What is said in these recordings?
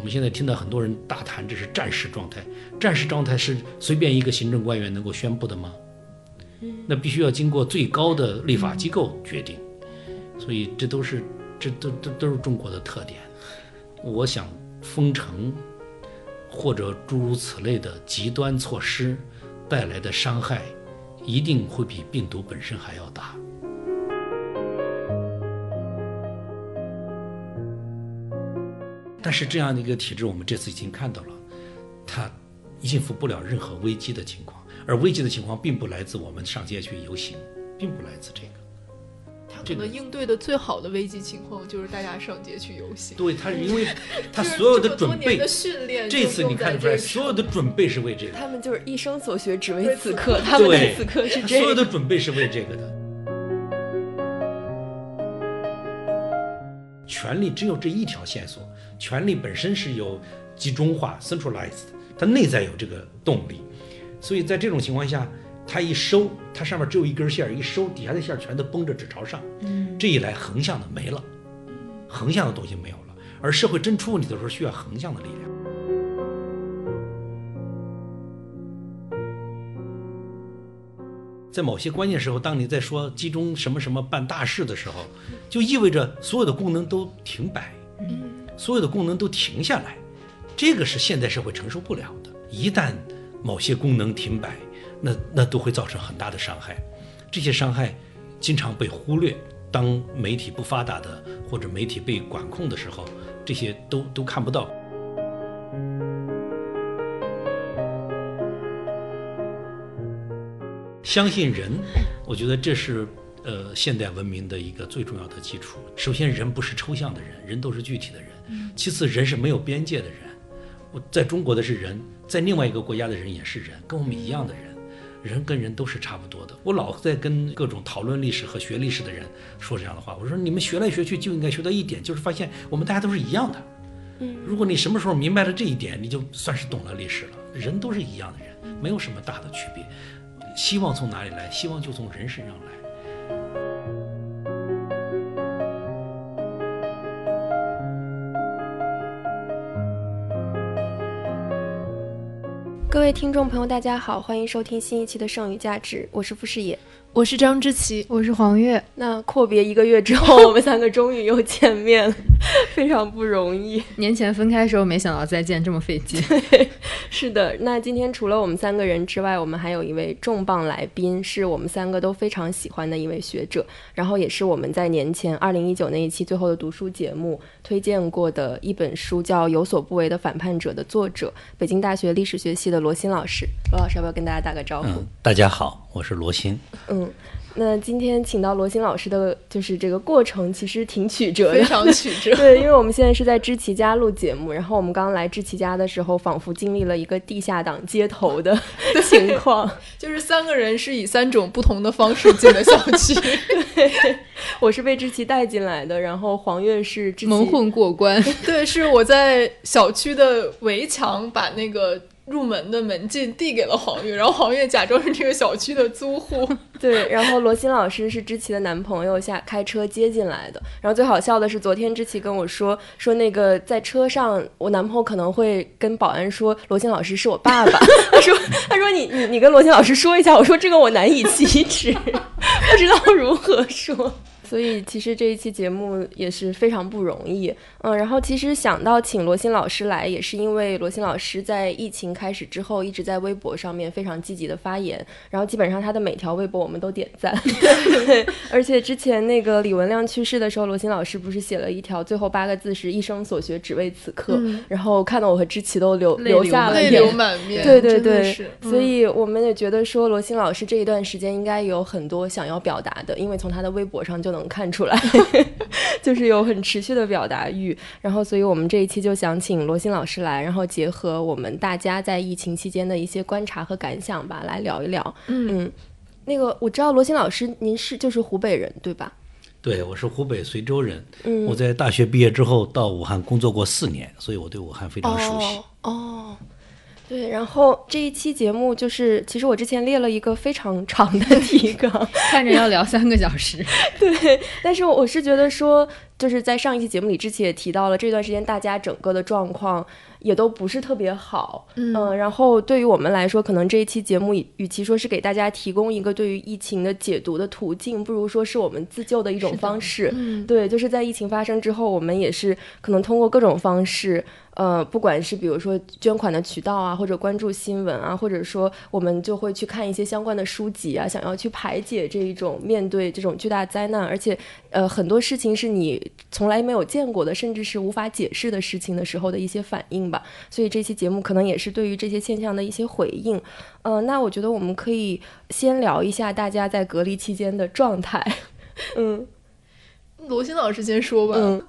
我们现在听到很多人大谈这是战时状态，战时状态是随便一个行政官员能够宣布的吗？那必须要经过最高的立法机构决定，所以这都是中国的特点。我想封城或者诸如此类的极端措施带来的伤害，一定会比病毒本身还要大。但是这样的一个体制，我们这次已经看到了，它应付不了任何危机的情况，而危机的情况并不来自我们上街去游行，并不来自这个。 他可能应对的最好的危机情况就是大家上街去游行。 对，他因为他所有的准备、 的训练， 这次你看出来，所有的准备是为这个。 他们就是一生所学只为此刻，他们的此刻是这个。 所有的准备是为这个的。权力只有这一条线索，权力本身是有集中化 centralized， 它内在有这个动力，所以在这种情况下，它一收，它上面只有一根线，一收，底下的线全都绷着只朝上，这一来横向的没了，横向的东西没有了，而社会真出问题的时候需要横向的力量。在某些关键时候，当你在说集中什么什么办大事的时候，就意味着所有的功能都停摆，所有的功能都停下来，这个是现代社会承受不了的。一旦某些功能停摆，那都会造成很大的伤害，这些伤害经常被忽略。当媒体不发达的或者媒体被管控的时候，这些都看不到。相信人，我觉得这是现代文明的一个最重要的基础。首先，人不是抽象的人，人都是具体的人。其次，人是没有边界的人。我在中国的是人，在另外一个国家的人也是人，跟我们一样的人。人跟人都是差不多的。我老在跟各种讨论历史和学历史的人说这样的话，我说你们学来学去就应该学到一点，就是发现我们大家都是一样的。如果你什么时候明白了这一点，你就算是懂了历史了。人都是一样的人，没有什么大的区别。希望从哪里来？希望就从人身上来。 各位听众朋友大家好，欢迎收听新一期的剩余价值，我是傅视野， 我是张之琪， 我是黄月。 那阔别1个月之后，我们3个终于又见面了，非常不容易。 年前分开的时候，没想到再见这么费劲。 是的，那今天除了我们3个人之外，我们还有一位重磅来宾，是我们3个都非常喜欢的一位学者，然后也是我们在年前2019那一期最后的读书节目推荐过的一本书叫《有所不为的反叛者》的作者，北京大学历史学系的罗新老师。罗老师要不要跟大家打个招呼？ 大家好，我是罗新。 那今天请到罗新老师的就是这个过程其实挺曲折的， 非常曲折。 对，因为我们现在是在知其家录节目，然后我们刚来知其家的时候仿佛经历了一个地下党街头的情况。 就是3个人是以3种不同的方式进的校区。 对，我是被知其带进来的，然后黄月是知其蒙混过关。 对，是我在小区的围墙把那个入门的门禁递给了黄月，然后黄月假装是这个小区的租户。 对，然后罗新老师是知其的男朋友开车接进来的。然后最好笑的是，昨天知其跟我说那个在车上，我男朋友可能会跟保安说罗新老师是我爸爸。他说你跟罗新老师说一下。我说这个我难以启齿，不知道如何说。所以其实这一期节目也是非常不容易。然后其实想到请罗新老师来，也是因为罗新老师在疫情开始之后一直在微博上面非常积极的发言，然后基本上他的每条微博我们都点赞。对，而且之前那个李文亮去世的时候，罗新老师不是写了一条最后8个字是一生所学只为此刻，然后看到我和知其都流下了泪流满面。 对对对，所以我们也觉得说罗新老师这一段时间应该有很多想要表达的，因为从他的微博上就能看出来就是有很持续的表达欲。然后所以我们这一期就想请罗新老师来，然后结合我们大家在疫情期间的一些观察和感想吧，来聊一聊。那个我知道罗新老师您就是湖北人对吧？ 对，我是湖北随州人。我在大学毕业之后到武汉工作过4年，所以我对武汉非常熟悉。 对，然后这一期节目就是其实我之前列了一个非常长的提纲， 看着要聊3个小时。 对，但是我是觉得说就是在上一期节目里之前也提到了，这段时间大家整个的状况也都不是特别好，然后对于我们来说，可能这一期节目与其说是给大家提供一个对于疫情的解读的途径，不如说是我们自救的一种方式。对，就是在疫情发生之后，我们也是可能通过各种方式，不管是比如说捐款的渠道啊，或者关注新闻啊，或者说我们就会去看一些相关的书籍啊，想要去排解这一种面对这种巨大灾难，而且很多事情是你从来没有见过的，甚至是无法解释的事情的时候的一些反应吧。所以这期节目可能也是对于这些现象的一些回应。那我觉得我们可以先聊一下大家在隔离期间的状态。 罗新老师先说吧。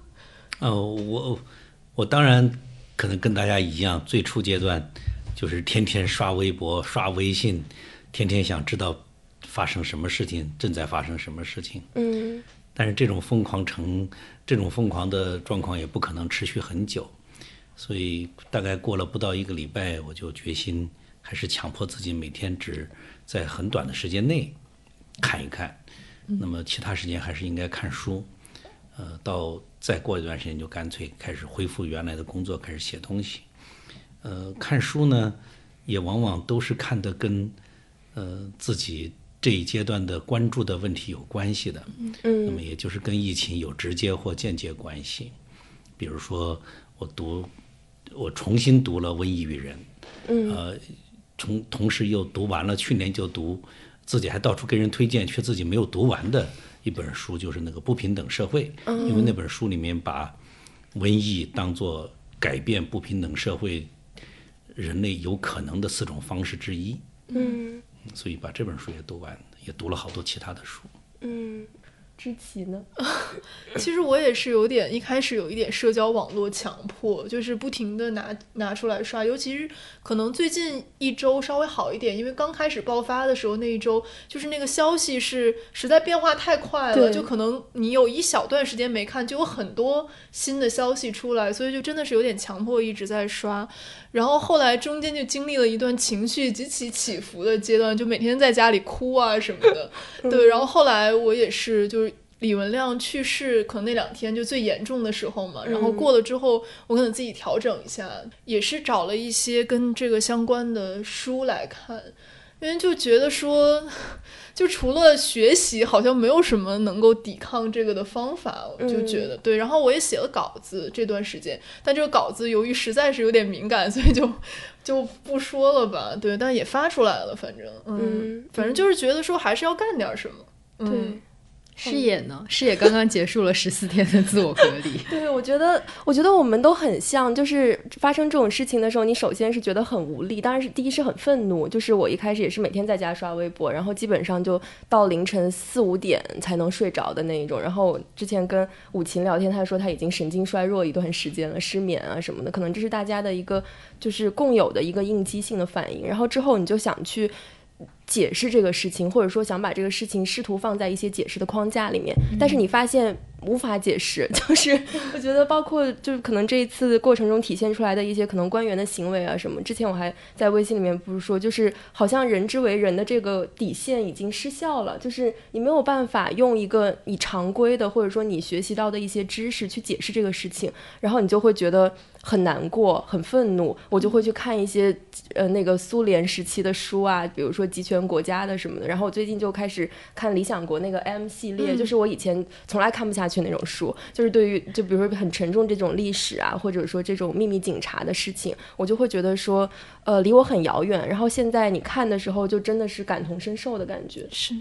我当然可能跟大家一样，最初阶段就是天天刷微博、刷微信，天天想知道发生什么事情，正在发生什么事情。但是这种疯狂的状况也不可能持续很久，所以大概过了不到1个礼拜，我就决心还是强迫自己每天只在很短的时间内看一看，那么其他时间还是应该看书。到再过一段时间就干脆开始恢复原来的工作，开始写东西。看书呢，也往往都是看得跟自己这一阶段的关注的问题有关系的。那么也就是跟疫情有直接或间接关系。比如说我重新读了《瘟疫与人》，同时又读完了去年就读，自己还到处跟人推荐，却自己没有读完的一本书，就是那个《不平等社会》。因为那本书里面把瘟疫当作改变不平等社会人类有可能的4种方式之一。所以把这本书也读完，也读了好多其他的书。 知棋呢？ 其实我也是一开始有一点社交网络强迫，就是不停的拿出来刷，尤其是可能最近1周稍微好一点，因为刚开始爆发的时候那1周，就是那个消息是实在变化太快了，就可能你有一小段时间没看，就有很多新的消息出来，所以就真的是有点强迫一直在刷。然后后来中间就经历了一段情绪极其起伏的阶段，就每天在家里哭啊什么的。对，然后后来我也是就是李文亮去世可能那2天就最严重的时候嘛，然后过了之后我可能自己调整一下，也是找了一些跟这个相关的书来看，因为就觉得说就除了学习好像没有什么能够抵抗这个的方法，我就觉得对。然后我也写了稿子这段时间，但这个稿子由于实在是有点敏感，所以就不说了吧。对，但也发出来了，反正就是觉得说还是要干点什么。 对。 视野呢？视野刚刚结束了14天的自我隔离。 对，我觉得我们都很像，就是发生这种事情的时候，你首先是觉得很无力，当然是第一是很愤怒，就是我一开始也是每天在家刷微博，然后基本上就到凌晨4、5点才能睡着的那一种。然后之前跟武琴聊天，他说他已经神经衰弱一段时间了，失眠啊什么的，可能这是大家的一个就是共有的一个应激性的反应。然后之后你就想去解释这个事情，或者说想把这个事情试图放在一些解释的框架里面，但是你发现无法解释，就是我觉得包括就是可能这一次过程中体现出来的一些可能官员的行为啊什么，之前我还在微信里面不是说，就是好像人之为人的这个底线已经失效了，就是你没有办法用一个你常规的或者说你学习到的一些知识去解释这个事情，然后你就会觉得很难过很愤怒，我就会去看一些那个苏联时期的书啊，比如说集权国家的什么的，然后我最近就开始看理想国那个 M 系列，就是我以前从来看不下去那种书，就是对于就比如说很沉重这种历史啊，或者说这种秘密警察的事情，我就会觉得说离我很遥远，然后现在你看的时候就真的是感同身受的感觉。 是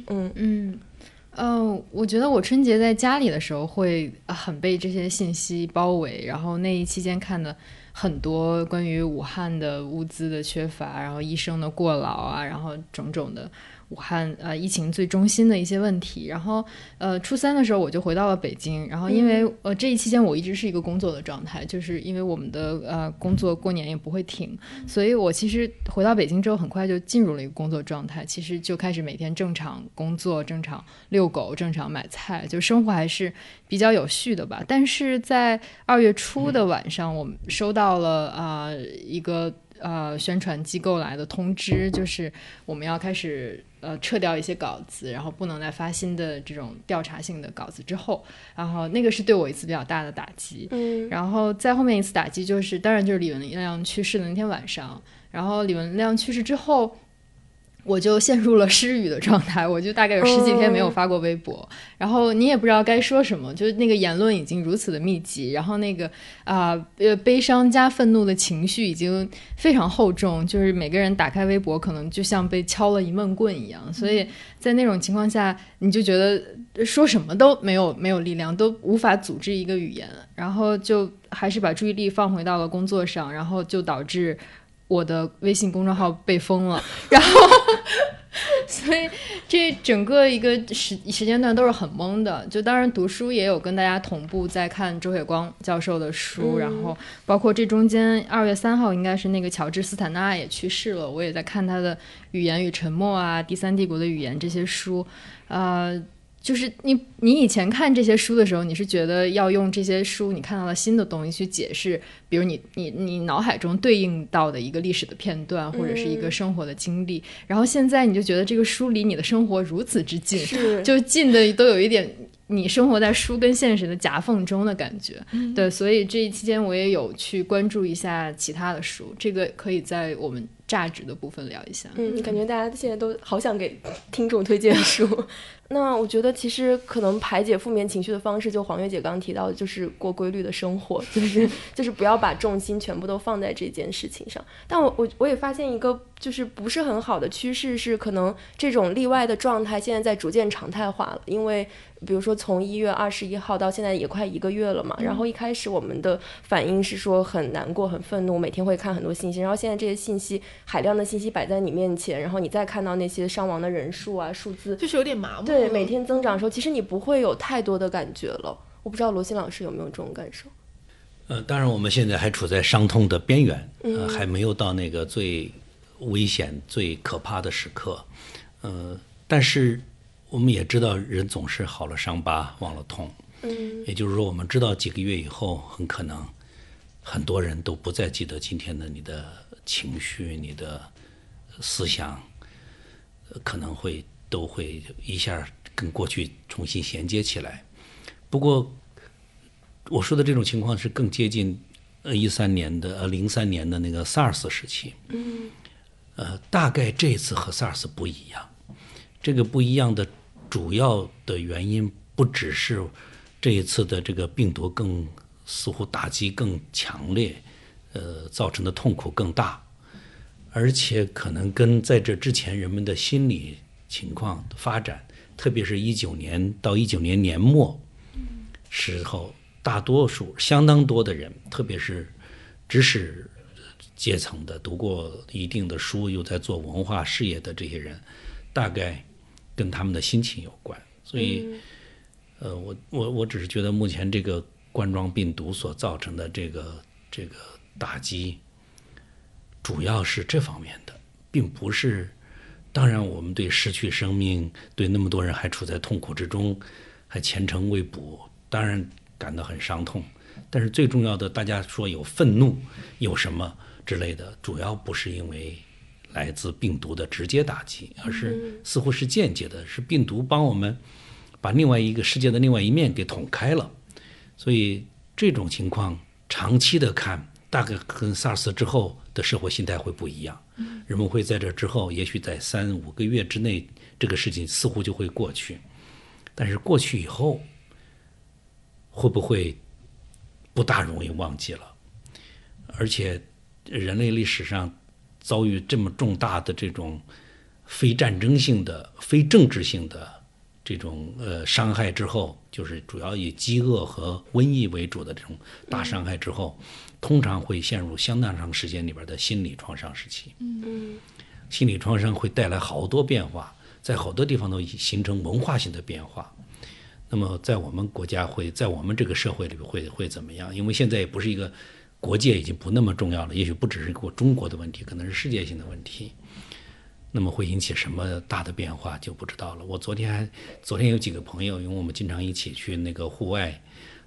我觉得我春节在家里的时候会很被这些信息包围，然后那一期间看的很多关于武汉的物资的缺乏，然后医生的过劳啊，然后种种的武汉疫情最中心的一些问题。然后初3的时候我就回到了北京，然后因为这一期间我一直是一个工作的状态，就是因为我们的工作过年也不会停，所以我其实回到北京之后很快就进入了一个工作状态，其实就开始每天正常工作，正常遛狗，正常买菜，就生活还是比较有序的吧。但是在2月初的晚上，我们收到了一个宣传机构来的通知，就是我们要开始撤掉一些稿子，然后不能再发新的这种调查性的稿子之后，然后那个是对我一次比较大的打击。然后再后面一次打击就是当然就是李文亮去世的那天晚上，然后李文亮去世之后我就陷入了失语的状态，我就大概有10几天没有发过微博，然后你也不知道该说什么，就是那个言论已经如此的密集，然后那个悲伤加愤怒的情绪已经非常厚重，就是每个人打开微博可能就像被敲了一闷棍一样，所以在那种情况下你就觉得说什么都没有力量，都无法组织一个语言，然后就还是把注意力放回到了工作上，然后就导致我的微信公众号被封了，然后所以这整个一个时间段都是很懵的。就当然读书也有跟大家同步在看周雪光教授的书，然后包括这中间2月3号应该是那个乔治斯坦纳也去世了，我也在看他的《语言与沉默》啊，《第三帝国的语言》这些书。就是你以前看这些书的时候，你是觉得要用这些书你看到了新的东西去解释，比如你脑海中对应到的一个历史的片段或者是一个生活的经历，然后现在你就觉得这个书离你的生活如此之近，就近的都有一点你生活在书跟现实的夹缝中的感觉。对，所以这一期间我也有去关注一下其他的书，这个可以在我们价值的部分聊一下。 感觉大家现在都好想给听众推荐书那我觉得其实可能排解负面情绪的方式，就黄月姐刚刚提到的，就是过规律的生活，就是不要把重心全部都放在这件事情上。但我也发现一个就是不是很好的趋势，是可能这种例外的状态现在在逐渐常态化了。因为比如说从1月21号到现在也快1个月了嘛，然后一开始我们的反应是说很难过很愤怒，每天会看很多信息，然后现在这些信息海量的信息摆在你面前，然后你再看到那些伤亡的人数啊数字， 就是有点麻木， 对，每天增长的时候其实你不会有太多的感觉了。我不知道罗新老师有没有这种感受。 当然我们现在还处在伤痛的边缘，还没有到那个最危险最可怕的时刻，但是我们也知道人总是好了伤疤忘了痛，也就是说我们知道几个月以后很可能很多人都不再记得今天的你的情绪你的思想，可能都会一下跟过去重新衔接起来。不过我说的这种情况是更接近03年的那个 SARS 时期，大概这次和 SARS 不一样。这个不一样的主要的原因不只是这一次的这个病毒似乎打击更强烈，造成的痛苦更大，而且可能跟在这之前人们的心理情况的发展，特别是19年到19年年末时候，大多数相当多的人，特别是知识阶层的读过一定的书又在做文化事业的这些人，大概跟他们的心情有关。所以我只是觉得目前这个冠状病毒所造成的这个打击主要是这方面的，并不是，当然我们对失去生命，对那么多人还处在痛苦之中还前程未卜，当然感到很伤痛，但是最重要的，大家说有愤怒有什么之类的，主要不是因为来自病毒的直接打击，而是似乎是间接的，是病毒帮我们把另外一个世界的另外一面给捅开了。所以这种情况长期的看，大概跟 SARS 之后的社会心态会不一样，人们会在这之后也许在3-5个月之内，这个事情似乎就会过去，但是过去以后会不会不大容易忘记了。而且人类历史上遭遇这么重大的这种非战争性的非政治性的这种伤害之后，就是主要以饥饿和瘟疫为主的这种大伤害之后，通常会陷入相当长时间里边的心理创伤时期。心理创伤会带来好多变化，在好多地方都形成文化性的变化。那么在我们国家在我们这个社会里会怎么样？因为现在也不是一个国界已经不那么重要了，也许不只是中国的问题，可能是世界性的问题。那么会引起什么大的变化就不知道了。我昨天有几个朋友，因为我们经常一起去那个户外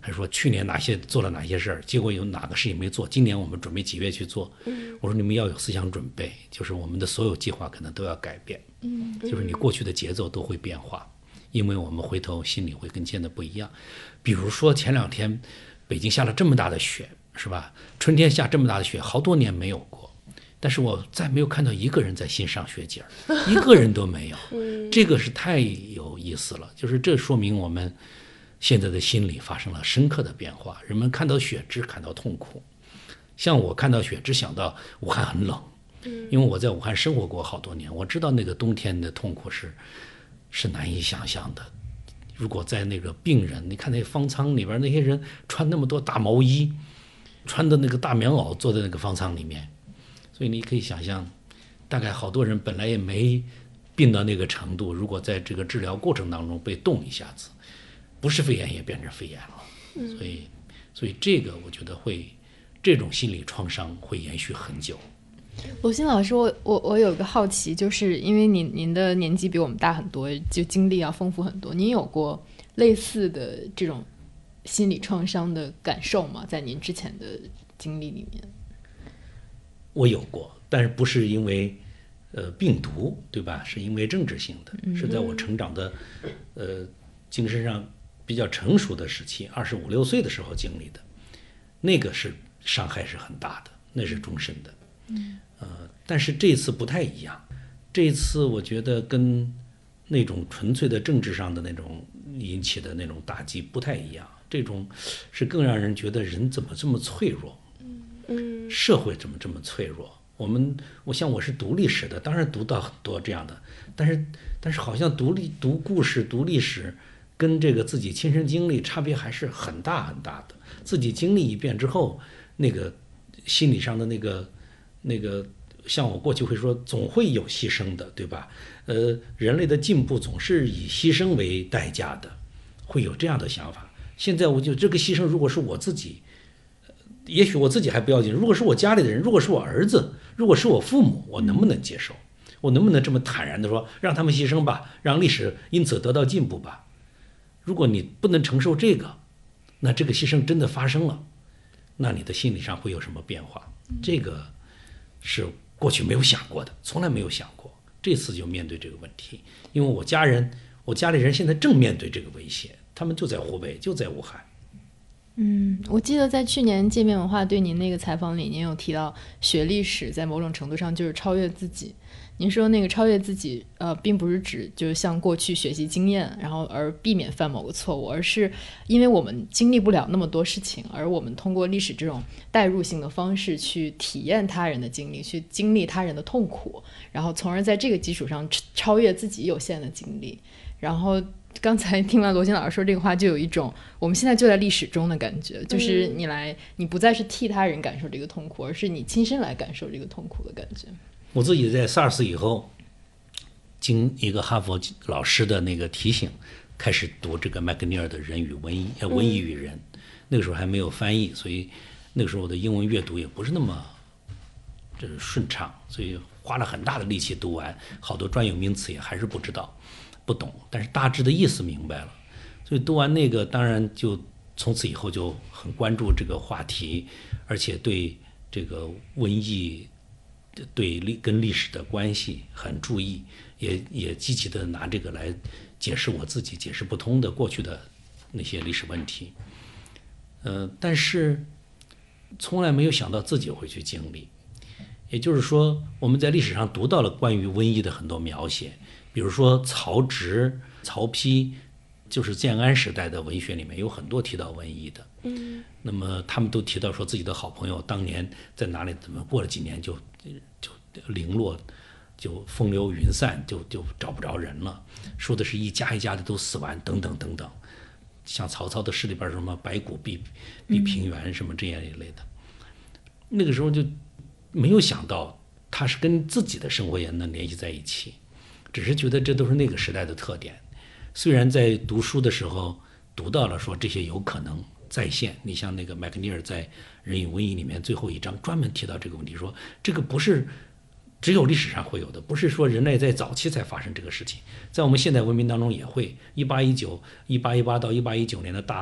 还说去年做了哪些事儿，结果有哪个事情没做，今年我们准备几月去做。我说你们要有思想准备，就是我们的所有计划可能都要改变，就是你过去的节奏都会变化，因为我们回头心里会跟现在不一样。比如说前2天北京下了这么大的雪，是吧？春天下这么大的雪，好多年没有过。但是我再没有看到一个人在欣赏雪景，一个人都没有。这个是太有意思了，就是这说明我们现在的心理发生了深刻的变化。人们看到雪只感到痛苦，像我看到雪只想到武汉很冷，因为我在武汉生活过好多年，我知道那个冬天的痛苦是难以想象的。如果在那个病人，你看那方舱里边那些人穿那么多大毛衣，穿的那个大棉袄坐在那个方舱里面，所以你可以想象，大概好多人本来也没病到那个程度，如果在这个治疗过程当中被冻一下子，不是肺炎也变成肺炎了。所以这个我觉得这种心理创伤会延续很久。 罗新老师，我有个好奇，就是因为您的年纪比我们大很多，就经历要丰富很多，您有过类似的这种心理创伤的感受吗？在您之前的经历里面？ 我有过，但是不是因为病毒，对吧？是因为政治性的，是在我成长的精神上比较成熟的时期，25、26岁的时候经历的，那个是伤害是很大的，那是终身的。但是这次不太一样，这次我觉得跟那种纯粹的政治上的那种引起的那种打击不太一样，这种是更让人觉得人怎么这么脆弱，社会怎么这么脆弱。我想我是读历史的，当然读到很多这样的，但是好像读故事、读历史跟这个自己亲身经历差别还是很大很大的。自己经历一遍之后，那个心理上的那个，像我过去会说，总会有牺牲的，对吧？人类的进步总是以牺牲为代价的，会有这样的想法。现在我就这个牺牲，如果是我自己，也许我自己还不要紧，如果是我家里的人，如果是我儿子，如果是我父母，我能不能接受？我能不能这么坦然的说，让他们牺牲吧，让历史因此得到进步吧？如果你不能承受这个，那这个牺牲真的发生了，那你的心理上会有什么变化？这个是过去没有想过的，从来没有想过。这次就面对这个问题，因为我家里人现在正面对这个威胁，他们就在湖北，就在武汉。 我记得在去年界面文化对您那个采访里，您有提到学历史在某种程度上就是超越自己。您说那个超越自己，并不是指就是像过去学习经验，然后而避免犯某个错误，而是因为我们经历不了那么多事情，而我们通过历史这种代入性的方式去体验他人的经历，去经历他人的痛苦，然后从而在这个基础上超越自己有限的经历。然后刚才听完罗新老师说这个话，就有一种我们现在就在历史中的感觉，就是你不再是替他人感受这个痛苦，而是你亲身来感受这个痛苦的感觉。 我自己在 SARS 以后，经一个哈佛老师的那个提醒，开始读这个麦克尼尔的《人与瘟疫》瘟疫与人。那个时候还没有翻译，所以那个时候我的英文阅读也不是那么顺畅，所以花了很大的力气读完，好多专有名词也还是不知道、不懂，但是大致的意思明白了。所以读完那个，当然就从此以后就很关注这个话题，而且对这个瘟疫跟历史的关系很注意，也积极的拿这个来解释我自己解释不通的过去的那些历史问题。但是从来没有想到自己会去经历。也就是说，我们在历史上读到了关于瘟疫的很多描写，比如说曹植、曹丕，就是建安时代的文学里面有很多提到瘟疫的。那么他们都提到说自己的好朋友当年在哪里，怎么过了几年就零落，就风流云散，就找不着人了。说的是一家一家的都死完，等等等等。像曹操的诗里边什么白骨蔽平原什么这样一类的，那个时候就没有想到他是跟自己的生活也能联系在一起，只是觉得这都是那个时代的特点。虽然在读书的时候读到了说这些有可能再现，你像那个麦克尼尔在《人与瘟疫》里面最后一章专门提到这个问题，说这个不是只有历史上会有的，不是说人类在早期才发生这个事情，在我们现代文明当中也会。1818到1819年的大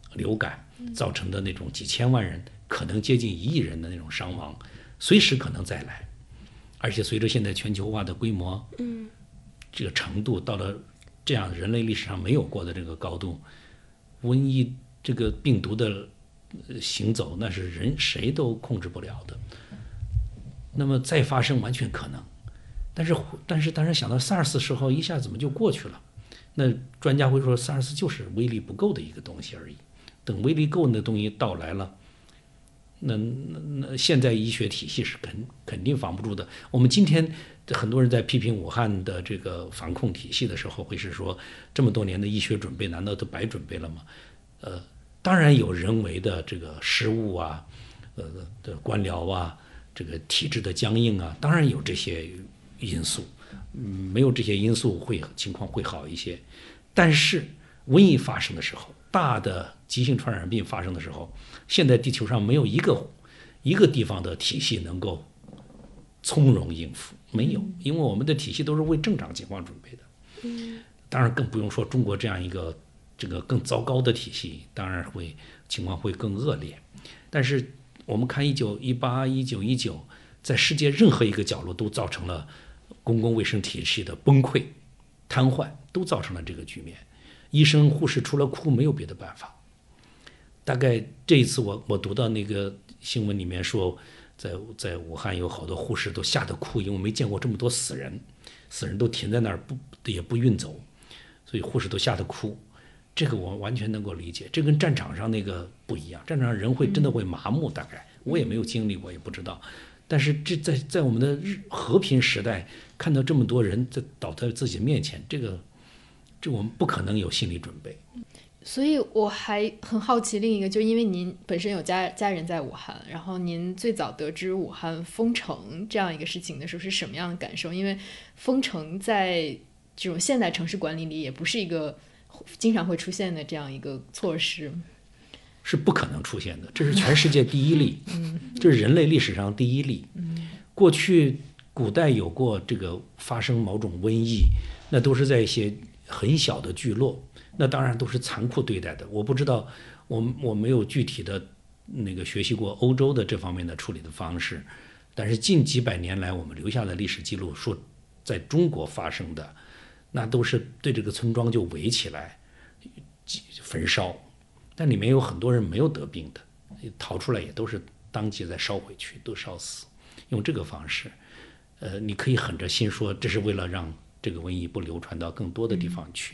流感造成的那种几千万人，可能接近1亿人的那种伤亡，随时可能再来。而且随着现在全球化的规模，这个程度到了这样人类历史上没有过的这个高度，瘟疫这个病毒的行走，那是人谁都控制不了的。那么再发生完全可能，但是当然想到SARS时候一下怎么就过去了？那专家会说 SARS 就是威力不够的一个东西而已。等威力够的东西到来了，那现在医学体系是肯定防不住的。我们今天很多人在批评武汉的这个防控体系的时候，会是说这么多年的医学准备难道都白准备了吗？当然有人为的这个失误啊，的官僚啊，这个体制的僵硬啊，当然有这些因素。没有这些因素情况会好一些。但是瘟疫发生的时候，大的急性传染病发生的时候，现在地球上没有一个地方的体系能够从容应付，没有，因为我们的体系都是为正常情况准备的。当然更不用说中国这样一个这个更糟糕的体系，当然情况会更恶劣。但是我们看1918、1919，在世界任何一个角落都造成了公共卫生体系的崩溃、瘫痪，都造成了这个局面。医生护士除了哭没有别的办法。大概这一次我读到那个新闻里面说，在武汉有好多护士都吓得哭，因为没见过这么多死人都停在那儿也不运走，所以护士都吓得哭。这个我完全能够理解，这跟战场上那个不一样。战场上人真的会麻木，大概我也没有经历过，也不知道。但是这在我们的和平时代，看到这么多人倒在自己面前，这我们不可能有心理准备。 所以我还很好奇另一个，就因为您本身有家人在武汉，然后您最早得知武汉封城这样一个事情的时候是什么样的感受？因为封城在这种现代城市管理里也不是一个经常会出现的这样一个措施， 是不可能出现的。这是全世界第一例，这是人类历史上第一例。过去古代有过这个发生某种瘟疫，那都是在一些很小的聚落，那当然都是残酷对待的。我不知道，我没有具体的那个学习过欧洲的这方面的处理的方式，但是近几百年来我们留下的历史记录说，在中国发生的，那都是对这个村庄就围起来焚烧，但里面有很多人没有得病的，逃出来也都是当即再烧回去，都烧死。用这个方式，你可以狠着心说这是为了让这个瘟疫不流传到更多的地方去，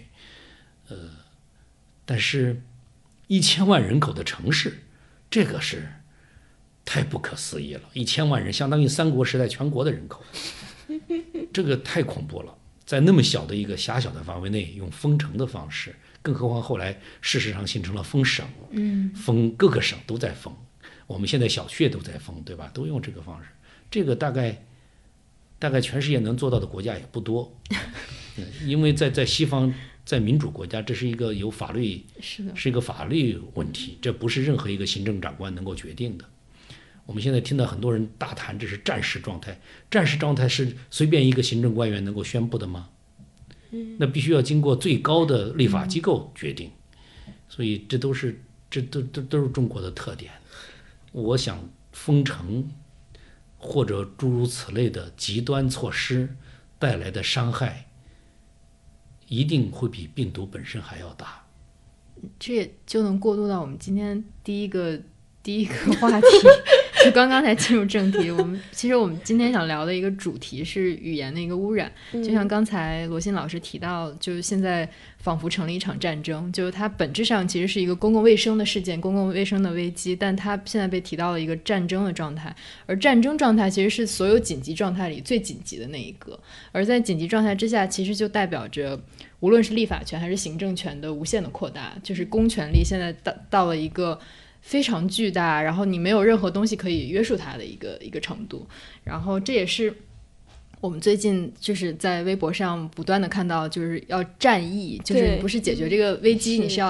但是1000万人口的城市，这个是太不可思议了。1000万人相当于三国时代全国的人口，这个太恐怖了。在那么小的一个狭小的范围内用封城的方式，更何况后来事实上形成了封省，封各个省都在封，我们现在小区也都在封，对吧？都用这个方式，这个大概全世界能做到的国家也不多，因为在西方，在民主国家，这是一个有法律，是一个法律问题，这不是任何一个行政长官能够决定的。我们现在听到很多人大谈这是战时状态，战时状态是随便一个行政官员能够宣布的吗？那必须要经过最高的立法机构决定，所以这都是中国的特点。我想封城或者诸如此类的极端措施带来的伤害，一定会比病毒本身还要大。 这也就能过渡到我们今天第一个话题。就刚刚才进入正题，其实我们今天想聊的一个主题是语言的一个污染。就像刚才罗欣老师提到，就是现在仿佛成了一场战争，就是它本质上其实是一个公共卫生的事件，公共卫生的危机，但它现在被提到了一个战争的状态，而战争状态其实是所有紧急状态里最紧急的那一个，而在紧急状态之下，其实就代表着无论是立法权还是行政权的无限的扩大，就是公权力现在到了一个非常巨大，然后你没有任何东西可以约束它的一个程度。然后这也是我们最近就是在微博上不断的看到，就是要战役，就是你不是解决这个危机，你是要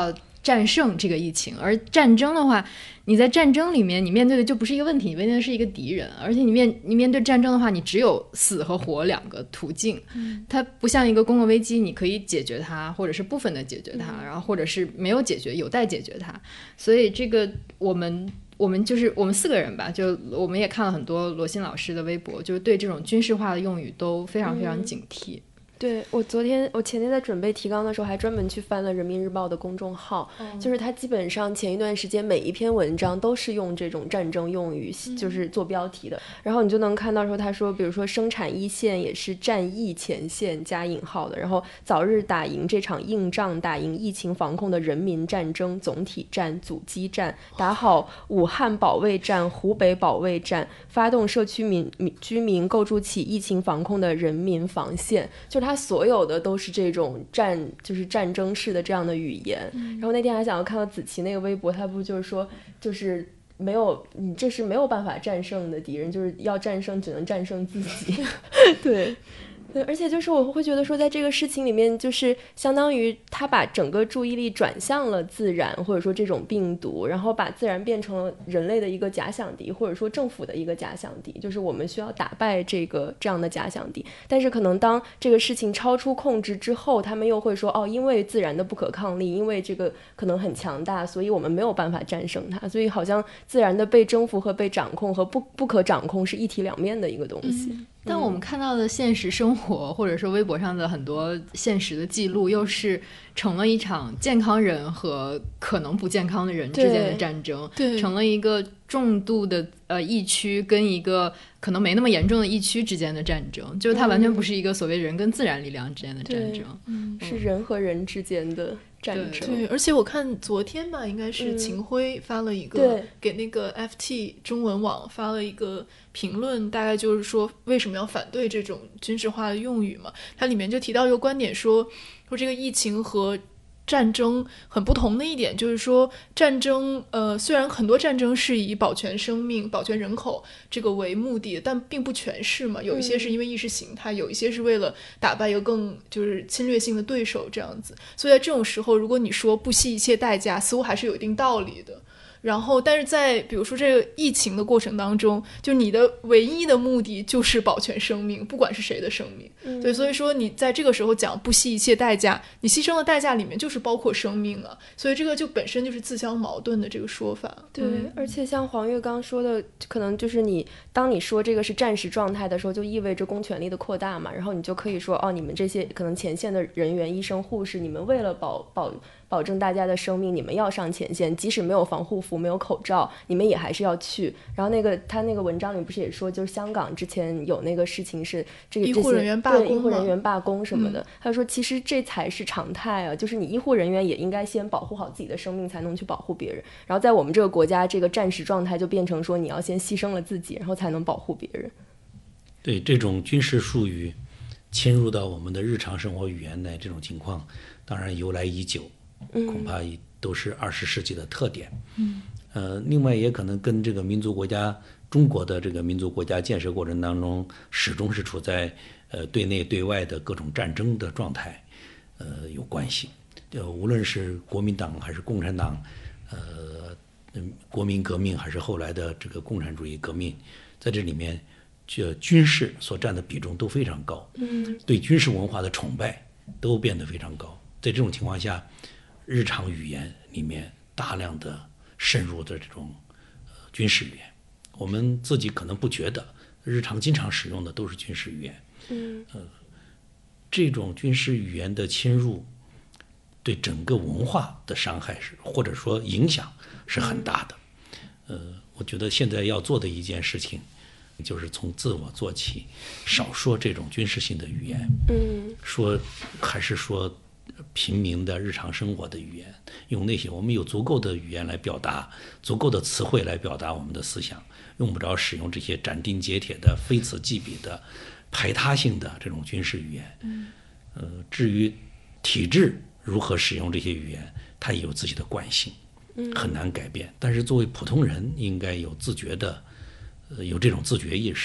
战胜这个疫情。而战争的话，你在战争里面，你面对的就不是一个问题，你面对的是一个敌人，而且你面对战争的话，你只有死和活两个途径。它不像一个公共危机，你可以解决它，或者是部分的解决它，然后或者是没有解决，有待解决它。所以这个我们就是我们4个人吧，就我们也看了很多罗新老师的微博，就是对这种军事化的用语都非常非常警惕。 对，我前天在准备提纲的时候还专门去翻了人民日报的公众号，就是他基本上前一段时间每一篇文章都是用这种战争用语就是做标题的，然后你就能看到说他说比如说生产一线也是战役前线加引号的，然后早日打赢这场硬仗，打赢疫情防控的人民战争、总体战、阻击战，打好武汉保卫战、湖北保卫战，发动社区居民构筑起疫情防控的人民防线，就是他所有的都是这种就是战争式的这样的语言。然后那天还想要看到子琪那个微博，他不就是说就是没有，你这是没有办法战胜的敌人，就是要战胜只能战胜自己。对，而且就是我会觉得说在这个事情里面，就是相当于他把整个注意力转向了自然，或者说这种病毒，然后把自然变成了人类的一个假想敌，或者说政府的一个假想敌，就是我们需要打败这样的假想敌。但是可能当这个事情超出控制之后，他们又会说因为自然的不可抗力，因为这个可能很强大，所以我们没有办法战胜它。所以好像自然的被征服和被掌控和不可掌控是一体两面的一个东西。 但我们看到的现实生活，或者说微博上的很多现实的记录，又是成了一场健康人和可能不健康的人之间的战争，成了一个重度的疫区跟一个可能没那么严重的疫区之间的战争，就是它完全不是一个所谓人跟自然力量之间的战争， 是人和人之间的战争。 对，而且我看昨天吧，应该是秦晖发了一个，给那个 FT 中文网发了一个评论，大概就是说为什么要反对这种军事化的用语嘛。它里面就提到一个观点说这个疫情和战争很不同的一点就是说，战争虽然很多战争是以保全生命、保全人口这个为目的，但并不全是嘛。有一些是因为意识形态，有一些是为了打败一个更就是侵略性的对手这样子。所以在这种时候，如果你说不惜一切代价，似乎还是有一定道理的。然后但是在比如说这个疫情的过程当中，就你的唯一的目的就是保全生命，不管是谁的生命。对，所以说你在这个时候讲不惜一切代价，你牺牲的代价里面就是包括生命啊，所以这个就本身就是自相矛盾的这个说法。 对，而且像黄月刚说的，可能就是当你说这个是战时状态的时候，就意味着公权力的扩大嘛，然后你就可以说你们这些可能前线的人员、医生、护士，你们为了保证大家的生命，你们要上前线，即使没有防护服、没有口罩，你们也还是要去。然后他那个文章里不是也说，就是香港之前有那个事情是医护人员罢工，医护人员罢工什么的。他说其实这才是常态啊，就是你医护人员也应该先保护好自己的生命，才能去保护别人。然后在我们这个国家，这个战时状态就变成说你要先牺牲了自己，然后才能保护别人。 对，这种军事术语侵入到我们的日常生活语言的这种情况，当然由来已久。恐怕都是20世纪的特点。另外也可能跟这个中国的这个民族国家建设过程当中，始终是处在对内对外的各种战争的状态有关系。无论是国民党还是共产党，国民革命还是后来的这个共产主义革命，在这里面军事所占的比重都非常高。对军事文化的崇拜都变得非常高。在这种情况下，日常语言里面大量的渗入的这种军事语言，我们自己可能不觉得，日常经常使用的都是军事语言。这种军事语言的侵入，对整个文化的伤害或者说影响是很大的。我觉得现在要做的一件事情，就是从自我做起，少说这种军事性的语言。还是说平民的日常生活的语言，用那些我们有足够的语言来表达，足够的词汇来表达我们的思想，用不着使用这些斩钉截铁的非此即彼的排他性的这种军事语言。至于体制如何使用这些语言，它也有自己的惯性，很难改变。但是作为普通人，应该有自觉的有这种自觉意识，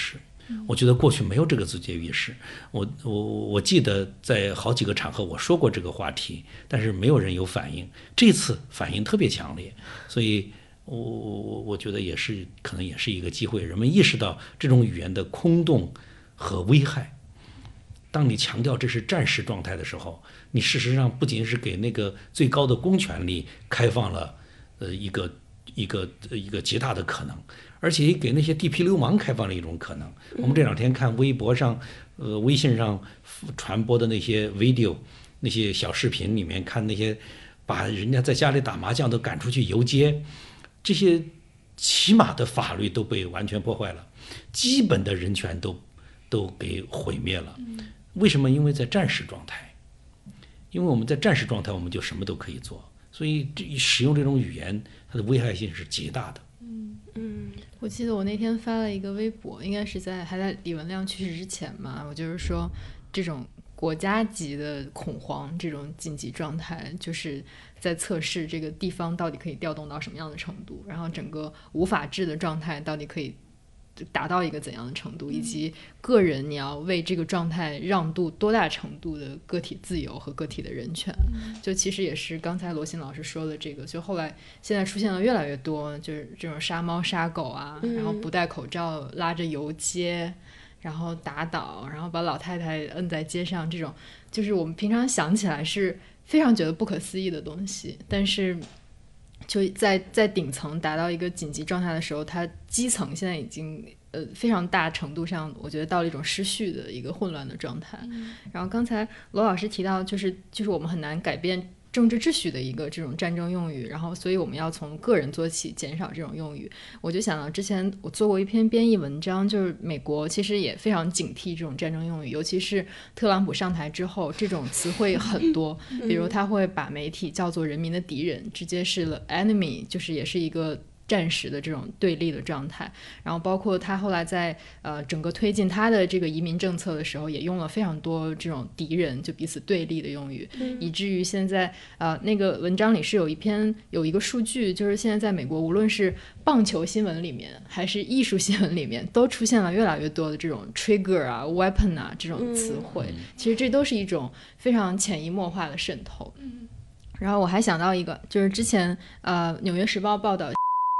我觉得过去没有这个自觉意识。我记得在好几个场合我说过这个话题，但是没有人有反应。这次反应特别强烈，所以我觉得可能也是一个机会，人们意识到这种语言的空洞和危害。当你强调这是战时状态的时候，你事实上不仅是给那个最高的公权力开放了一个极大的可能，而且也给那些地痞流氓开放了一种可能。我们这两天看微博上、微信上传播的那些 video、那些小视频里面，看那些把人家在家里打麻将都赶出去游街，这些起码的法律都被完全破坏了，基本的人权都给毁灭了。为什么？因为在战时状态，因为我们在战时状态，我们就什么都可以做，所以使用这种语言，它的危害性是极大的。 我记得我那天发了一个微博，应该是还在李文亮去世之前嘛，我就是说这种国家级的恐慌，这种紧急状态，就是在测试这个地方到底可以调动到什么样的程度，然后整个无法治的状态到底可以达到一个怎样的程度，以及个人你要为这个状态让渡多大程度的个体自由和个体的人权。就其实也是刚才罗欣老师说的这个，就后来现在出现了越来越多就是这种杀猫杀狗啊，然后不戴口罩拉着游街，然后打倒，然后把老太太摁在街上，这种就是我们平常想起来是非常觉得不可思议的东西，但是就在顶层达到一个紧急状态的时候，它基层现在已经非常大程度上，我觉得到了一种失序的一个混乱的状态。然后刚才罗老师提到，就是我们很难改变政治秩序的一个这种战争用语，然后所以我们要从个人做起，减少这种用语。我就想到之前我做过一篇编译文章，就是美国其实也非常警惕这种战争用语，尤其是特朗普上台之后，这种词汇很多，比如他会把媒体叫做人民的敌人，直接是 the enemy， 就是也是一个战时的这种对立的状态。然后包括他后来在整个推进他的这个移民政策的时候，也用了非常多这种敌人就彼此对立的用语，以至于现在那个文章里是有一个数据，就是现在在美国无论是棒球新闻里面还是艺术新闻里面，都出现了越来越多的这种 trigger 啊 weapon 啊这种词汇。其实这都是一种非常潜移默化的渗透。然后我还想到一个，就是之前纽约时报报道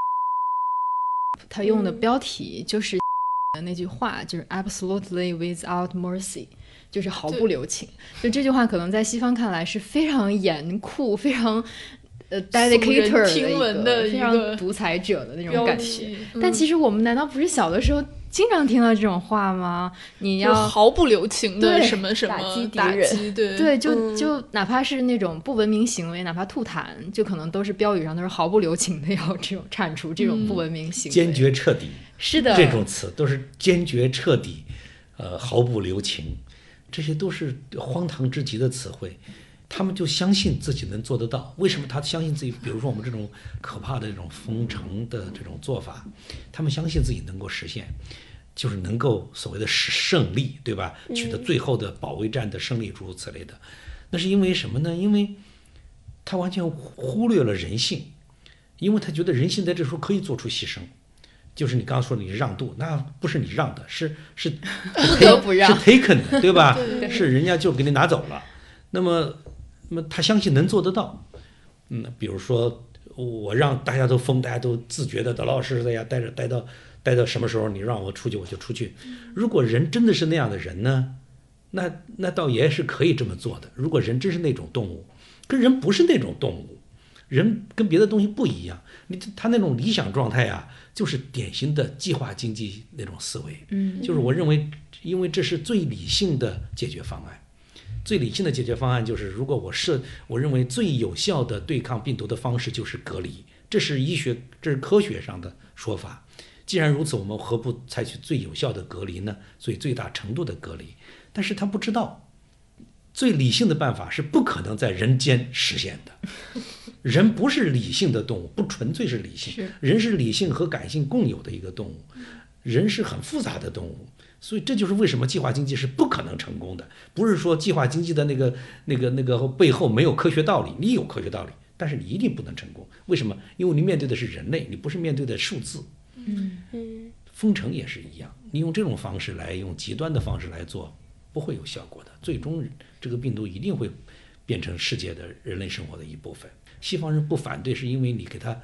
他用的标题就是那句话，就是 absolutely without mercy， 就是毫不留情。就这句话可能在西方看来是非常严酷、非常dedicator 的一个非常独裁者的那种感觉。但其实我们难道不是小的时候经常听到这种话吗？你要毫不留情的什么什么打击敌人， 对， 就哪怕是那种不文明行为，哪怕吐痰，就可能都是标语上都是毫不留情的要这种铲除这种不文明行为， 坚决彻底。 是的， 这种词都是坚决彻底，毫不留情，这些都是荒唐至极的词汇。他们就相信自己能做得到。为什么他相信自己？比如说我们这种可怕的这种封城的这种做法，他们相信自己能够实现，就是能够所谓的胜利，对吧？取得最后的保卫战的胜利，诸如此类的。那是因为什么呢？因为他完全忽略了人性，因为他觉得人性在这时候可以做出牺牲。就是你刚刚说的，你让渡，那不是你让的，是不得不让， 是 taken 的，对吧？是人家就给你拿走了。那么他相信能做得到。比如说我让大家都封，大家都自觉的老老实实的呀，待到什么时候你让我出去我就出去。如果人真的是那样的人呢，那倒也是可以这么做的。如果人真是那种动物，可人不是那种动物，人跟别的东西不一样。他那种理想状态啊，就是典型的计划经济那种思维。就是我认为，因为这是最理性的解决方案。最理性的解决方案就是，如果我认为最有效的对抗病毒的方式就是隔离，这是医学，这是科学上的说法。既然如此，我们何不采取最有效的隔离呢？所以最大程度的隔离。但是他不知道，最理性的办法是不可能在人间实现的。人不是理性的动物，不纯粹是理性，人是理性和感性共有的一个动物，人是很复杂的动物。所以这就是为什么计划经济是不可能成功的。不是说计划经济的那个背后没有科学道理，你有科学道理，但是你一定不能成功。为什么？因为你面对的是人类，你不是面对的数字。 封城也是一样，你用这种方式来用极端的方式来做，不会有效果的。最终这个病毒一定会变成世界的人类生活的一部分。西方人不反对，是因为你给他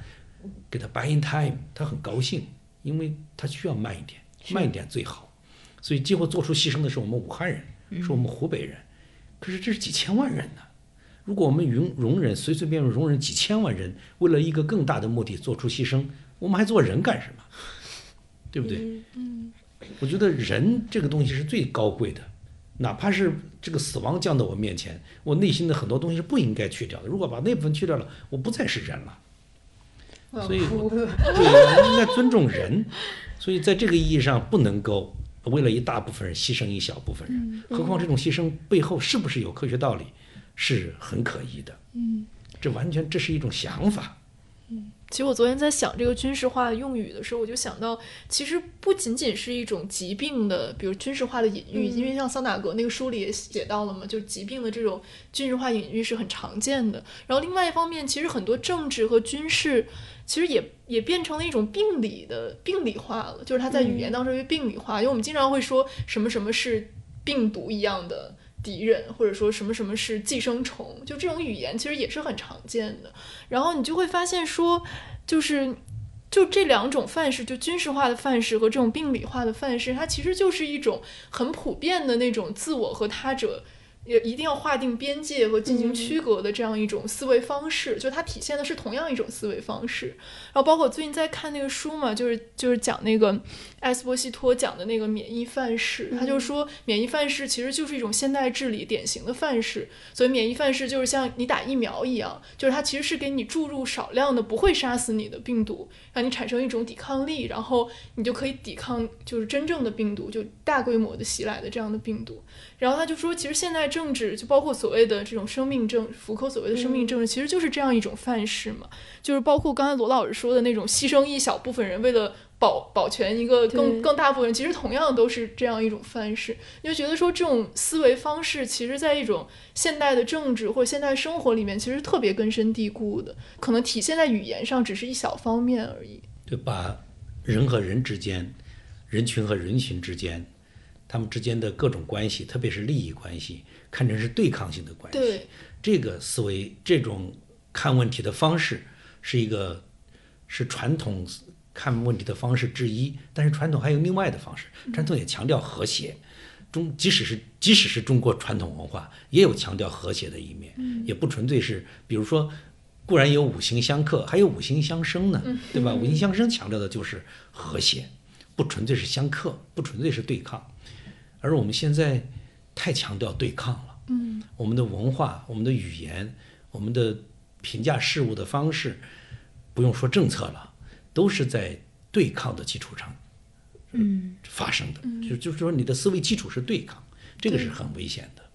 buy in time， 他很高兴，因为他需要慢一点，慢一点最好。所以几乎做出牺牲的是我们武汉人，是我们湖北人。可是这是几千万人呢。如果我们容忍随随便便容忍几千万人为了一个更大的目的做出牺牲，我们还做人干什么？对不对？我觉得人这个东西是最高贵的，哪怕是这个死亡降到我面前，我内心的很多东西是不应该去掉的。如果把那部分去掉了，我不再是人了。所以对，我们应该尊重人。所以在这个意义上，不能够为了一大部分人牺牲一小部分人。何况这种牺牲背后是不是有科学道理，是很可疑的。这完全这是一种想法。 其实我昨天在想这个军事化用语的时候，我就想到，其实不仅仅是一种疾病的，比如军事化的隐喻，因为像桑塔格那个书里也写到了嘛，就疾病的这种军事化隐喻是很常见的。然后另外一方面，其实很多政治和军事，其实也变成了一种病理化了，就是它在语言当中被病理化，因为我们经常会说什么什么是病毒一样的敌人，或者说什么什么是寄生虫，就这种语言其实也是很常见的。然后你就会发现说，就这两种范式，就军事化的范式和这种病理化的范式，它其实就是一种很普遍的那种自我和他者也一定要划定边界和进行区隔的这样一种思维方式，就它体现的是同样一种思维方式。然后包括我最近在看那个书嘛，就是讲那个埃斯波西托讲的那个免疫范式，他就说免疫范式其实就是一种现代治理典型的范式。所以免疫范式就是像你打疫苗一样，就是它其实是给你注入少量的不会杀死你的病毒，让你产生一种抵抗力，然后你就可以抵抗就是真正的病毒，就大规模的袭来的这样的病毒。然后他就说其实现代政治就包括所谓的这种生命政，福柯所谓的生命政治，其实就是这样一种范式嘛，就是包括刚才罗老师说的那种牺牲一小部分人为了保全一个更大部分人，其实同样都是这样一种范式。你就觉得说这种思维方式其实在一种现代的政治或者现代生活里面其实特别根深蒂固的，可能体现在语言上只是一小方面而已。 就把人和人之间，人群和人群之间，他们之间的各种关系，特别是利益关系，看成是对抗性的关系。 对， 这个思维，这种看问题的方式，是传统看问题的方式之一。但是传统还有另外的方式，传统也强调和谐。即使是中国传统文化，也有强调和谐的一面，也不纯粹是，比如说，固然有五行相克，还有五行相生呢，对吧？五行相生强调的就是和谐，不纯粹是相克，不纯粹是对抗。而我们现在太强调对抗了，我们的文化、我们的语言、我们的评价事物的方式，不用说政策了，都是在对抗的基础上，发生的。就是说，你的思维基础是对抗，这个是很危险的。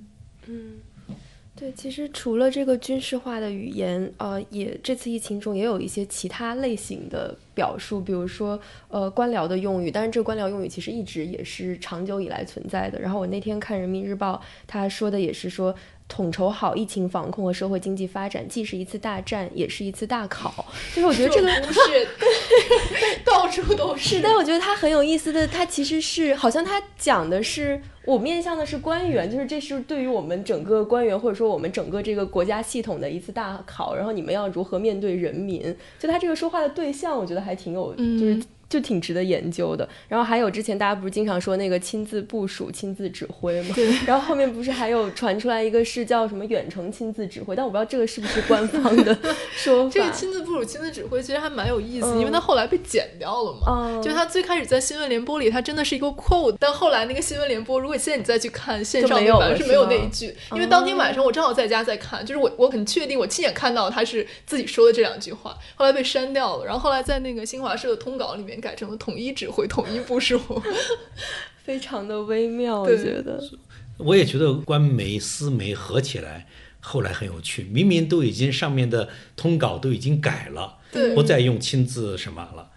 对，其实除了这个军事化的语言，也这次疫情中也有一些其他类型的表述，比如说官僚的用语，但是这个官僚用语其实一直也是长久以来存在的。然后我那天看人民日报，他说的也是说，统筹好疫情防控和社会经济发展，既是一次大战，也是一次大考。就是我觉得这个不是到处都是， 但我觉得他很有意思的，他其实是好像他讲的是我面向的是官员，就是这是对于我们整个官员或者说我们整个这个国家系统的一次大考，然后你们要如何面对人民。就他这个说话的对象，我觉得还挺有，就挺值得研究的。然后还有之前大家不是经常说那个亲自部署、亲自指挥吗？对。然后后面不是还有传出来一个是叫什么远程亲自指挥，但我不知道这个是不是官方的说法。 这个亲自部署、亲自指挥其实还蛮有意思，因为它后来被剪掉了嘛。就它最开始在新闻联播里，它真的是一个 quote， 但后来那个新闻联播，如果现在你再去看线上那版是没有那一句，因为当天晚上我正好在家在看，就是我很确定我亲眼看到他是自己说的这两句话，后来被删掉了，然后后来在那个新华社的通稿里面改成了统一指挥、统一部署， 非常的微妙。我觉得， 我也觉得官媒、私媒合起来，后来很有趣。明明都已经上面的通稿都已经改了，不再用亲自什么了，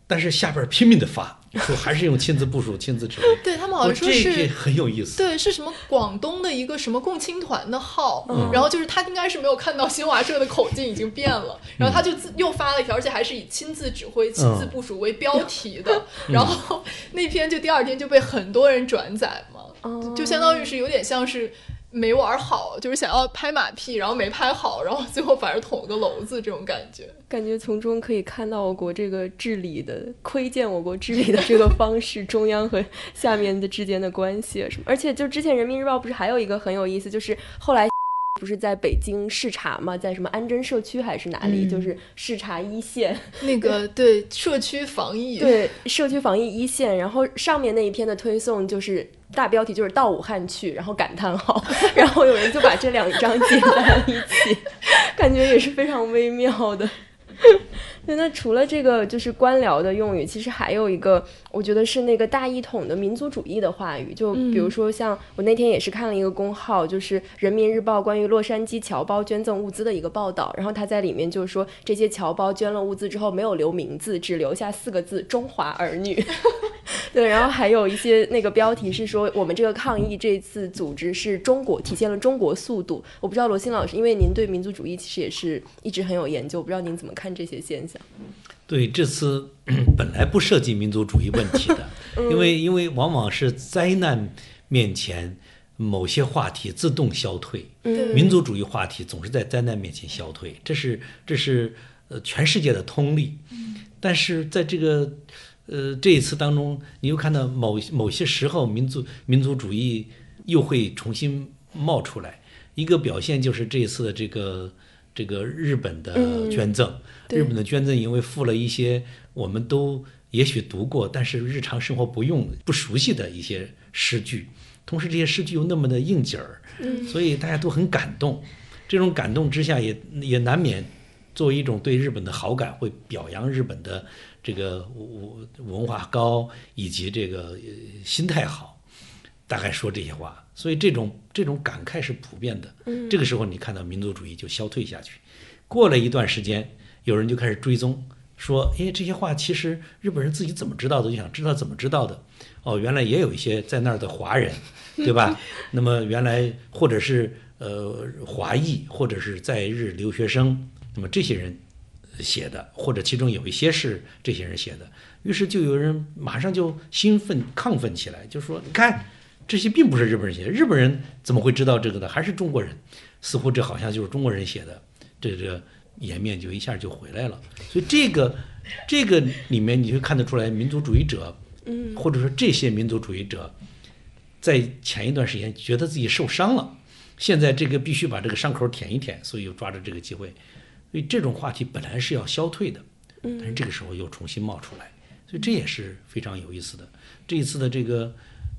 但是下边拼命的发，说还是用亲自部署、亲自指挥。 对他们好像说是这很有意思。 对，是什么广东的一个什么共青团的号，然后就是他应该是没有看到新华社的口径已经变了，然后他就又发了一条，而且还是以亲自指挥、亲自部署为标题的，然后那篇就第二天就被很多人转载嘛，就相当于是有点像是没玩好，就是想要拍马屁，然后没拍好，然后最后反而捅了个娄子，这种感觉。 感觉从中可以看到我国这个治理的窥见我国治理的这个方式，中央和下面的之间的关系什么。而且就之前人民日报不是还有一个很有意思，就是后来不是在北京视察嘛，在什么安贞社区还是哪里，就是视察一线那个对社区防疫， 对社区防疫一线，然后上面那一篇的推送就是大标题就是到武汉去，然后感叹号，然后有人就把这两张剪在一起，感觉也是非常微妙的。对，那除了这个就是官僚的用语，其实还有一个我觉得是那个大一统的民族主义的话语，就比如说像我那天也是看了一个公号，就是人民日报关于洛杉矶侨胞捐赠物资的一个报道，然后他在里面就说这些侨胞捐了物资之后没有留名字，只留下4个字中华儿女。对，然后还有一些那个标题是说我们这个抗议这次组织是中国，体现了中国速度。我不知道罗新老师，因为您对民族主义其实也是一直很有研究，不知道您怎么看这些现象。 对，这次本来不涉及民族主义问题的，因为往往是灾难面前某些话题自动消退，民族主义话题总是在灾难面前消退，这是全世界的通例。但是在这个这一次当中，你又看到某些时候民族主义又会重新冒出来。一个表现就是这一次的这个日本的捐赠，日本的捐赠因为附了一些我们都也许读过，但是日常生活不熟悉的一些诗句，同时这些诗句又那么的应景儿，所以大家都很感动。这种感动之下也难免作为一种对日本的好感，会表扬日本的这个文化高以及这个心态好，大概说这些话。所以这种感慨是普遍的。这个时候你看到民族主义就消退下去。过了一段时间，有人就开始追踪，说这些话其实日本人自己怎么知道的，就想知道怎么知道的。原来也有一些在那儿的华人，对吧？那么原来或者是华裔，或者是在日留学生，那么这些人写的，或者其中有一些是这些人写的，于是就有人马上就亢奋起来，就说你看这些并不是日本人写的，日本人怎么会知道这个的？还是中国人，似乎这好像就是中国人写的，这颜面就一下就回来了。所以这个里面你会看得出来，民族主义者，或者说这些民族主义者，在前一段时间觉得自己受伤了，现在这个必须把这个伤口舔一舔，所以又抓着这个机会。所以这种话题本来是要消退的，但是这个时候又重新冒出来，所以这也是非常有意思的。这一次的这个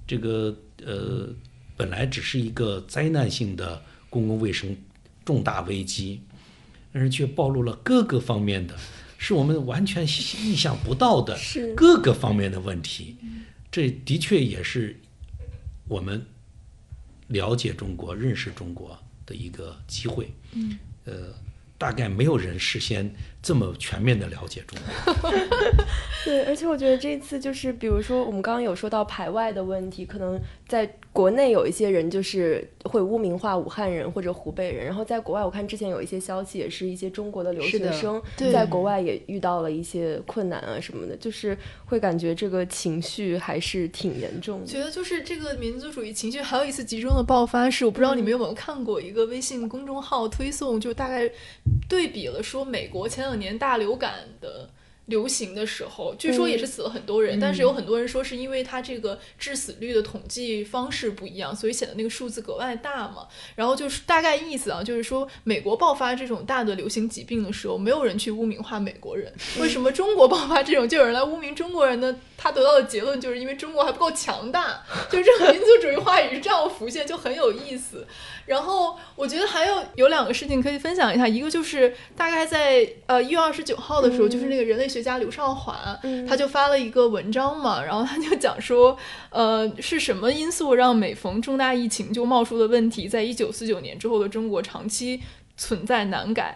本来只是一个灾难性的公共卫生重大危机，但是却暴露了各个方面的，是我们完全意想不到的各个方面的问题。这的确也是我们了解中国、认识中国的一个机会。大概没有人事先这么全面的了解中国。 对，而且我觉得这次就是比如说我们刚刚有说到排外的问题，可能在国内有一些人就是会污名化武汉人或者湖北人，然后在国外我看之前有一些消息，也是一些中国的留学生在国外也遇到了一些困难啊什么的，就是会感觉这个情绪还是挺严重的。 觉得就是这个民族主义情绪还有一次集中的爆发是，我不知道你们有没有看过一个微信公众号推送，就大概对比了说美国前2年大流感的流行的时候，据说也是死了很多人，但是有很多人说是因为它这个致死率的统计方式不一样，所以显得那个数字格外大嘛。然后就是大概意思啊，就是说美国爆发这种大的流行疾病的时候，没有人去污名化美国人，为什么中国爆发这种就有人来污名中国人呢？他得到的结论就是因为中国还不够强大，就是这个民族主义话语是这样浮现，就很有意思。然后我觉得还有2个事情可以分享一下，一个就是大概在1月29号的时候，就是那个人类学家刘少华，他就发了一个文章嘛，然后他就讲说是什么因素让每逢重大疫情就冒出的问题在1949年之后的中国长期存在难改。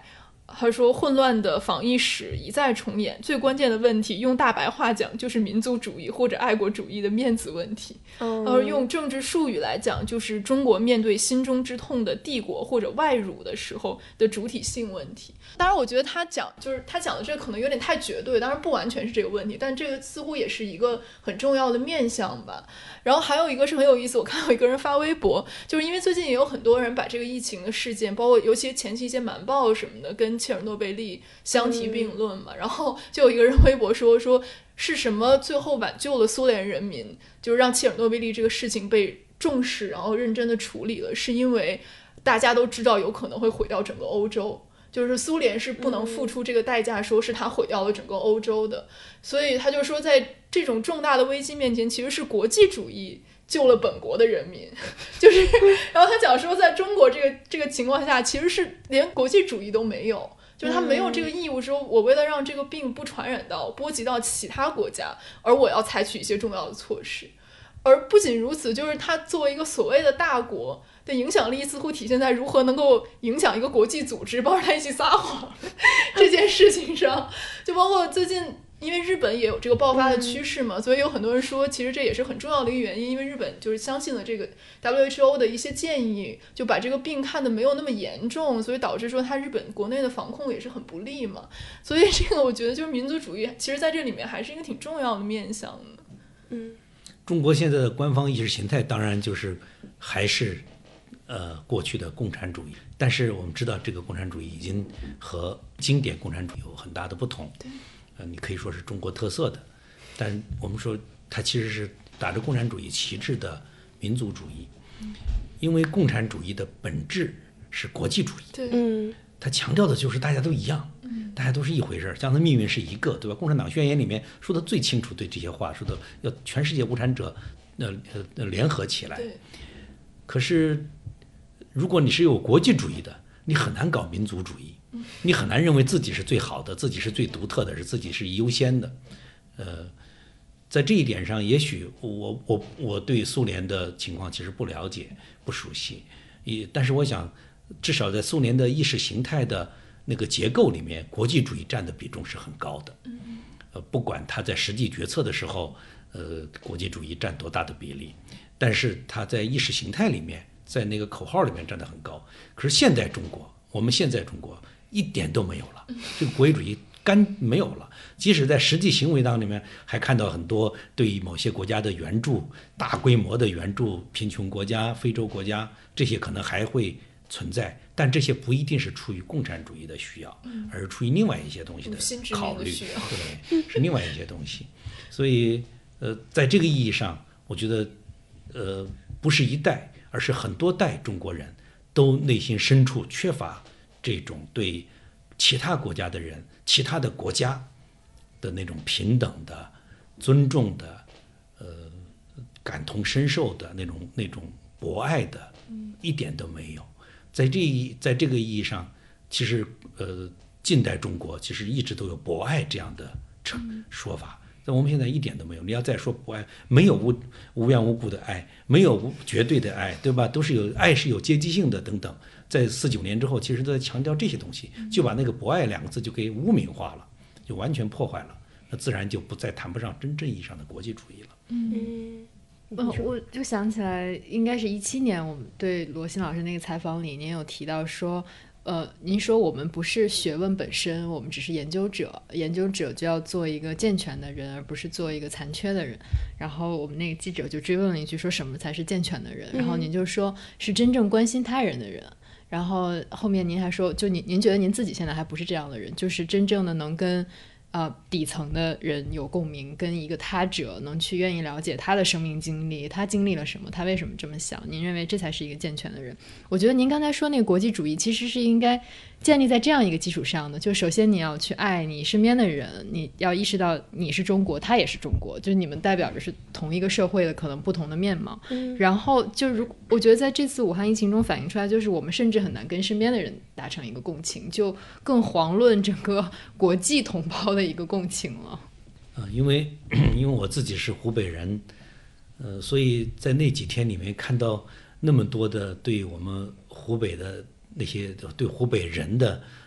他说混乱的防疫史一再重演，最关键的问题用大白话讲就是民族主义或者爱国主义的面子问题，而用政治术语来讲就是中国面对心中之痛的帝国或者外辱的时候的主体性问题。当然我觉得他讲的这个可能有点太绝对，当然不完全是这个问题，但这个似乎也是一个很重要的面向吧。然后还有一个是很有意思，我看到一个人发微博，就是因为最近也有很多人把这个疫情的事件，包括尤其前期一些瞒报什么的跟切尔诺贝利相提并论嘛，然后就有一个人微博说是什么最后挽救了苏联人民，就是让切尔诺贝利这个事情被重视然后认真的处理了，是因为大家都知道有可能会毁掉整个欧洲，就是苏联是不能付出这个代价，说是他毁掉了整个欧洲的。所以他就说在这种重大的危机面前，其实是国际主义救了本国的人民，就是然后他讲说在中国这个情况下，其实是连国际主义都没有，就是他没有这个义务说我为了让这个病不传染到波及到其他国家，而我要采取一些重要的措施。而不仅如此，就是他作为一个所谓的大国的影响力似乎体现在如何能够影响一个国际组织帮着他一起撒谎这件事情上。就包括最近因为日本也有这个爆发的趋势嘛，所以有很多人说其实这也是很重要的一个原因，因为日本就是相信了这个 WHO 的一些建议，就把这个病看得没有那么严重，所以导致说他日本国内的防控也是很不利嘛。所以这个我觉得就是民族主义其实在这里面还是一个挺重要的面向的。 中国现在的官方意识形态当然就是还是过去的共产主义，但是我们知道这个共产主义已经和经典共产主义有很大的不同。你可以说是中国特色的，但我们说它其实是打着共产主义旗帜的民族主义，因为共产主义的本质是国际主义。 对， 它强调的就是大家都一样，大家都是一回事，这样的命运是一个，对吧？共产党宣言里面说的最清楚，对这些话说的要全世界无产者联合起来。可是如果你是有国际主义的，你很难搞民族主义，你很难认为自己是最好的，自己是最独特的，是自己是优先的。在这一点上，也许我对苏联的情况其实不了解、不熟悉，但是我想，至少在苏联的意识形态的那个结构里面，国际主义占的比重是很高的。不管他在实际决策的时候，国际主义占多大的比例，但是他在意识形态里面，在那个口号里面占得很高。可是现在中国，我们现在中国一点都没有了，这个国际主义没有了。即使在实际行为当里面，还看到很多对于某些国家的援助，大规模的援助贫穷国家、非洲国家，这些可能还会存在，但这些不一定是出于共产主义的需要，而是出于另外一些东西的考虑，对，是另外一些东西。所以，在这个意义上，我觉得，不是一代，而是很多代中国人都内心深处缺乏这种对其他国家的人、其他的国家的那种平等的、尊重的、感同身受的那种博爱的，一点都没有。在这个意义上，其实近代中国其实一直都有博爱这样的说法，但我们现在一点都没有。你要再说博爱，没有无缘无故的爱，没有绝对的爱，对吧？都是有爱，是有阶级性的等等。在49年之后，其实都在强调这些东西，就把那个博爱两个字就给污名化了，就完全破坏了，那自然就不再谈不上真正意义上的国际主义了。 我就想起来，应该是17年，我们对罗新老师那个采访里，您有提到说，您说我们不是学问本身，我们只是研究者，研究者就要做一个健全的人，而不是做一个残缺的人。然后我们那个记者就追问了一句，说什么才是健全的人？然后您就说是真正关心他人的人。然后后面您还说，就您觉得您自己现在还不是这样的人，就是真正的能跟底层的人有共鸣，跟一个他者能去愿意了解他的生命经历，他经历了什么，他为什么这么想，您认为这才是一个健全的人。我觉得您刚才说那个国际主义其实是应该建立在这样一个基础上的，就首先你要去爱你身边的人，你要意识到你是中国，他也是中国，就是你们代表着是同一个社会的可能不同的面貌。然后就我觉得在这次武汉疫情中反映出来，就是我们甚至很难跟身边的人达成一个共情，就更遑论整个国际同胞的一个共情了。 因为我自己是湖北人，所以在那几天里面看到那么多的对我们湖北的那些对湖北人的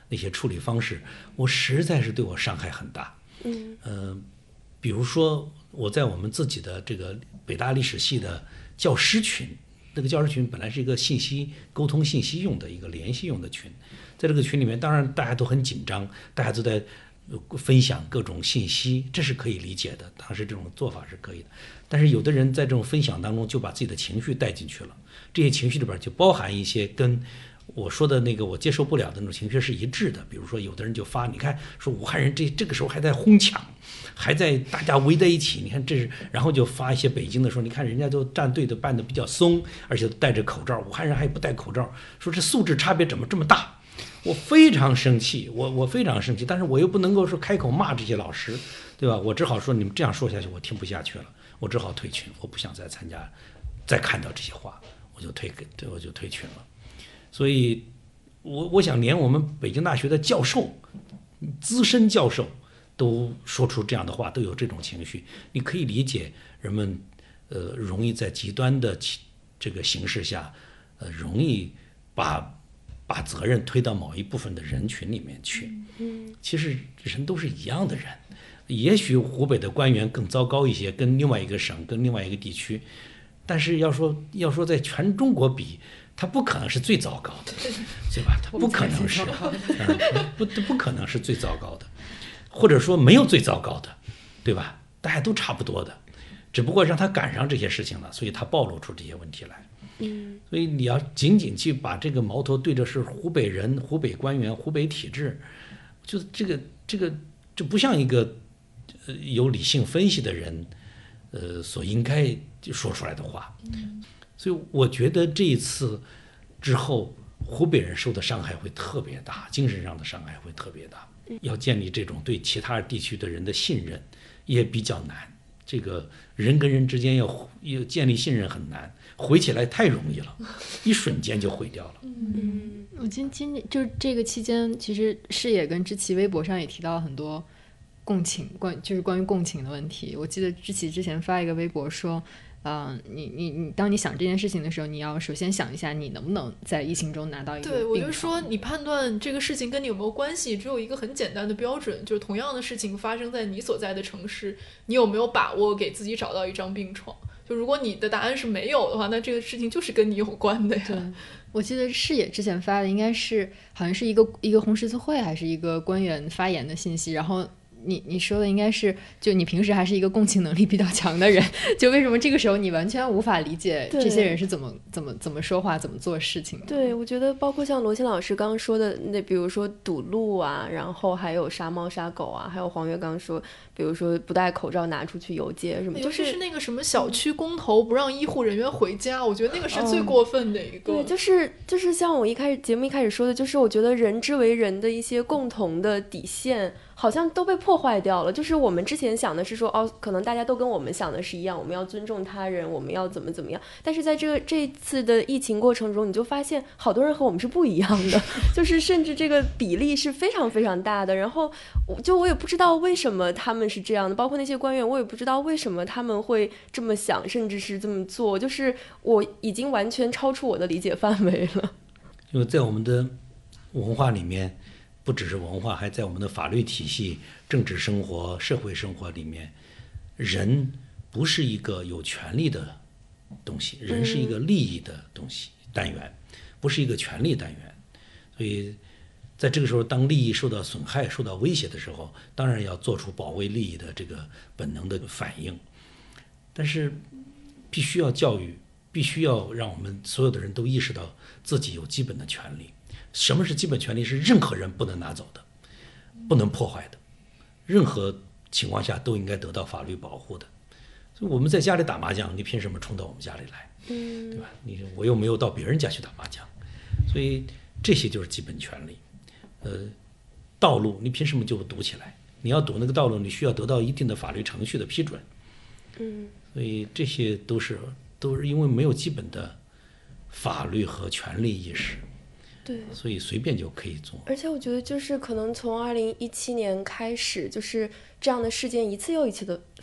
那些处理方式，我实在是对我伤害很大。比如说我在我们自己的这个北大历史系的教师群，那个教师群本来是一个信息沟通、信息用的一个联系用的群，在这个群里面，当然大家都很紧张，大家都在分享各种信息，这是可以理解的，当时这种做法是可以的。但是有的人在这种分享当中就把自己的情绪带进去了，这些情绪里边就包含一些跟我说的那个我接受不了的那种情绪是一致的。比如说有的人就发，你看说武汉人这个时候还在哄抢，还在大家围在一起，你看这是，然后就发一些北京的说，你看人家都站队的办的比较松，而且都戴着口罩，武汉人还不戴口罩，说这素质差别怎么这么大？我非常生气，我非常生气，但是我又不能够说开口骂这些老师，对吧？我只好说你们这样说下去我听不下去了，我只好退群，我不想再参加，再看到这些话我就退群了。所以我想连我们北京大学的教授，资深教授都说出这样的话，都有这种情绪，你可以理解人们容易在极端的这个形势下容易把责任推到某一部分的人群里面去。其实人都是一样的人，也许湖北的官员更糟糕一些，跟另外一个省跟另外一个地区，但是要说在全中国比，他不可能是最糟糕的，对吧？他不可能是不可能是最糟糕的，或者说没有最糟糕的，对吧？大家都差不多的，只不过让他赶上这些事情了，所以他暴露出这些问题来。所以你要仅仅去把这个矛头对着是湖北人、湖北官员、湖北体制，就这个就不像一个有理性分析的人所应该说出来的话。所以我觉得这一次之后，湖北人受的伤害会特别大，精神上的伤害会特别大。要建立这种对其他地区的人的信任也比较难，这个人跟人之间要建立信任很难，毁起来太容易了，一瞬间就毁掉了。 我今年就是这个期间，其实视野跟知棋微博上也提到了很多共情，就是关于共情的问题。我记得知棋之前发一个微博说，你当你想这件事情的时候，你要首先想一下你能不能在疫情中拿到一个病床。 对，我就说你判断这个事情跟你有没有关系，只有一个很简单的标准，就是同样的事情发生在你所在的城市，你有没有把握给自己找到一张病床？就如果你的答案是没有的话，那这个事情就是跟你有关的呀。 对，我记得视野之前发的应该是好像是一个红十字会还是一个官员发言的信息，然后你说的应该是，就你平时还是一个共情能力比较强的人，就为什么这个时候你完全无法理解这些人是怎么说话、怎么做事情的？ 对，我觉得包括像罗欣老师刚刚说的，那比如说堵路啊，然后还有杀猫杀狗啊，还有黄月刚说，比如说不戴口罩拿出去游街什么， 就是那个什么小区公投不让医护人员回家，我觉得那个是最过分的一个。 对，就是像我节目一开始说的，就是我觉得人之为人的一些共同的底线好像都被破坏掉了。就是我们之前想的是说，可能大家都跟我们想的是一样，我们要尊重他人，我们要怎么样。但是在这一次的疫情过程中，你就发现好多人和我们是不一样的，就是甚至这个比例是非常非常大的。然后我也不知道为什么他们是这样的，包括那些官员，我也不知道为什么他们会这么想，甚至是这么做。就是我已经完全超出我的理解范围了。 因为在我们的文化里面，不只是文化，还在我们的法律体系、政治生活、社会生活里面，人不是一个有权利的东西，人是一个利益的东西单元，不是一个权利单元。所以在这个时候，当利益受到损害、受到威胁的时候，当然要做出保卫利益的这个本能的反应。但是必须要教育，必须要让我们所有的人都意识到自己有基本的权利。什么是基本权利？是任何人不能拿走的，不能破坏的，任何情况下都应该得到法律保护的。所以我们在家里打麻将，你凭什么冲到我们家里来？对吧？我又没有到别人家去打麻将，所以这些就是基本权利。道路你凭什么就堵起来？你要堵那个道路，你需要得到一定的法律程序的批准。所以这些都是因为没有基本的法律和权利意识。 对， 所以随便就可以做。 而且我觉得就是可能从2017年开始，就是这样的事件一次又一次的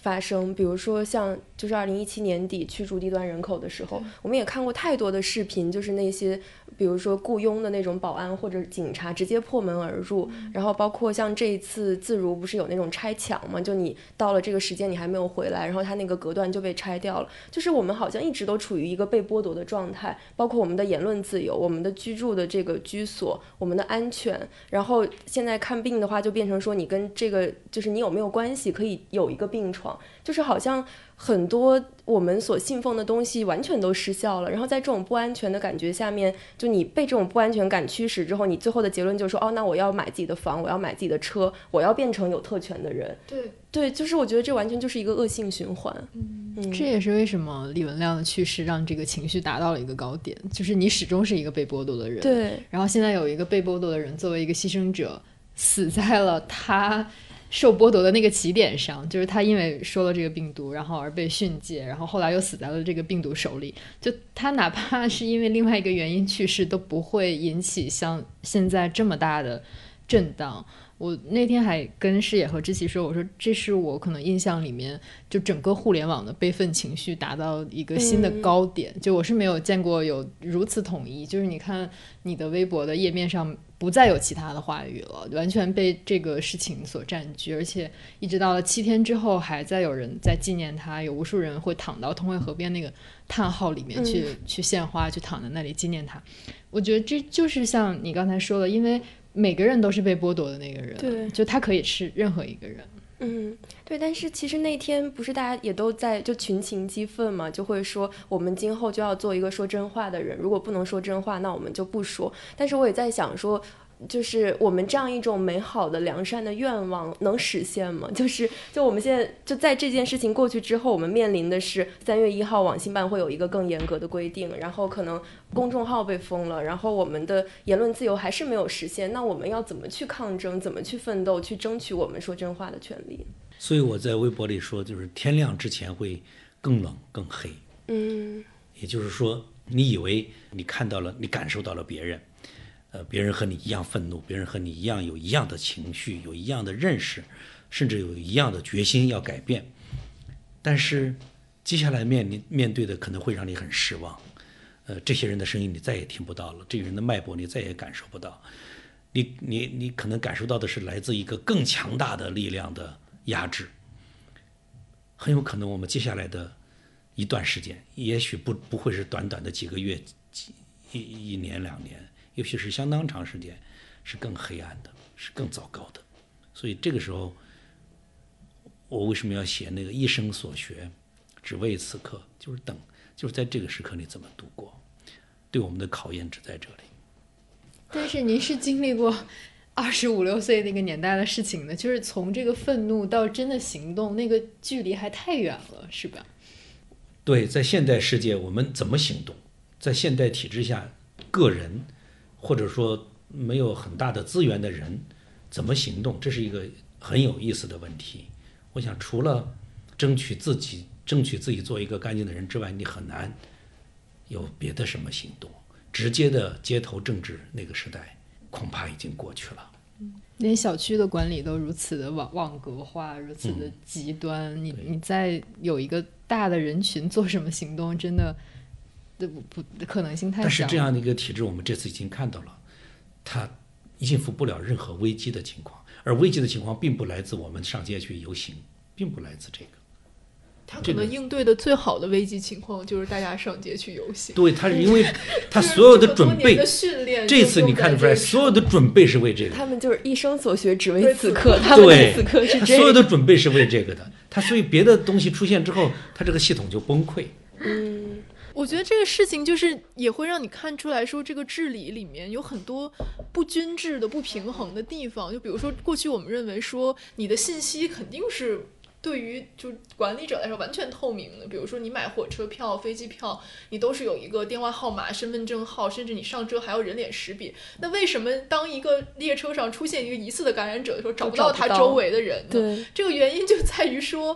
发生，比如说像就是2017年底驱逐低端人口的时候，我们也看过太多的视频，就是那些比如说雇佣的那种保安或者警察直接破门而入，然后包括像这一次自如不是有那种拆墙嘛，就你到了这个时间你还没有回来，然后他那个隔断就被拆掉了，就是我们好像一直都处于一个被剥夺的状态，包括我们的言论自由，我们的居住的这个居所，我们的安全，然后现在看病的话就变成说你跟这个就是你有没有关系可以有一个病床，就是好像很多我们所信奉的东西完全都失效了，然后在这种不安全的感觉下面，就你被这种不安全感驱使之后，你最后的结论就是说，哦，那我要买自己的房，我要买自己的车，我要变成有特权的人。对，就是我觉得这完全就是一个恶性循环。 这也是为什么李文亮的去世让这个情绪达到了一个高点，就是你始终是一个被剥夺的人， 对， 然后现在有一个被剥夺的人作为一个牺牲者死在了他受剥夺的那个起点上，就是他因为说了这个病毒然后而被训诫，然后后来又死在了这个病毒手里，就他哪怕是因为另外一个原因去世都不会引起像现在这么大的震荡。我那天还跟视野和知琪说，我说这是我可能印象里面就整个互联网的悲愤情绪达到一个新的高点，就我是没有见过有如此统一，就是你看你的微博的页面上不再有其他的话语了，完全被这个事情所占据，而且一直到了7天之后还在有人在纪念他，有无数人会躺到通惠河边那个叹号里面去献花，去躺在那里纪念他。我觉得这就是像你刚才说的，因为每个人都是被剥夺的那个人， 对， 就他可以是任何一个人。 对，但是其实那天不是大家也都在就群情激愤嘛，就会说我们今后就要做一个说真话的人，如果不能说真话那我们就不说。但是我也在想说，就是我们这样一种美好的良善的愿望能实现吗？就我们现在就在这件事情过去之后，我们面临的是3月1号网信办会有一个更严格的规定，然后可能公众号被封了，然后我们的言论自由还是没有实现，那我们要怎么去抗争，怎么去奋斗，去争取我们说真话的权利？ 所以我在微博里说，就是天亮之前会更冷更黑。也就是说，你以为你看到了，你感受到了别人，别人和你一样愤怒，别人和你一样有一样的情绪，有一样的认识，甚至有一样的决心要改变。但是接下来面对的可能会让你很失望。这些人的声音你再也听不到了，这个人的脉搏你再也感受不到。你可能感受到的是来自一个更强大的力量的压制。很有可能我们接下来的一段时间，也许不会是短短的几个月、一年2年，也许是相当长时间，是更黑暗的，是更糟糕的。所以这个时候，我为什么要写那个一生所学，只为此刻，就是等，就是在这个时刻你怎么度过，对我们的考验只在这里。 但是您是经历过25、26岁那个年代的事情的，就是从这个愤怒到真的行动，那个距离还太远了，是吧？ 对，在现代世界我们怎么行动？在现代体制下，个人或者说没有很大的资源的人怎么行动，这是一个很有意思的问题。我想除了争取自己做一个干净的人之外，你很难有别的什么行动。直接的街头政治那个时代恐怕已经过去了。 连小区的管理都如此的网格化，如此的极端，你在有一个大的人群做什么行动，真的不可能性太小。 但是这样的一个体制，我们这次已经看到了，它应付不了任何危机的情况，而危机的情况并不来自我们上街去游行，并不来自这个。 他可能应对的最好的危机情况就是大家上街去游行。 对，他是因为他所有的准备， 的训练， 这次你看得出来，所有的准备是为这个。 他们就是一生所学，只为此刻。他们的此刻是这个。 所有的准备是为这个的。他所以别的东西出现之后，他这个系统就崩溃。 我觉得这个事情就是也会让你看出来说，这个治理里面有很多不均质的、不平衡的地方。就比如说，过去我们认为说，你的信息肯定是对于就管理者来说完全透明的，比如说你买火车票、飞机票，你都是有一个电话号码、身份证号，甚至你上车还要人脸识别。那为什么当一个列车上出现一个疑似的感染者的时候，找不到他周围的人呢？ 对， 这个原因就在于说，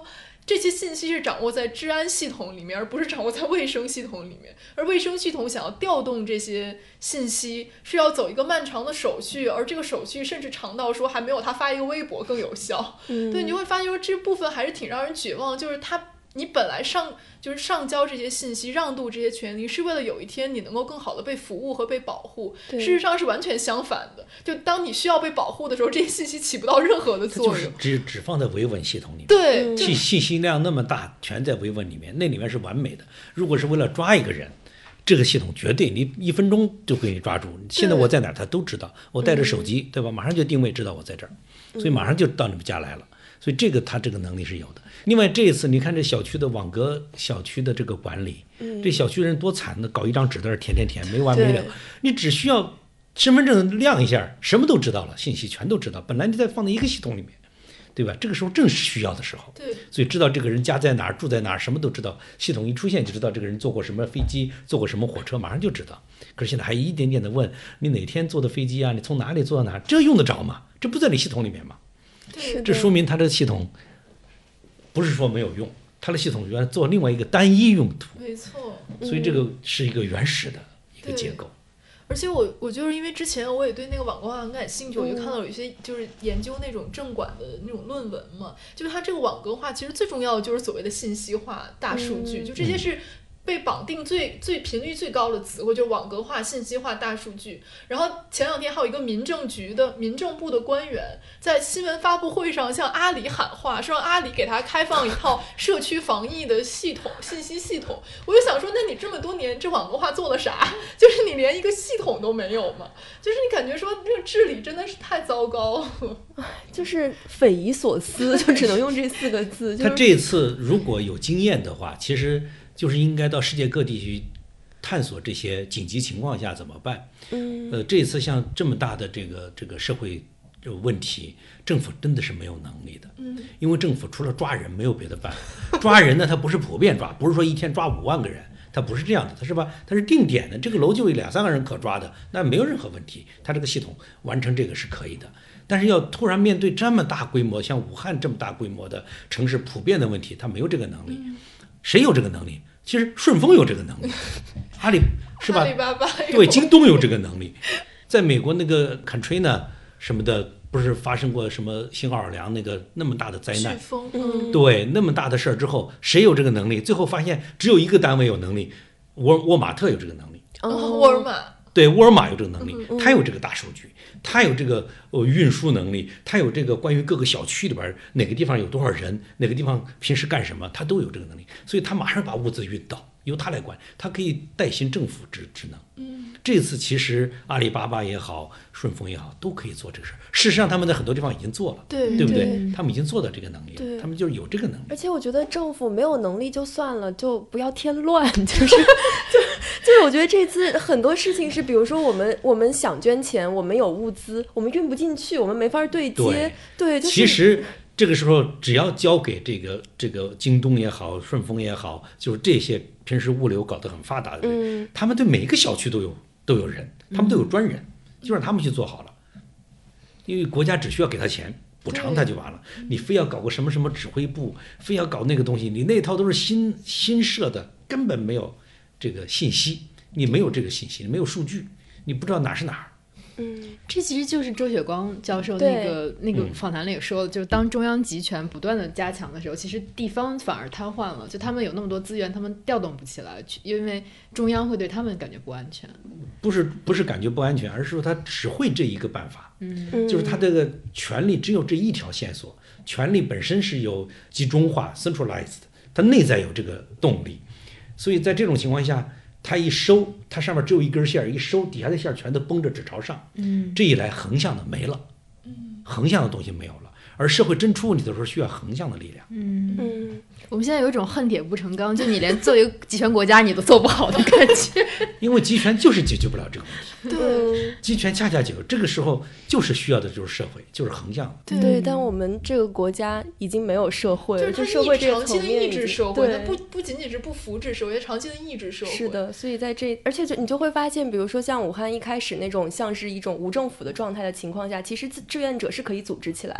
这些信息是掌握在治安系统里面，而不是掌握在卫生系统里面。而卫生系统想要调动这些信息，是要走一个漫长的手续，而这个手续甚至长到说还没有他发一个微博更有效。对，你就会发现说这部分还是挺让人绝望，就是你本来上交这些信息，让渡这些权利，是为了有一天你能够更好的被服务和被保护。事实上是完全相反的，就当你需要被保护的时候，这些信息起不到任何的作用， 就是只放在维稳系统里面。 对， 信息量那么大，全在维稳里面，那里面是完美的。如果是为了抓一个人，这个系统绝对你1分钟就给你抓住。现在我在哪儿，他都知道。我带着手机，对吧？马上就定位，知道我在这儿，所以马上就到你们家来了。所以他这个能力是有的。另外这一次你看这小区的网格小区的这个管理，这小区人多惨的，搞一张纸在那填没完没了。你只需要身份证亮一下，什么都知道了，信息全都知道。本来你在放在一个系统里面，对吧？这个时候正是需要的时候。 对， 所以知道这个人家在哪儿，住在哪儿，什么都知道。系统一出现就知道这个人坐过什么飞机，坐过什么火车，马上就知道。可是现在还一点点的问你哪天坐的飞机啊，你从哪里坐到哪儿，这用得着吗？这不在你系统里面吗？这说明他这个系统不是说没有用，他的系统原来做另外一个单一用途， 没错。 所以这个是一个原始的一个结构。 而且我就是因为之前我也对那个网格化很感兴趣，我就看到有一些就是研究那种政管的那种论文嘛，就是它这个网格化其实最重要的就是所谓的信息化、大数据，就这些是被绑定最频率最高的词汇，就是网格化、信息化、大数据。然后前2天还有一个民政部的官员在新闻发布会上向阿里喊话，说让阿里给他开放一套社区防疫的信息系统。我就想说，那你这么多年这网格化做了啥？就是你连一个系统都没有嘛？就是你感觉说这个治理真的是太糟糕了， 就是匪夷所思，就只能用这4个字。 他这次如果有经验的话，其实就是应该到世界各地去探索这些紧急情况下怎么办。这一次像这么大的这个社会问题，政府真的是没有能力的。因为政府除了抓人没有别的办法。抓人呢，它不是普遍抓，不是说一天抓5万个人，它不是这样的，它是吧？它是定点的，这个楼就有2、3个人可抓的，那没有任何问题，它这个系统完成这个是可以的。但是要突然面对这么大规模，像武汉这么大规模的城市普遍的问题，它没有这个能力。谁有这个能力？其实顺丰有这个能力，阿里是吧？ 阿里巴巴对，京东有这个能力。在美国那个 Katrina 什么的，不是发生过什么新奥尔良那么大的灾难？对，那么大的事儿之后，谁有这个能力？最后发现只有一个单位有能力，沃尔玛特有这个能力。 沃尔玛。 对，沃尔玛有这个能力，他有这个大数据，他有这个运输能力，他有这个关于各个小区里边哪个地方有多少人，哪个地方平时干什么，他都有这个能力，所以他马上把物资运到，由他来管，他可以代行政府职能。这次其实阿里巴巴也好，顺丰也好，都可以做这个事儿。事实上，他们在很多地方已经做了，对不对？他们已经做到这个能力了，他们就是有这个能力。 而且我觉得政府没有能力就算了，就不要添乱，就是我觉得这次很多事情是，比如说我们想捐钱，我们有物资，我们运不进去，我们没法对接。对， 其实这个时候只要交给这个京东也好，顺丰也好，就是这些平时物流搞得很发达的人，他们对每一个小区都有人，他们都有专人，就让他们去做好了。因为国家只需要给他钱补偿他就完了，你非要搞个什么什么指挥部，非要搞那个东西，你那套都是新设的，根本没有这个信息，你没有这个信息，没有数据，你不知道哪是哪儿。 这其实就是周雪光教授那个访谈里也说了，就是当中央集权不断的加强的时候，其实地方反而瘫痪了，就他们有那么多资源，他们调动不起来，因为中央会对他们感觉不安全。 不是感觉不安全，而是说他只会这一个办法，就是他这个权力只有这一条线索，权力本身是有集中化 centralized， 它内在有这个动力，所以在这种情况下，它一收，它上面只有一根线，一收底下的线全都绷着只朝上，这一来横向的没了，横向的东西没有了，而社会真出问题的时候需要横向的力量。 我们现在有一种恨铁不成钢，就你连作为集权国家你都做不好的感觉。 因为集权就是解决不了这个问题， 对， 集权恰恰解决，这个时候就是需要的就是社会，就是横向的。 对，但我们这个国家已经没有社会了，就社会这个层面长期的抑制社会，它不仅仅是不扶持社会，长期的抑制社会。 是的，所以在而且你就会发现，比如说像武汉一开始那种像是一种无政府的状态的情况下，其实志愿者是可以组织起来的，就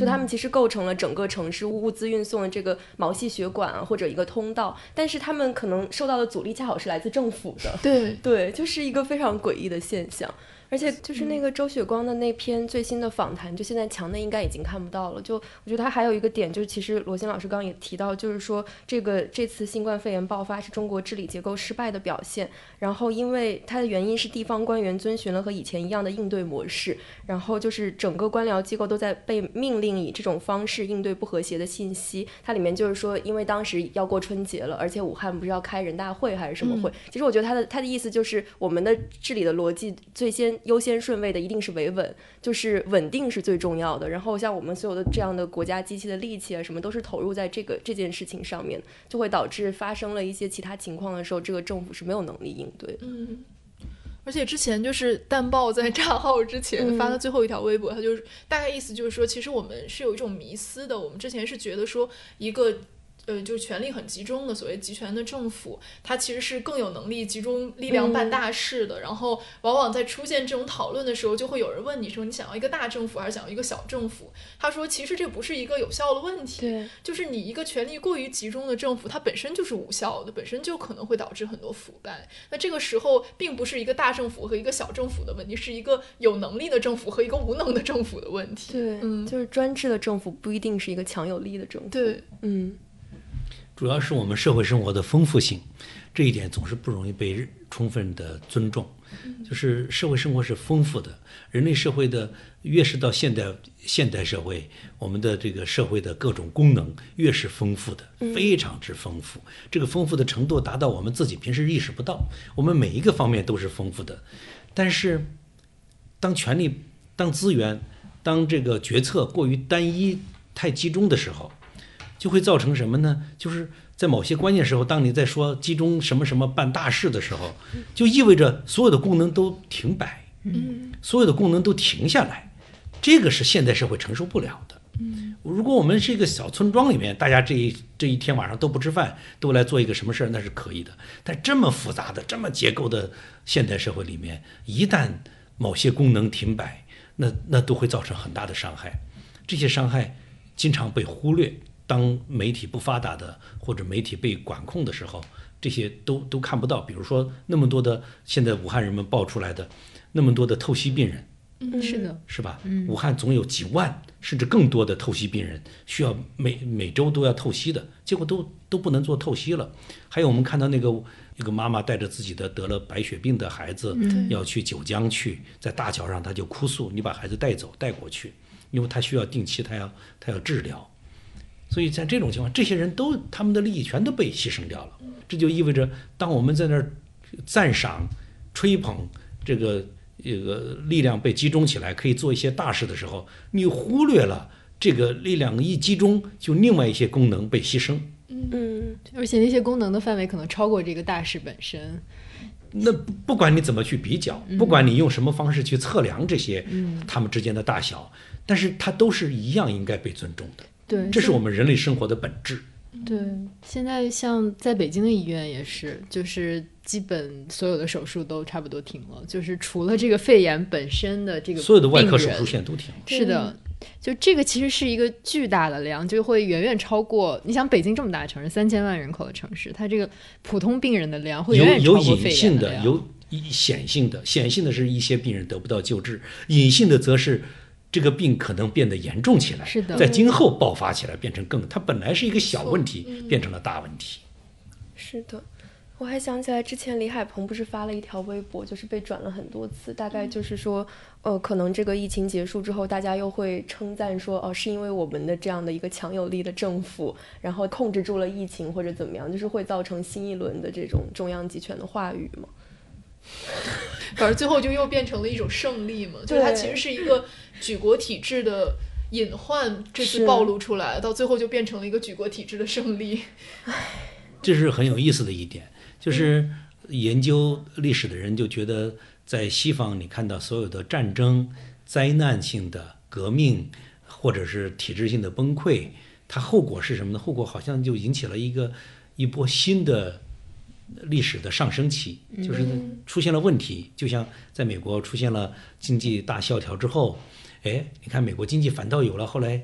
就他们其实构成了整个城市物资运送的这个毛细血管啊，或者一个通道，但是他们可能受到的阻力恰好是来自政府的。对，就是一个非常诡异的现象。而且就是那个周雪光的那篇最新的访谈，就现在墙内应该已经看不到了。就我觉得他还有一个点，就是其实罗欣老师刚刚也提到，就是说这次新冠肺炎爆发是中国治理结构失败的表现。然后因为它的原因是地方官员遵循了和以前一样的应对模式，然后就是整个官僚机构都在被命令以这种方式应对不和谐的信息。它里面就是说，因为当时要过春节了，而且武汉不是要开人大会还是什么会，其实我觉得他的意思就是我们的治理的逻辑优先顺位的一定是维稳，就是稳定是最重要的。然后像我们所有的这样的国家机器的力气啊，什么都是投入在这件事情上面，就会导致发生了一些其他情况的时候，这个政府是没有能力应对的。 而且之前就是淡豹在炸号之前发的最后一条微博，他就是大概意思就是说，其实我们是有一种迷思的，我们之前是觉得说一个就是权力很集中的所谓集权的政府，它其实是更有能力集中力量办大事的。然后往往在出现这种讨论的时候，就会有人问你说，你想要一个大政府还是想要一个小政府？他说，其实这不是一个有效的问题， 对， 就是你一个权力过于集中的政府，它本身就是无效的，本身就可能会导致很多腐败。那这个时候，并不是一个大政府和一个小政府的问题，是一个有能力的政府和一个无能的政府的问题。 对，就是专制的政府不一定是一个强有力的政府。 对， 主要是我们社会生活的丰富性，这一点总是不容易被充分的尊重。就是社会生活是丰富的，人类社会的越是到现代社会，我们的这个社会的各种功能越是丰富的，非常之丰富。这个丰富的程度达到我们自己平时意识不到，我们每一个方面都是丰富的。但是，当权力、当资源、当这个决策过于单一、太集中的时候，就会造成什么呢？就是在某些关键时候，当你在说集中什么什么办大事的时候，就意味着所有的功能都停摆，所有的功能都停下来，这个是现代社会承受不了的。如果我们是一个小村庄里面，大家这一天晚上都不吃饭，都来做一个什么事儿，那是可以的。但这么复杂的、这么结构的现代社会里面，一旦某些功能停摆，那都会造成很大的伤害。这些伤害经常被忽略。当媒体不发达的或者媒体被管控的时候，这些都看不到。比如说那么多的现在武汉人们爆出来的那么多的透析病人， 是的， 是吧？武汉总有几万甚至更多的透析病人需要每周都要透析的，结果都不能做透析了。还有我们看到一个妈妈带着自己的得了白血病的孩子要去九江去，在大桥上他就哭诉，你把孩子带过去，因为他需要定期他要治疗。所以在这种情况，这些人他们的利益全都被牺牲掉了。这就意味着，当我们在那儿赞赏、吹捧这个力量被集中起来，可以做一些大事的时候，你忽略了这个力量一集中，就另外一些功能被牺牲。 而且那些功能的范围可能超过这个大事本身。 那不管你怎么去比较，不管你用什么方式去测量这些他们之间的大小，但是它都是一样应该被尊重的。 对， 这是我们人类生活的本质。 对，现在像在北京的医院也是，就是基本所有的手术都差不多停了，就是除了这个肺炎本身的这个所有的外科手术现在都停了。 是的，就这个其实是一个巨大的量，就会远远超过你想北京这么大的城市，3000万人口的城市，它这个普通病人的量会远远超过肺炎的量。 有显性的是一些病人得不到救治，隐性的则是这个病可能变得严重起来， 是的， 在今后爆发起来变成它本来是一个小问题，变成了大问题。 是的，我还想起来之前李海鹏不是发了一条微博，就是被转了很多次，大概就是说可能这个疫情结束之后，大家又会称赞说是因为我们的这样的一个强有力的政府，然后控制住了疫情或者怎么样，就是会造成新一轮的这种中央集权的话语嘛。 反正最后就又变成了一种胜利嘛，就是它其实是一个举国体制的隐患，这次暴露出来，到最后就变成了一个举国体制的胜利。 这是很有意思的一点，就是研究历史的人就觉得，在西方你看到所有的战争、灾难性的革命或者是体制性的崩溃，它后果是什么呢？后果好像就引起了一波新的历史的上升期，就是出现了问题，就像在美国出现了经济大萧条之后，你看美国经济反倒有了后来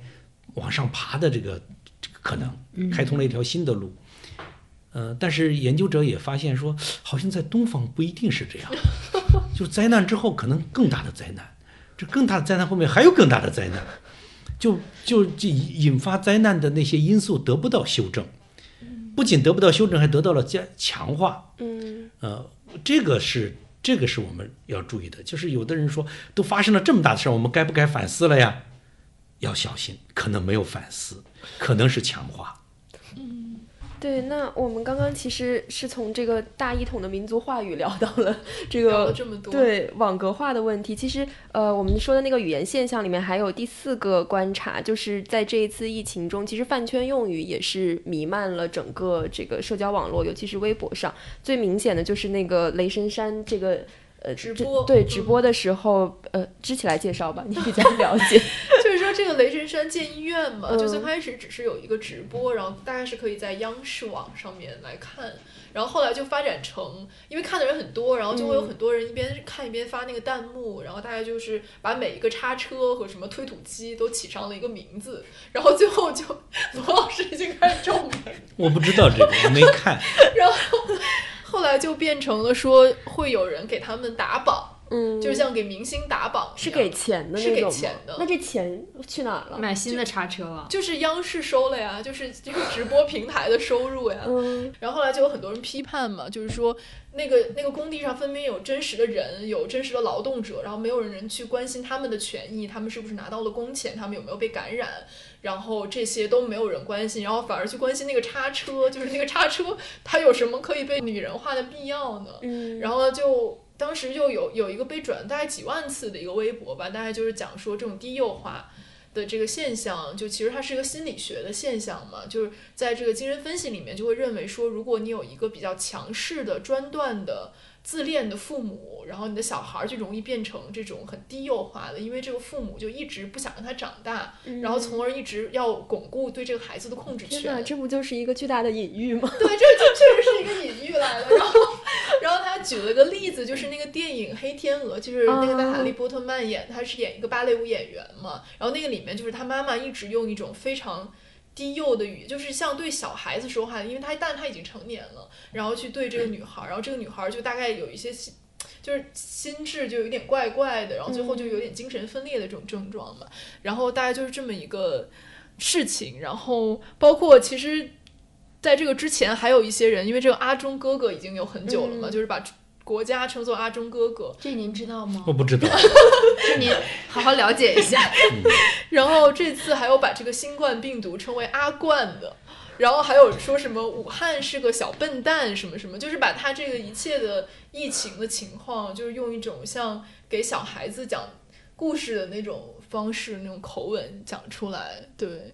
往上爬的这个可能，开通了一条新的路。但是研究者也发现说，好像在东方不一定是这样，就灾难之后可能更大的灾难，这更大的灾难后面还有更大的灾难，就引发灾难的那些因素得不到修正，不仅得不到修正，还得到了强化。这个是我们要注意的，就是有的人说都发生了这么大的事儿，我们该不该反思了呀？要小心，可能没有反思，可能是强化。 对，那我们刚刚其实是从这个大一统的民族话语聊到了这个聊了这么多对网格化的问题。其实我们说的那个语言现象里面还有第4个观察，就是在这一次疫情中，其实饭圈用语也是弥漫了整个这个社交网络，尤其是微博上。最明显的就是那个雷神山这个直播直播的时候，支起来介绍吧，你比较了解。 就是说这个雷神山建医院嘛，就最开始只是有一个直播，然后大概是可以在央视网上面来看，然后后来就发展成，因为看的人很多，然后就会有很多人一边看一边发那个弹幕，然后大概就是把每一个叉车和什么推土机都起上了一个名字，然后最后就罗老师已经开始皱眉， 我不知道这个，我没看。 然后后来就变成了说会有人给他们打榜。就是像给明星打榜一样， 是给钱的那种吗？ 是给钱的。 那这钱去哪儿了？ 买新的叉车了。 就是央视收了呀，就是这个直播平台的收入呀。然后后来就有很多人批判嘛，就是说那个工地上分明有真实的人，有真实的劳动者，然后没有人去关心他们的权益，他们是不是拿到了工钱，他们有没有被感染，然后这些都没有人关心，然后反而去关心那个叉车，就是那个叉车它有什么可以被拟人化的必要呢？然后就。当时就有一个被转大概几万次的一个微博吧，大概就是讲说这种低幼化的这个现象，就其实它是一个心理学的现象嘛，就是在这个精神分析里面就会认为说，如果你有一个比较强势的专断的自恋的父母，然后你的小孩就容易变成这种很低幼化的，因为这个父母就一直不想让他长大，然后从而一直要巩固对这个孩子的控制权。 天哪，这不就是一个巨大的隐喻吗？ 对，这就确实是一个隐喻来的。然后他举了个例子，就是那个电影《黑天鹅》，就是那个娜塔莉波特曼演，他是演一个芭蕾舞演员嘛，然后那个里面就是他妈妈一直用一种非常低幼的语，就是像对小孩子说话，因为但他已经成年了，然后去对这个女孩，然后这个女孩就大概有一些就是心智就有点怪怪的，然后最后就有点精神分裂的这种症状嘛，然后大概就是这么一个事情，然后包括其实在这个之前还有一些人，因为这个阿中哥哥已经有很久了嘛，就是把国家称作阿中哥哥， 这您知道吗？ 我不知道， 这您好好了解一下。 然后这次还有把这个新冠病毒称为阿冠的，然后还有说什么武汉是个小笨蛋什么什么，就是把他这个一切的疫情的情况，就是用一种像给小孩子讲故事的那种方式、那种口吻讲出来，对。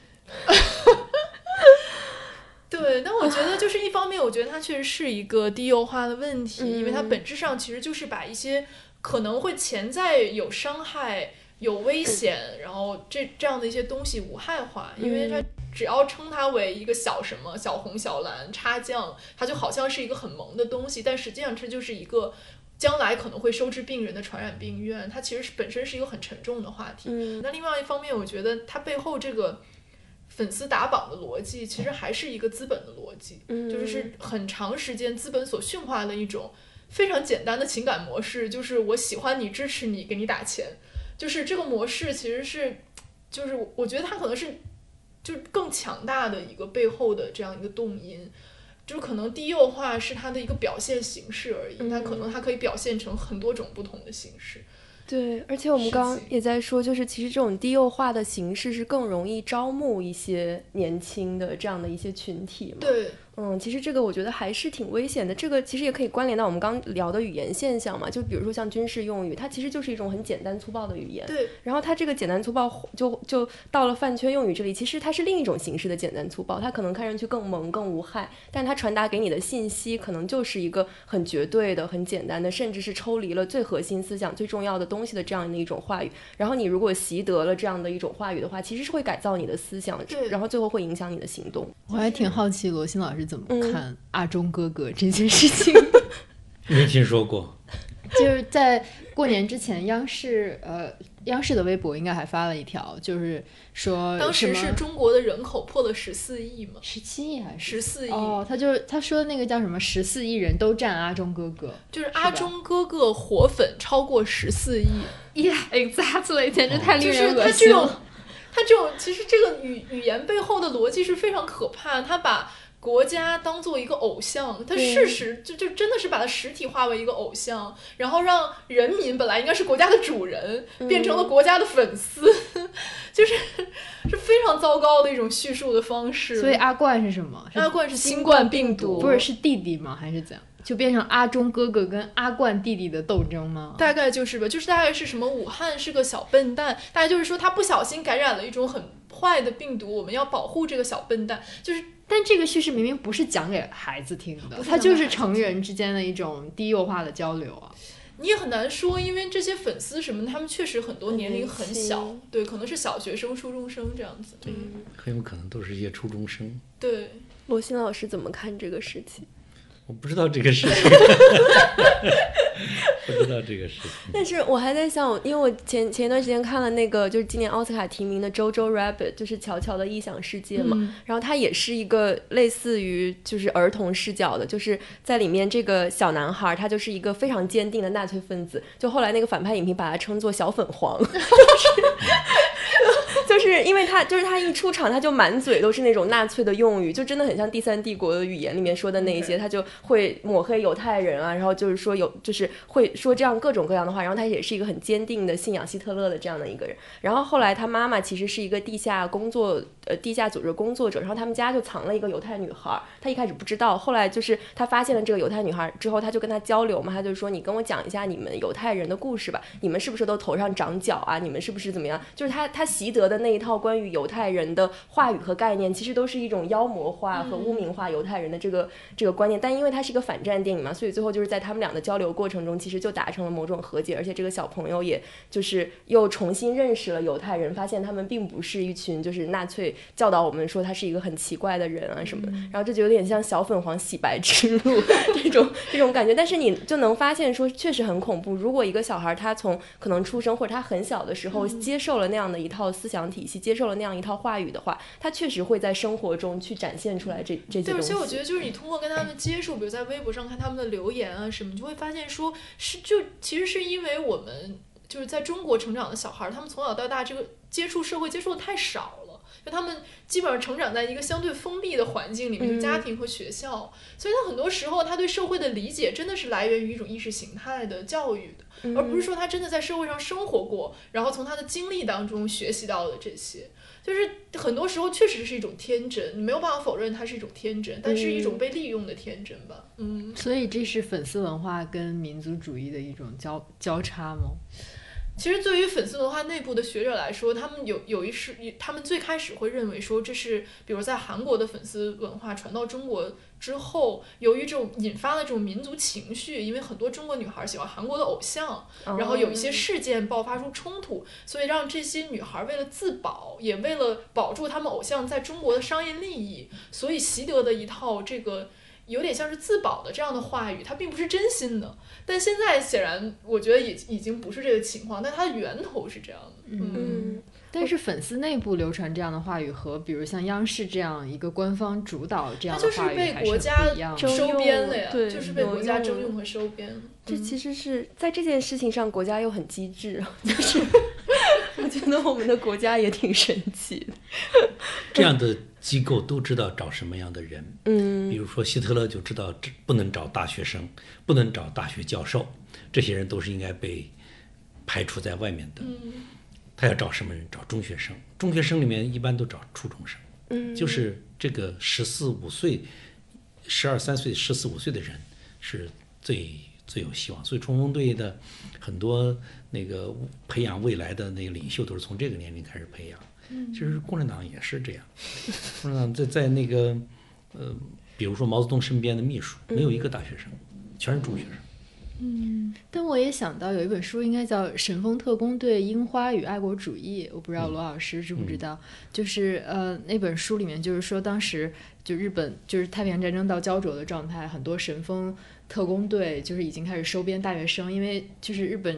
对，但我觉得就是一方面，我觉得它确实是一个低幼化的问题，因为它本质上其实就是把一些可能会潜在有伤害、有危险，然后这样的一些东西无害化，因为它只要称它为一个小什么小红、小蓝、插酱，它就好像是一个很萌的东西，但实际上这就是一个将来可能会收治病人的传染病院，它其实本身是一个很沉重的话题。那另外一方面，我觉得它背后这个粉丝打榜的逻辑其实还是一个资本的逻辑，就是很长时间资本所驯化的一种非常简单的情感模式，就是我喜欢你，支持你，给你打钱，就是这个模式其实是，就是我觉得它可能是就是更强大的一个背后的这样一个动因，就是可能低幼化是它的一个表现形式而已，它可能它可以表现成很多种不同的形式。 对，而且我们刚刚也在说，就是其实这种低幼化的形式是更容易招募一些年轻的这样的一些群体嘛。 对， 其实这个我觉得还是挺危险的。这个其实也可以关联到我们刚聊的语言现象嘛，就比如说像军事用语，它其实就是一种很简单粗暴的语言。 对。 然后它这个简单粗暴就到了饭圈用语这里，其实它是另一种形式的简单粗暴，它可能看上去更萌更无害，但它传达给你的信息可能就是一个很绝对的、很简单的，甚至是抽离了最核心思想、最重要的东西的这样的一种话语。然后你如果习得了这样的一种话语的话，其实是会改造你的思想，然后最后会影响你的行动。 我还挺好奇罗欣老师怎么看阿中哥哥这件事情。 没听说过。 就是在过年之前，央视央视的微博应该还发了一条，就是说当时是中国的人口破了14亿嘛 ，17亿还是 14亿？ 哦，他说那个叫什么14亿人都站阿中哥哥， 就是阿中哥哥活粉超过14亿。 Yeah, exactly， 简直太令人恶心了。 他这种其实这个语言背后的逻辑是非常可怕，他把国家当做一个偶像，他事实就真的是把它实体化为一个偶像，然后让人民本来应该是国家的主人，变成了国家的粉丝，就是非常糟糕的一种叙述的方式。 所以阿冠是什么？ 阿冠是新冠病毒， 不是弟弟吗？还是怎样？就变成阿中哥哥跟阿冠弟弟的斗争吗？ 大概就是吧，就是大概是什么武汉是个小笨蛋，大概就是说他不小心感染了一种很坏的病毒，我们要保护这个小笨蛋。就是但这个叙事明明不是讲给孩子听的，它就是成人之间的一种低幼化的交流啊。 你也很难说，因为这些粉丝什么，他们确实很多年龄很小，对，可能是小学生、初中生这样子， 很有可能都是一些初中生。 对， 罗欣老师怎么看这个事情？ 我不知道这个事情，不知道这个事情。 但是我还在想，因为我前一段时间看了那个就是今年奥斯卡提名的《Jojo Rabbit》，就是乔乔的异想世界嘛，然后它也是一个类似于就是儿童视角的，就是在里面这个小男孩他就是一个非常坚定的纳粹分子，就后来那个反派影评把他称作小粉黄，就是因为他一出场他就满嘴都是那种纳粹的用语，就真的很像第三帝国的语言里面说的那一些，他就会抹黑犹太人啊，然后就是说就是会说这样各种各样的话，然后他也是一个很坚定的信仰希特勒的这样的一个人。然后后来他妈妈其实是一个地下组织工作者，然后他们家就藏了一个犹太女孩，他一开始不知道，后来就是他发现了这个犹太女孩之后，他就跟他交流嘛，他就说你跟我讲一下你们犹太人的故事吧，你们是不是都头上长角啊，你们是不是怎么样，就是他习得的那一套关于犹太人的话语和概念，其实都是一种妖魔化和污名化犹太人的这个观念，但因为它是一个反战电影嘛，所以最后就是在他们俩的交流过程中其实就达成了某种和解，而且这个小朋友也就是又重新认识了犹太人，发现他们并不是一群就是纳粹教导我们说他是一个很奇怪的人啊什么的，然后这就有点像小粉黄洗白之路这种感觉。但是你就能发现说确实很恐怖，如果一个小孩他从可能出生或者他很小的时候接受了那样的一套思想体系，接受了那样一套话语的话，他确实会在生活中去展现出来这些东西。 对，而且我觉得就是你通过跟他们接触，比如在微博上看他们的留言啊什么，你就会发现说其实是因为我们就是在中国成长的小孩，他们从小到大这个接触社会接触的太少了，就他们基本上成长在一个相对封闭的环境里面，就家庭和学校，所以他很多时候他对社会的理解真的是来源于一种意识形态的教育的，而不是说他真的在社会上生活过，然后从他的经历当中学习到的这些。就是很多时候确实是一种天真，你没有办法否认它是一种天真，但是一种被利用的天真吧。 所以这是粉丝文化跟民族主义的一种交叉吗？ 其实对于粉丝文化内部的学者来说，他们他们最开始会认为说这是比如在韩国的粉丝文化传到中国之后，由于这种引发了这种民族情绪，因为很多中国女孩喜欢韩国的偶像，然后有一些事件爆发出冲突，所以让这些女孩为了自保，也为了保住他们偶像在中国的商业利益，所以习得的一套这个有点像是自保的这样的话语，它并不是真心的。但现在显然我觉得也已经不是这个情况，但它的源头是这样的。 但是粉丝内部流传这样的话语和比如像央视这样一个官方主导这样的话语还是不一样的， 它就是被国家收编了呀， 对， 就是被国家征用和收编。 这其实是在这件事情上国家又很机智，就是我觉得我们的国家也挺神奇的。 这样的机构都知道找什么样的人，比如说希特勒就知道不能找大学生，不能找大学教授，这些人都是应该被排除在外面的。他要找什么人？找中学生。中学生里面一般都找初中生，就是这个14、15岁、12、13岁、14、15岁的人是最有希望。所以冲锋队的很多那个培养未来的那个领袖都是从这个年龄开始培养。其实共产党也是这样，共产党在那个比如说毛泽东身边的秘书没有一个大学生，全是中学生。 但我也想到有一本书应该叫《神风特工队：樱花与爱国主义》，我不知道罗老师知不知道，就是那本书里面就是说当时就日本就是太平洋战争到焦灼的状态，很多神风特工队就是已经开始收编大学生，因为就是日本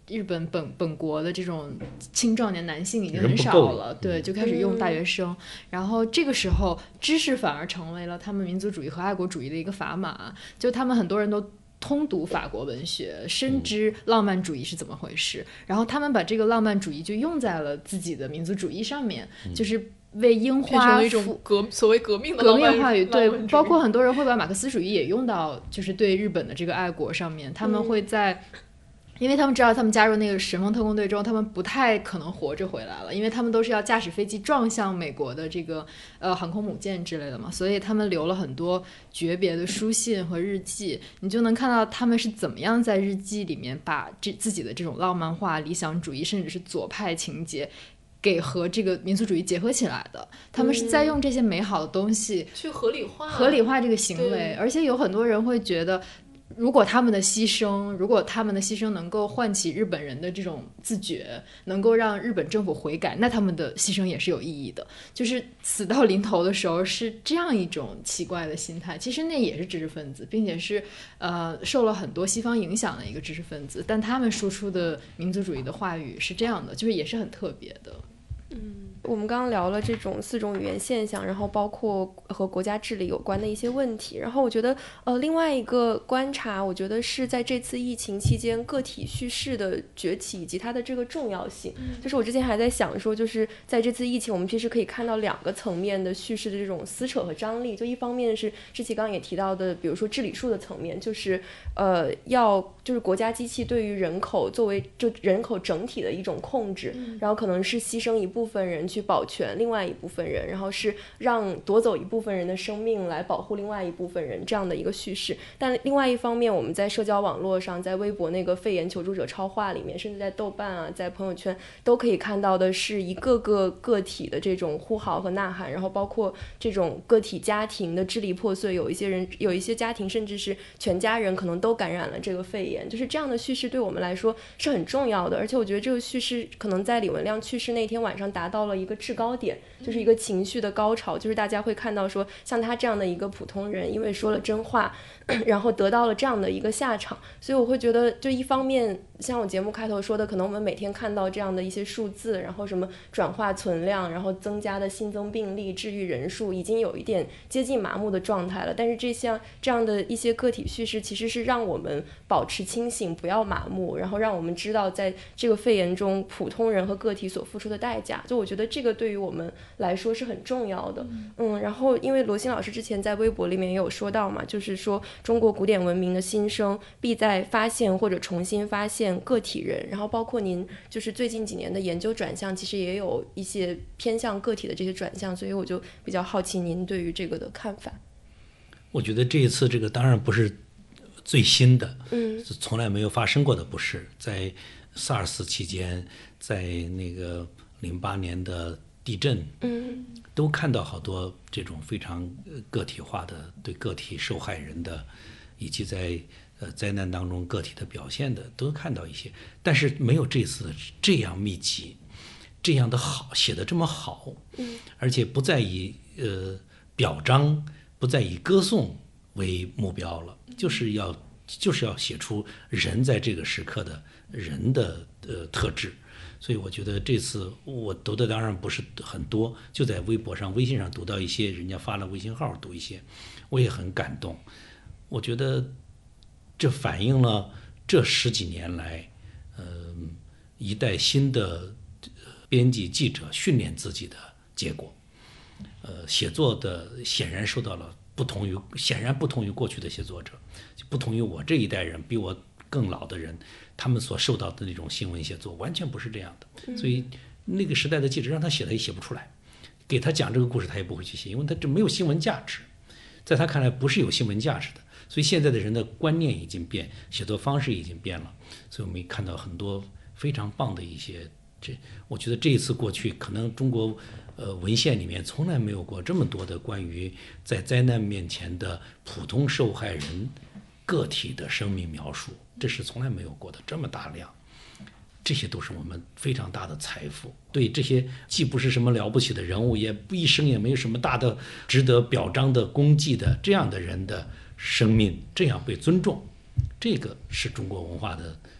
日本本国的这种青壮年男性已经很人不够少了对，就开始用大学生，然后这个时候知识反而成为了他们民族主义和爱国主义的一个砝码，就他们很多人都通读法国文学，深知浪漫主义是怎么回事，然后他们把这个浪漫主义就用在了自己的民族主义上面，就是为樱变成花了一种所谓革命的革命话语，对， 浪漫主义包括很多人会把马克思主义也用到就是对日本的这个爱国上面，他们会在。因为他们知道他们加入那个神风特工队之后，他们不太可能活着回来了，因为他们都是要驾驶飞机撞向美国的这个航空母舰之类的嘛，所以他们留了很多诀别的书信和日记，你就能看到他们是怎么样在日记里面把自己的这种浪漫化、理想主义，甚至是左派情节给和这个民族主义结合起来的。他们是在用这些美好的东西去合理化这个行为，而且有很多人会觉得如果他们的牺牲能够唤起日本人的这种自觉，能够让日本政府悔改，那他们的牺牲也是有意义的。就是死到临头的时候是这样一种奇怪的心态，其实那也是知识分子，并且是受了很多西方影响的一个知识分子，但他们输出的民族主义的话语是这样的，就是也是很特别的。 我们刚刚聊了这种4种语言现象，然后包括和国家治理有关的一些问题，然后我觉得另外一个观察，我觉得是在这次疫情期间个体叙事的崛起以及它的这个重要性。就是我之前还在想说，就是在这次疫情我们其实可以看到2个层面的叙事的这种撕扯和张力，就一方面是志奇刚刚也提到的，比如说治理术的层面，就是就是国家机器对于人口作为就人口整体的一种控制，然后可能是牺牲一部分人去保全另外一部分人，然后是让夺走一部分人的生命来保护另外一部分人，这样的一个叙事。但另外一方面，我们在社交网络上，在微博那个肺炎求助者超话里面，甚至在豆瓣啊，在朋友圈都可以看到的是一个个个体的这种呼号和呐喊，然后包括这种个体家庭的支离破碎，有一些家庭甚至是全家人可能都感染了这个肺炎，就是这样的叙事对我们来说是很重要的。而且我觉得这个叙事可能在李文亮去世那天晚上达到了一个制高点，就是一个情绪的高潮，就是大家会看到说像他这样的一个普通人因为说了真话然后得到了这样的一个下场。所以我会觉得就一方面像我节目开头说的，可能我们每天看到这样的一些数字，然后什么转化存量，然后增加的新增病例、治愈人数已经有一点接近麻木的状态了，但是这样的一些个体叙事其实是让我们保持清醒，不要麻木，然后让我们知道在这个肺炎中普通人和个体所付出的代价，就我觉得这个对于我们来说是很重要的。然后因为罗新老师之前在微博里面也有说到嘛，就是说中国古典文明的新生必在发现或者重新发现个体人，然后包括您就是最近几年的研究转向其实也有一些偏向个体的这些转向，所以我就比较好奇您对于这个的看法。 我觉得这一次这个当然不是最新的，从来没有发生过的，不是在SARS 期间，在那个08年的地震，都看到好多这种非常个体化的对个体受害人的，以及在灾难当中个体的表现的，都看到一些，但是没有这次这样密集，这样的好，写得这么好，而且不再以表彰，不再以歌颂为目标了，就是要写出人在这个时刻的人的特质。所以我觉得这次我读的当然不是很多，就在微博上、微信上读到一些，人家发了微信号读一些，我也很感动。我觉得这反映了这10几年来，一代新的编辑记者训练自己的结果。写作的显然受到了不同于过去的写作者，就不同于我这一代人，比我更老的人，他们所受到的那种新闻写作完全不是这样的。所以那个时代的记者让他写他也写不出来，给他讲这个故事他也不会去写，因为他这没有新闻价值，在他看来不是有新闻价值的。所以现在的人的观念已经变，写作方式已经变了，所以我们看到很多非常棒的一些，我觉得这一次过去，可能中国文献里面从来没有过这么多的关于在灾难面前的普通受害人个体的生命描述，这是从来没有过的这么大量。这些都是我们非常大的财富。对这些既不是什么了不起的人物，也一生也没有什么大的值得表彰的功绩的这样的人的生命这样被尊重，这个是中国文化的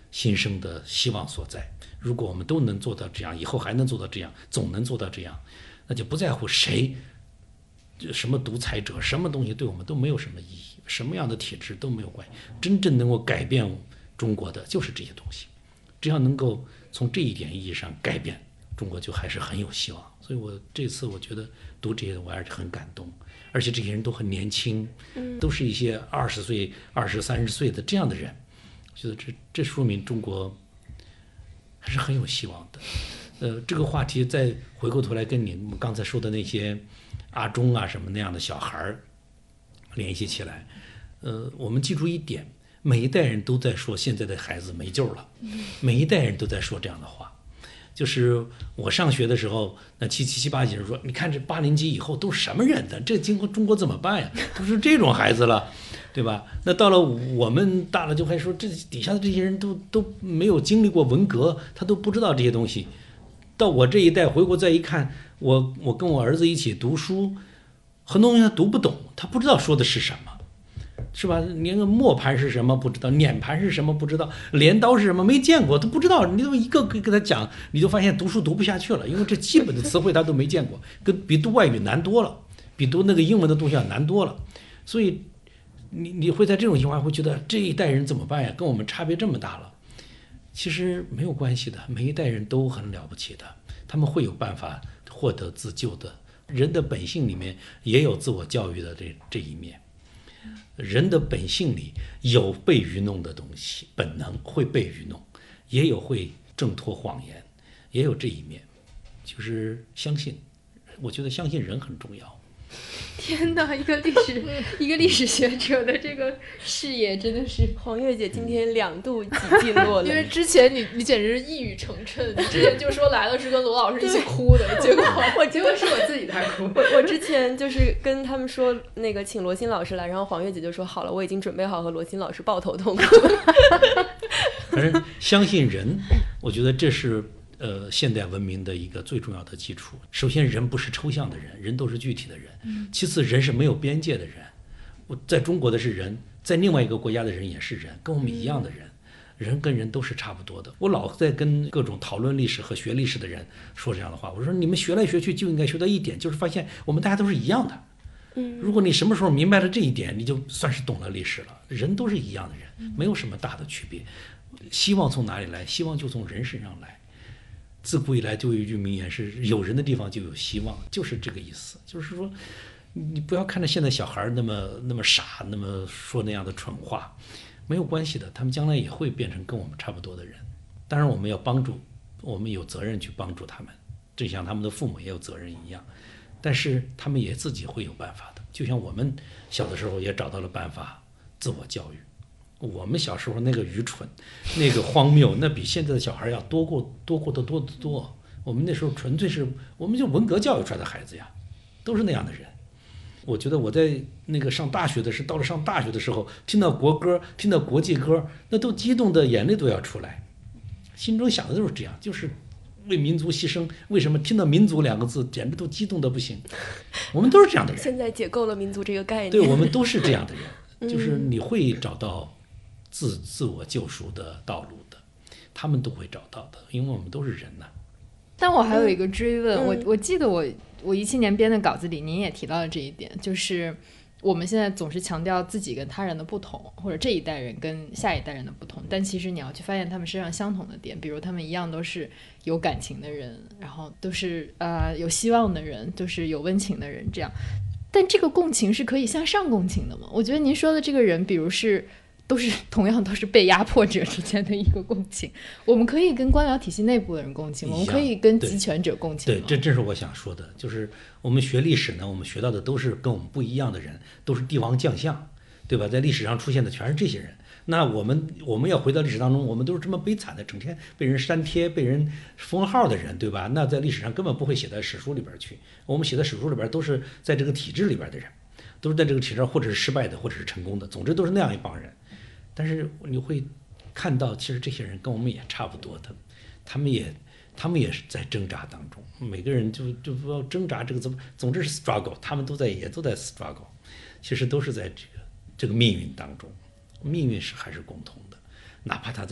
新生的希望所在。如果我们都能做到这样，以后还能做到这样，总能做到这样，那就不在乎谁什么独裁者，什么东西对我们都没有什么意义，什么样的体制都没有关系。真正能够改变中国的就是这些东西，只要能够从这一点意义上改变中国，就还是很有希望。所以我这次我觉得读这些我还是很感动，而且这些人都很年轻，都是一些20岁、20、30岁的这样的人，我觉得这说明中国还是很有希望的。这个话题再回过头来跟你们刚才说的那些阿中啊什么那样的小孩儿联系起来，我们记住一点，每一代人都在说现在的孩子没救了，每一代人都在说这样的话。就是我上学的时候，那7、8级人说，你看这80级以后都什么人呢？这今后中国怎么办呀？都是这种孩子了，对吧？那到了我们大了，就还说这底下的这些人都没有经历过文革，他都不知道这些东西。到我这一代回国再一看，我跟我儿子一起读书，很多东西他读不懂，他不知道说的是什么，是吧？连个磨盘是什么不知道，碾盘是什么不知道，镰刀是什么没见过，他不知道。你都一个个给他讲，你就发现读书读不下去了，因为这基本的词汇他都没见过，比读外语难多了，比读那个英文的东西要难多了。所以你会在这种情况下会觉得这一代人怎么办呀？跟我们差别这么大了。其实没有关系的，每一代人都很了不起的，他们会有办法获得自救的。人的本性里面也有自我教育的这一面，人的本性里有被愚弄的东西，本能会被愚弄，也有会挣脱谎言，也有这一面，就是相信。我觉得相信人很重要。 天哪，一个历史学者的这个视野真的是。黄月姐今天2度几近落泪， 因为之前你简直是一语成谶，你之前就说来了是跟罗老师一起哭的，结果是我自己在哭。我之前就是跟他们说那个请罗新老师来，然后黄月姐就说好了，我已经准备好和罗新老师抱头痛哭。 反正相信人，我觉得这是现代文明的一个最重要的基础。首先，人不是抽象的人，人都是具体的人。其次，人是没有边界的人。我在中国的是人，在另外一个国家的人也是人，跟我们一样的人。人跟人都是差不多的。我老在跟各种讨论历史和学历史的人说这样的话，我说你们学来学去就应该学到一点，就是发现我们大家都是一样的。如果你什么时候明白了这一点，你就算是懂了历史了。人都是一样的人，没有什么大的区别。希望从哪里来？希望就从人身上来。自古以来就有一句名言是有人的地方就有希望，就是这个意思。就是说你不要看着现在小孩那么傻，那么说那样的蠢话，没有关系的，他们将来也会变成跟我们差不多的人。当然我们要帮助，我们有责任去帮助他们，正像他们的父母也有责任一样，但是他们也自己会有办法的。就像我们小的时候也找到了办法自我教育，我们小时候那个愚蠢，那个荒谬，那比现在的小孩要多过得多得多。我们那时候纯粹是，我们就文革教育出来的孩子呀，都是那样的人。我觉得我在那个到了上大学的时候，听到国歌，听到国际歌，那都激动的眼泪都要出来，心中想的都是这样，就是为民族牺牲。为什么听到民族2个字，简直都激动的不行？我们都是这样的人。 现在解构了民族这个概念。 对，我们都是这样的人，就是你会找到自我救赎的道路的，他们都会找到的，因为我们都是人呐。 但我还有一个追问，我记得我17年编的稿子里您也提到了这一点，就是我们现在总是强调自己跟他人的不同，或者这一代人跟下一代人的不同，但其实你要去发现他们身上相同的点，比如他们一样都是有感情的人，然后都是有希望的人，都是有温情的人，这样。但这个共情是可以向上共情的吗？我觉得您说的这个人，比如同样都是被压迫者之间的一个共情，我们可以跟官僚体系内部的人共情，我们可以跟集权者共情吗？ 对，这正是我想说的，就是我们学历史呢，我们学到的都是跟我们不一样的人，都是帝王将相，对吧？在历史上出现的全是这些人。那我们要回到历史当中，我们都是这么悲惨的，整天被人删帖、被人封号的人，对吧？那在历史上根本不会写在史书里边去。我们写在史书里边都是在这个体制里边的人，都是在这个体制上或者是失败的，或者是成功的，总之都是那样一帮人。但是你会看到，其实这些人跟我们也差不多的，他们也是在挣扎当中，每个人就不要挣扎这个总之是 struggle， 他们也都在 struggle， 其实都是在这个命运当中，命运还是共同的，哪怕他在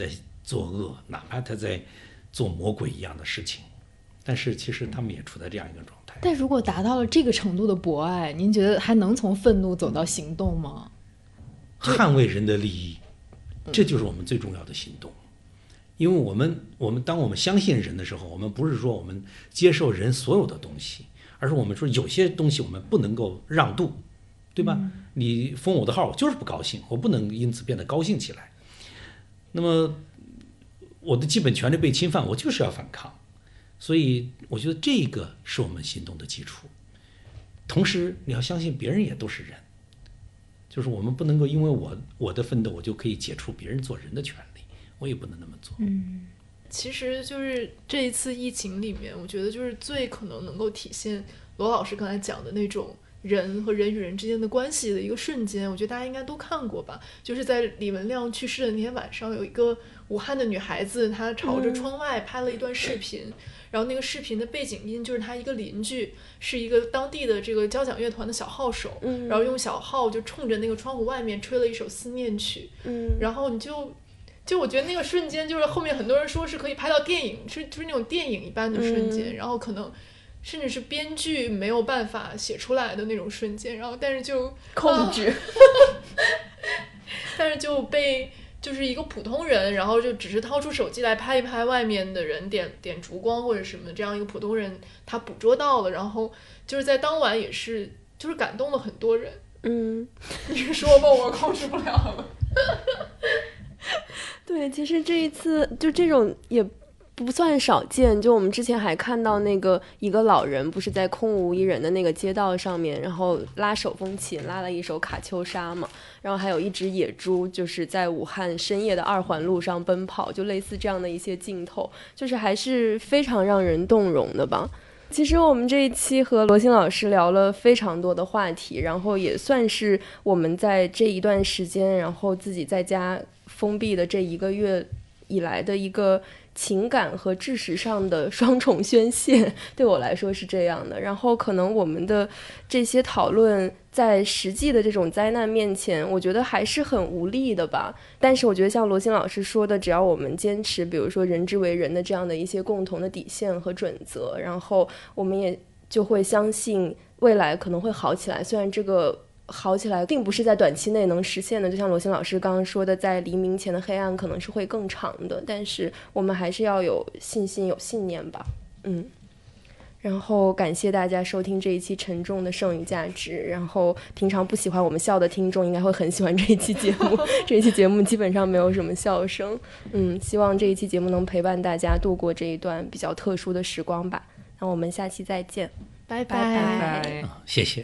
作恶，哪怕他在做魔鬼一样的事情，但是其实他们也处在这样一个状态。 但如果达到了这个程度的博爱，您觉得还能从愤怒走到行动吗？ 捍卫人的利益，这就是我们最重要的行动。因为当我们相信人的时候，我们不是说我们接受人所有的东西，而是我们说有些东西我们不能够让渡，对吧？你封我的号，我就是不高兴，我不能因此变得高兴起来。那么我的基本权利被侵犯，我就是要反抗。所以我觉得这个是我们行动的基础。同时你要相信别人也都是人，就是我们不能够因为我的奋斗，我就可以解除别人做人的权利，我也不能那么做。 其实就是这一次疫情里面，我觉得就是最可能够体现罗老师刚才讲的那种人和人与人之间的关系的一个瞬间，我觉得大家应该都看过吧。就是在李文亮去世的那天晚上，有一个武汉的女孩子，她朝着窗外拍了一段视频，然后那个视频的背景音就是她一个邻居，是一个当地的这个交响乐团的小号手，然后用小号就冲着那个窗户外面吹了一首思念曲，然后你就我觉得那个瞬间，就是后面很多人说是可以拍到电影，就是那种电影一般的瞬间，然后可能甚至是编剧没有办法写出来的那种瞬间，然后但是就控制， 但是就被就是一个普通人，然后就只是掏出手机来拍一拍外面的人，点烛光或者什么，这样一个普通人他捕捉到了，然后就是在当晚也是就是感动了很多人。你说吧，我控制不了了。 对，其实这一次就这种也不算少见，就我们之前还看到那个一个老人不是在空无一人的那个街道上面，然后拉手风琴，拉了一首卡秋莎嘛，然后还有一只野猪就是在武汉深夜的2环路上奔跑，就类似这样的一些镜头，就是还是非常让人动容的吧。其实我们这一期和罗欣老师聊了非常多的话题，然后也算是我们在这一段时间，然后自己在家封闭的这1个月以来的一个情感和知识上的双重宣泄，对我来说是这样的。然后可能我们的这些讨论在实际的这种灾难面前，我觉得还是很无力的吧。但是我觉得像罗欣老师说的，只要我们坚持比如说人之为人的这样的一些共同的底线和准则，然后我们也就会相信未来可能会好起来。虽然这个好起来并不是在短期内能实现的，就像罗欣老师刚刚说的，在黎明前的黑暗可能是会更长的，但是我们还是要有信心有信念吧。然后感谢大家收听这一期沉重的剩余价值，然后平常不喜欢我们笑的听众应该会很喜欢这一期节目这一期节目基本上没有什么笑声。希望这一期节目能陪伴大家度过这一段比较特殊的时光吧。那我们下期再见， 拜拜。 谢谢。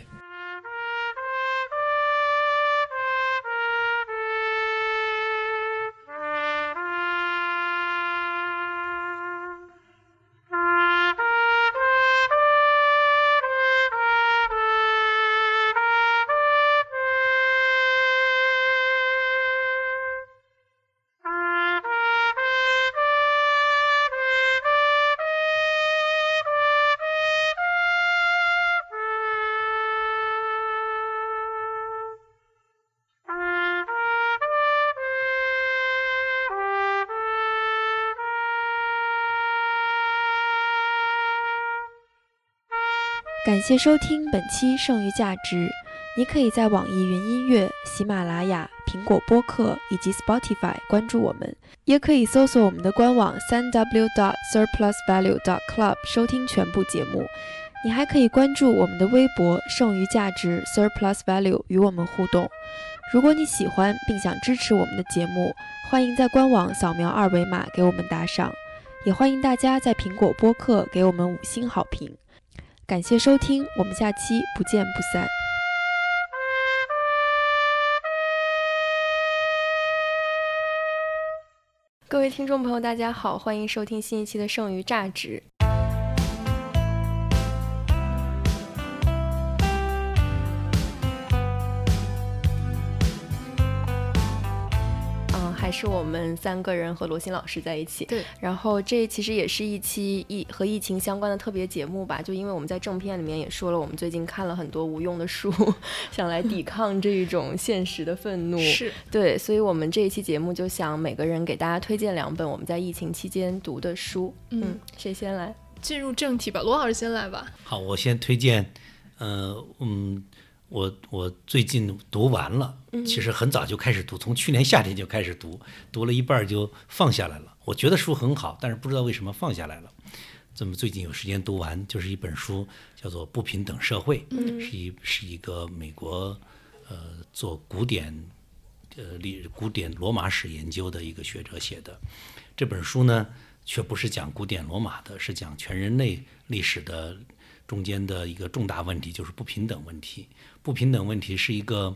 感谢收听本期剩余价值。你可以在网易云音乐、喜马拉雅、苹果播客以及 Spotify 关注我们，也可以搜索我们的官网 3w.surplusvalue.club 收听全部节目。你还可以关注我们的微博剩余价值 surplusvalue 与我们互动。如果你喜欢并想支持我们的节目，欢迎在官网扫描2维码给我们打赏，也欢迎大家在苹果播客给我们5星好评。感谢收听，我们下期不见不散。 各位听众朋友大家好，欢迎收听新一期的剩余价值。 还是我们3个人和罗欣老师在一起。 对， 然后这其实也是一期和疫情相关的特别节目吧，就因为我们在正片里面也说了，我们最近看了很多无用的书，想来抵抗这一种现实的愤怒。 是， 对，所以我们这一期节目就想每个人给大家推荐2本我们在疫情期间读的书。谁先来？ 进入正题吧，罗老师先来吧。 好，我先推荐，我最近读完了，其实很早就开始读，从去年夏天就开始读，读了一半就放下来了。我觉得书很好，但是不知道为什么放下来了。这么最近有时间读完，就是一本书，叫做《不平等社会》，是一个美国做古典罗马史研究的一个学者写的。这本书呢，却不是讲古典罗马的，是讲全人类历史的中间的一个重大问题，就是不平等问题。不平等问题是一个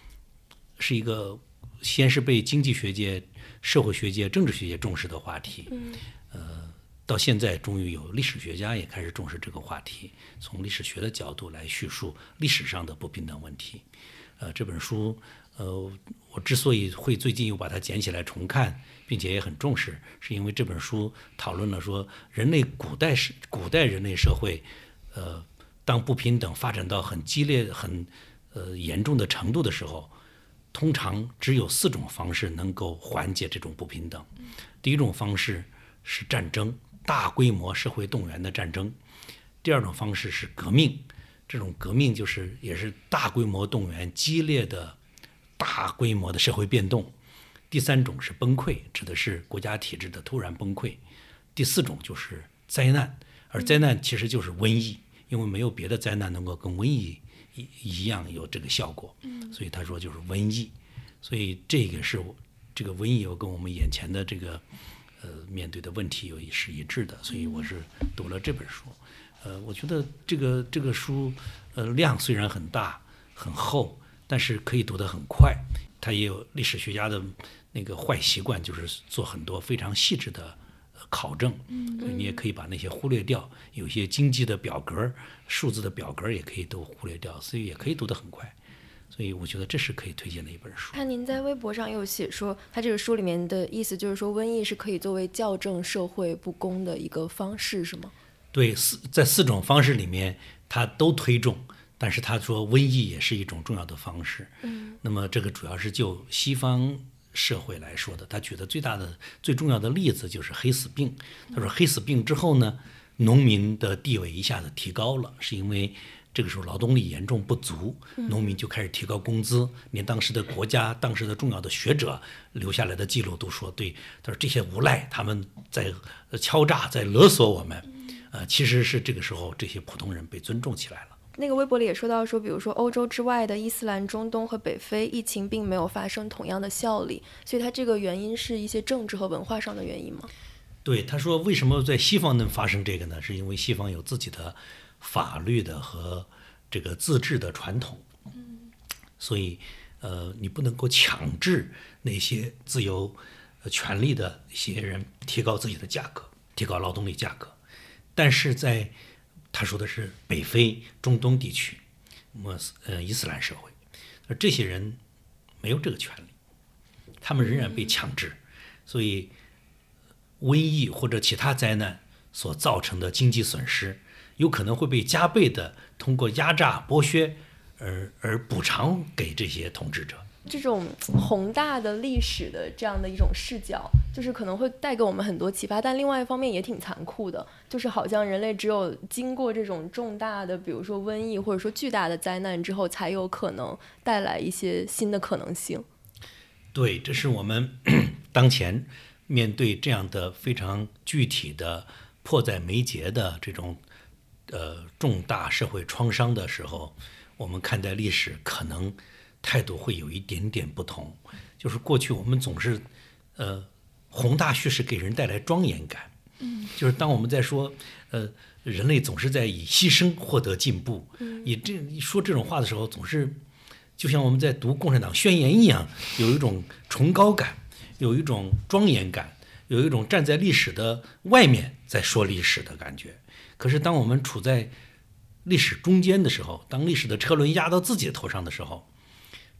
先是被经济学界、社会学界、政治学界重视的话题，到现在终于有历史学家也开始重视这个话题，从历史学的角度来叙述历史上的不平等问题。这本书我之所以会最近又把它捡起来重看，并且也很重视，是因为这本书讨论了说古代人类社会，当不平等发展到很激烈、很严重的程度的时候，通常只有4种方式能够缓解这种不平等。第一种方式是战争，大规模社会动员的战争；第二种方式是革命，这种革命也是大规模动员、激烈的大规模的社会变动；第3种是崩溃，指的是国家体制的突然崩溃；第4种就是灾难，而灾难其实就是瘟疫，因为没有别的灾难能够跟瘟疫一样有这个效果，所以他说就是瘟疫。所以这个瘟疫又跟我们眼前的这个面对的问题是一致的，所以我是读了这本书。我觉得这个书量虽然很大很厚，但是可以读得很快。它也有历史学家的那个坏习惯，就是做很多非常细致的考证，你也可以把那些忽略掉，有些经济的表格、数字的表格也可以都忽略掉，所以也可以读得很快。所以我觉得这是可以推荐的一本书。 看您在微博上有写说，他这个书里面的意思就是说，瘟疫是可以作为校正社会不公的一个方式，是吗？ 对，在4种方式里面，他都推重，但是他说瘟疫也是一种重要的方式。那么这个主要是就西方社会来说的，他举的最重要的例子就是黑死病。他说黑死病之后呢，农民的地位一下子提高了，是因为这个时候劳动力严重不足，农民就开始提高工资，连当时的国家、当时的重要的学者留下来的记录都说，对，他说这些无赖他们在敲诈、在勒索我们，其实是这个时候这些普通人被尊重起来了。 那个微博里也说到说，比如说欧洲之外的伊斯兰、中东和北非疫情并没有发生同样的效力，所以它这个原因是一些政治和文化上的原因吗？ 对，他说为什么在西方能发生这个呢？是因为西方有自己的法律的和这个自治的传统，所以你不能够强制那些自由权利的一些人提高自己的价格，提高劳动力价格。但是他说的是北非、中东地区，伊斯兰社会，而这些人没有这个权利，他们仍然被强制，所以瘟疫或者其他灾难所造成的经济损失，有可能会被加倍的通过压榨、剥削而补偿给这些统治者。 这种宏大的历史的这样的一种视角，就是可能会带给我们很多启发，但另外一方面也挺残酷的，就是好像人类只有经过这种重大的，比如说瘟疫或者说巨大的灾难之后，才有可能带来一些新的可能性。 对，这是我们当前面对这样的非常具体的迫在眉睫的这种重大社会创伤的时候，我们看待历史可能态度会有一点点不同。就是过去我们总是宏大叙事给人带来庄严感，就是当我们在说人类总是在以牺牲获得进步，说这种话的时候，总是就像我们在读共产党宣言一样，有一种崇高感，有一种庄严感，有一种站在历史的外面在说历史的感觉。可是当我们处在历史中间的时候，当历史的车轮压到自己的头上的时候，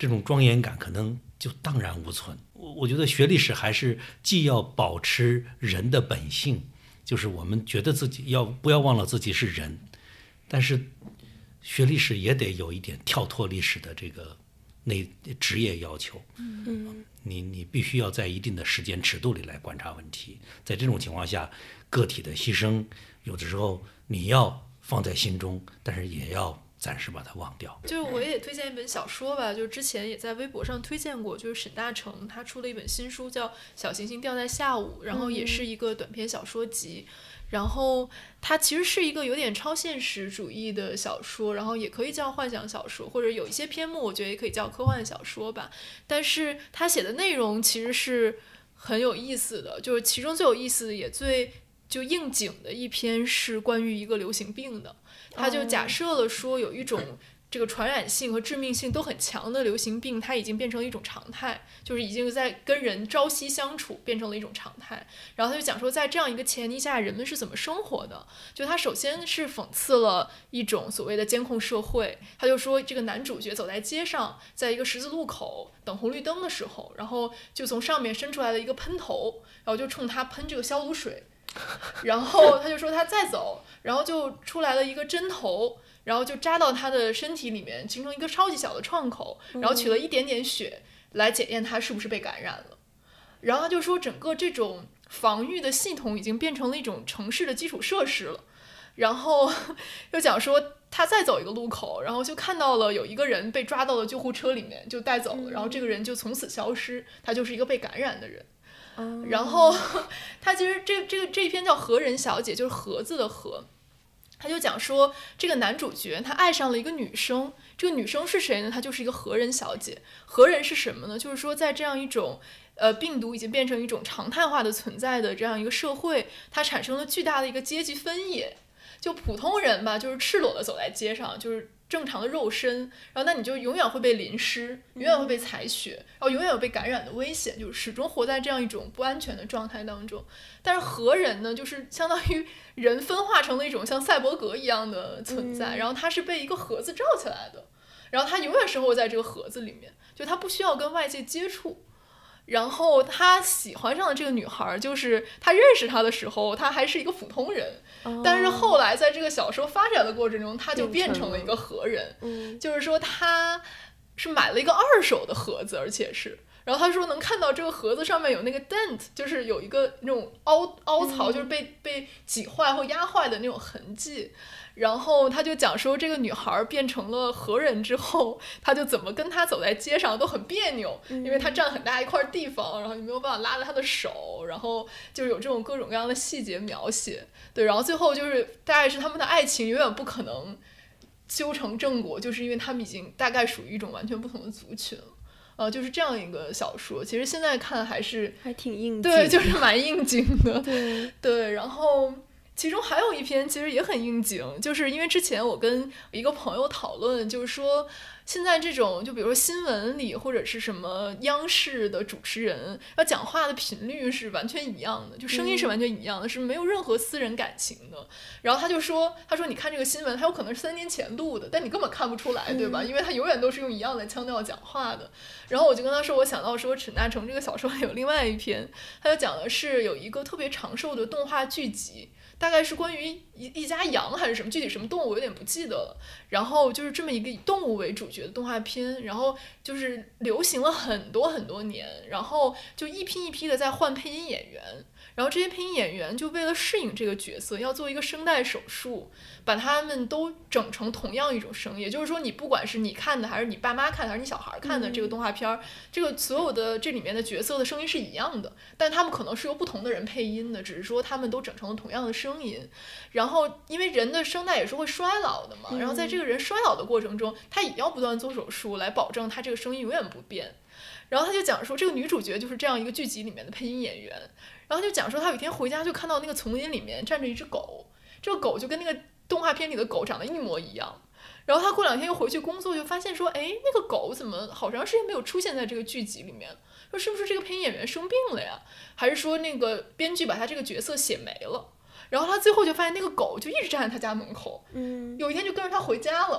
这种庄严感可能就荡然无存。我觉得学历史还是既要保持人的本性，就是我们觉得自己不要忘了自己是人，但是学历史也得有一点跳脱历史的这个职业要求。你必须要在一定的时间尺度里来观察问题，在这种情况下，个体的牺牲有的时候你要放在心中，但是也要暂时把它忘掉。 就是我也推荐一本小说吧，就是之前也在微博上推荐过，就是沈大成他出了一本新书叫《小行星掉在下午》，然后也是一个短篇小说集。然后它其实是一个有点超现实主义的小说，然后也可以叫幻想小说，或者有一些篇目我觉得也可以叫科幻小说吧。但是他写的内容其实是很有意思的，就是其中最有意思的也最就应景的一篇是关于一个流行病的。他就假设了说有一种这个传染性和致命性都很强的流行病，它已经变成了一种常态，就是已经在跟人朝夕相处，变成了一种常态。然后他就讲说，在这样一个前提下，人们是怎么生活的。就他首先是讽刺了一种所谓的监控社会。他就说，这个男主角走在街上，在一个十字路口等红绿灯的时候，然后就从上面伸出来了一个喷头，然后就冲他喷这个消毒水。然后他就说他再走，然后就出来了一个针头，然后就扎到他的身体里面，形成一个超级小的创口，然后取了一点点血来检验他是不是被感染了。然后他就说整个这种防御的系统已经变成了一种城市的基础设施了。然后又讲说他再走一个路口，然后就看到了有一个人被抓到了救护车里面就带走了，然后这个人就从此消失，他就是一个被感染的人。然后他其实这一篇叫何人小姐，就是盒子的盒。他就讲说这个男主角他爱上了一个女生，这个女生是谁呢？她就是一个何人小姐。何人是什么呢？就是说在这样一种病毒已经变成一种常态化的存在的这样一个社会，它产生了巨大的一个阶级分野。就普通人吧，就是赤裸的走在街上，就是正常的肉身，然后那你就永远会被淋湿，永远会被采血，然后永远有被感染的危险，就是始终活在这样一种不安全的状态当中。但是何人呢，就是相当于人分化成了一种像赛博格一样的存在，然后他是被一个盒子罩起来的，然后他永远生活在这个盒子里面，就他不需要跟外界接触。然后他喜欢上的这个女孩，就是他认识她的时候他还是一个普通人，但是后来在这个小说发展的过程中他就变成了一个何人。就是说他是买了一个二手的盒子，而且是然后他说能看到这个盒子上面有那个 dent， 就是有一个那种凹槽，就是被挤坏或压坏的那种痕迹。然后他就讲说这个女孩变成了何人之后，他就怎么跟她走在街上都很别扭，因为她占很大一块地方，然后你没有办法拉着她的手，然后就是有这种各种各样的细节描写。对，然后最后就是大概是他们的爱情永远不可能修成正果，就是因为他们已经大概属于一种完全不同的族群了。就是这样一个小说，其实现在看还挺应景， 对，就是蛮应景的。 对对，然后其中还有一篇其实也很应景，就是因为之前我跟一个朋友讨论，就是说现在这种就比如说新闻里或者是什么央视的主持人要讲话的频率是完全一样的，就声音是完全一样的，是没有任何私人感情的。然后他说你看这个新闻它有可能是3年前录的，但你根本看不出来，对吧？因为他永远都是用一样的腔调讲话的。然后我就跟他说，我想到说沈大成这个小说里有另外一篇，他就讲的是有一个特别长寿的动画剧集，大概是关于一家羊还是什么，具体什么动物我有点不记得了。然后就是这么一个以动物为主角的动画片，然后就是流行了很多很多年，然后就一批一批的在换配音演员，然后这些配音演员就为了适应这个角色，要做一个声带手术，把他们都整成同样一种声，也就是说你不管是你看的还是你爸妈看的还是你小孩看的这个动画片，这个所有的这里面的角色的声音是一样的，但他们可能是由不同的人配音的，只是说他们都整成了同样的声音。然后因为人的声带也是会衰老的嘛，然后在这个人衰老的过程中，他也要不断做手术来保证他这个声音永远不变。然后他就讲说这个女主角就是这样一个剧集里面的配音演员，然后就讲说他有一天回家就看到那个丛林里面站着一只狗，这个狗就跟那个动画片里的狗长得一模一样。然后他过2天又回去工作，就发现说哎，那个狗怎么好长时间没有出现在这个剧集里面，说是不是这个配音演员生病了呀，还是说那个编剧把他这个角色写没了。然后他最后就发现那个狗就一直站在他家门口，有一天就跟着他回家了，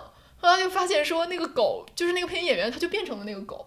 后来就发现说那个狗就是那个配音演员，他就变成了那个狗。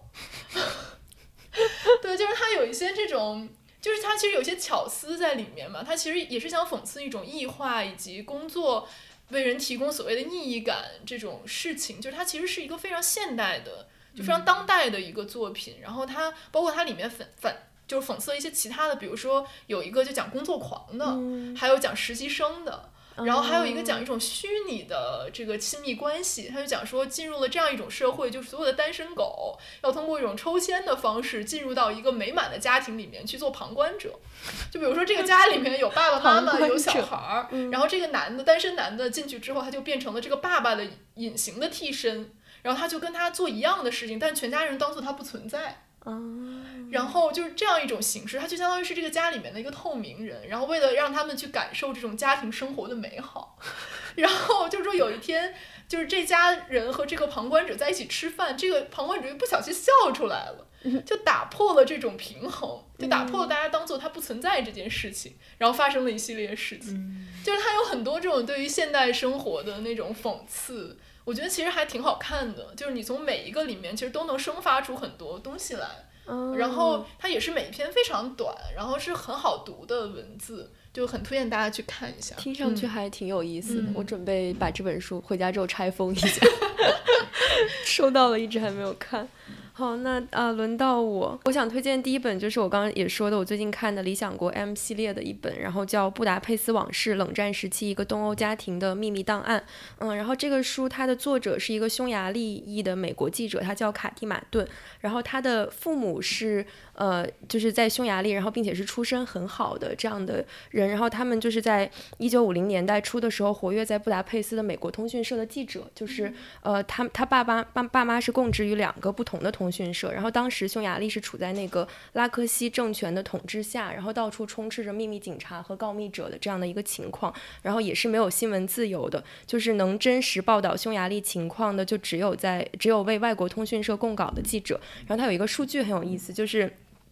对，就是他有一些这种，就是他其实有些巧思在里面嘛，他其实也是想讽刺一种异化以及工作为人提供所谓的意义感这种事情，就是它其实是一个非常现代的就非常当代的一个作品。然后它包括它里面就是讽刺了一些其他的，比如说有一个就讲工作狂的，还有讲实习生的，然后还有一个讲一种虚拟的这个亲密关系，他就讲说进入了这样一种社会，就是所有的单身狗要通过一种抽签的方式进入到一个美满的家庭里面去做旁观者。就比如说这个家里面有爸爸妈妈有小孩，然后这个单身男的进去之后，他就变成了这个爸爸的隐形的替身，然后他就跟他做一样的事情，但全家人当做他不存在。然后就是这样一种形式，它就相当于是这个家里面的一个透明人，然后为了让他们去感受这种家庭生活的美好，然后就是说有一天就是这家人和这个旁观者在一起吃饭，这个旁观者就不小心笑出来了，就打破了这种平衡，就打破了大家当做它不存在这件事情，然后发生了一系列事情，就是它有很多这种对于现代生活的那种讽刺，我觉得其实还挺好看的，就是你从每一个里面其实都能生发出很多东西来，然后它也是每篇非常短，然后是很好读的文字，就很推荐大家去看一下。 听上去还挺有意思的，我准备把这本书回家之后拆封一下。收到了，一直还没有看。好，那轮到我想推荐第一本就是我刚刚也说的，我最近看的理想国 M 系列的一本，然后叫《布达佩斯往事：冷战时期一个东欧家庭的秘密档案》。然后这个书它的作者是一个匈牙利裔的美国记者，他叫卡蒂马顿，然后他的父母是就是在匈牙利，然后并且是出身很好的这样的人，然后他们就是在1950年代初的时候活跃在布达佩斯的美国通讯社的记者，就是他爸妈是供职于2个不同的通讯社，然后当时匈牙利是处在那个拉科西政权的统治下，然后到处充斥着秘密警察和告密者的这样的一个情况，然后也是没有新闻自由的，就是能真实报道匈牙利情况的就只有为外国通讯社供稿的记者。然后他有一个数据很有意思，就是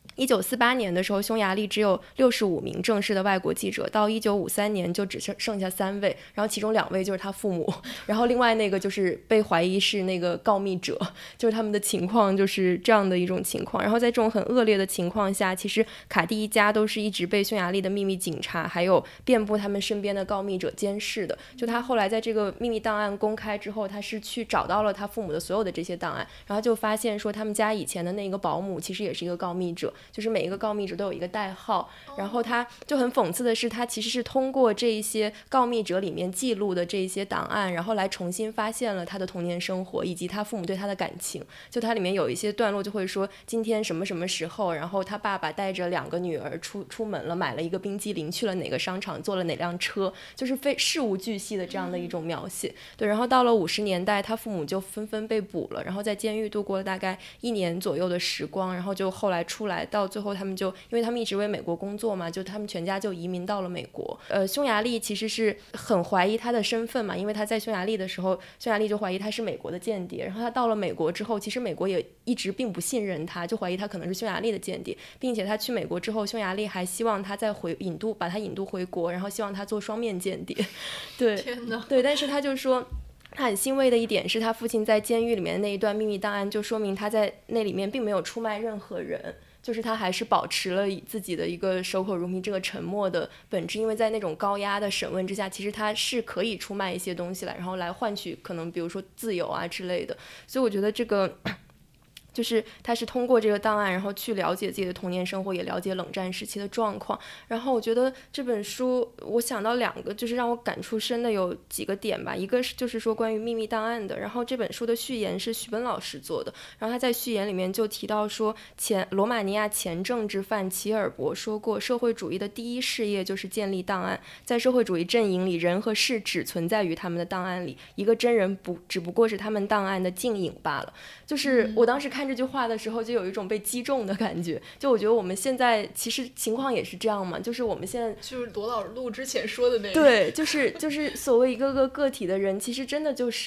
1948年的时候，匈牙利只有65名正式的外国记者，到1953年就只剩下3位，然后其中2位就是他父母，然后另外那个就是被怀疑是那个告密者，就是他们的情况就是这样的一种情况。然后在这种很恶劣的情况下，其实卡蒂一家都是一直被匈牙利的秘密警察还有遍布他们身边的告密者监视的。就他后来在这个秘密档案公开之后，他是去找到了他父母的所有的这些档案，然后就发现说他们家以前的那个保姆其实也是一个告密者，就是每一个告密者都有一个代号，然后他就很讽刺的是，他其实是通过这一些告密者里面记录的这一些档案，然后来重新发现了他的童年生活以及他父母对他的感情。就他里面有一些段落就会说今天什么什么时候，然后他爸爸带着2个女儿出门了，买了一个冰激凌，去了哪个商场，坐了哪辆车，就是非事无巨细的这样的一种描写。对，然后到了50年代，他父母就纷纷被捕了，然后在监狱度过了大概1年左右的时光，然后就后来出来，到最后他们就因为他们一直为美国工作嘛，就他们全家就移民到了美国。匈牙利其实是很怀疑他的身份嘛，因为他在匈牙利的时候，匈牙利就怀疑他是美国的间谍，然后他到了美国之后，其实美国也一直并不信任他，就怀疑他可能是匈牙利的间谍，并且他去美国之后，匈牙利还希望他再把他引渡回国，然后希望他做双面间谍。对， 天哪， 对，但是他就说他很欣慰的一点是他父亲在监狱里面的那一段秘密档案，就说明他在那里面并没有出卖任何人，就是他还是保持了自己的一个守口如瓶这个沉默的本质，因为在那种高压的审问之下，其实他是可以出卖一些东西来，然后来换取可能比如说自由啊之类的。所以我觉得这个就是他是通过这个档案，然后去了解自己的童年生活，也了解冷战时期的状况。然后我觉得这本书我想到2个就是让我感触深的有几个点吧，一个是就是说关于秘密档案的，然后这本书的序言是许本老师做的，然后他在序言里面就提到说罗马尼亚前政治犯齐尔伯说过，社会主义的第一事业就是建立档案，在社会主义阵营里，人和事只存在于他们的档案里，一个真人只不过是他们档案的镜影罢了。就是我当时看这句话的时候就有一种被击中的感觉，就我觉得我们现在其实情况也是这样嘛，就是我们现在就是罗老师录之前说的那个， 对，就是所谓一个个个体的人，其实真的就是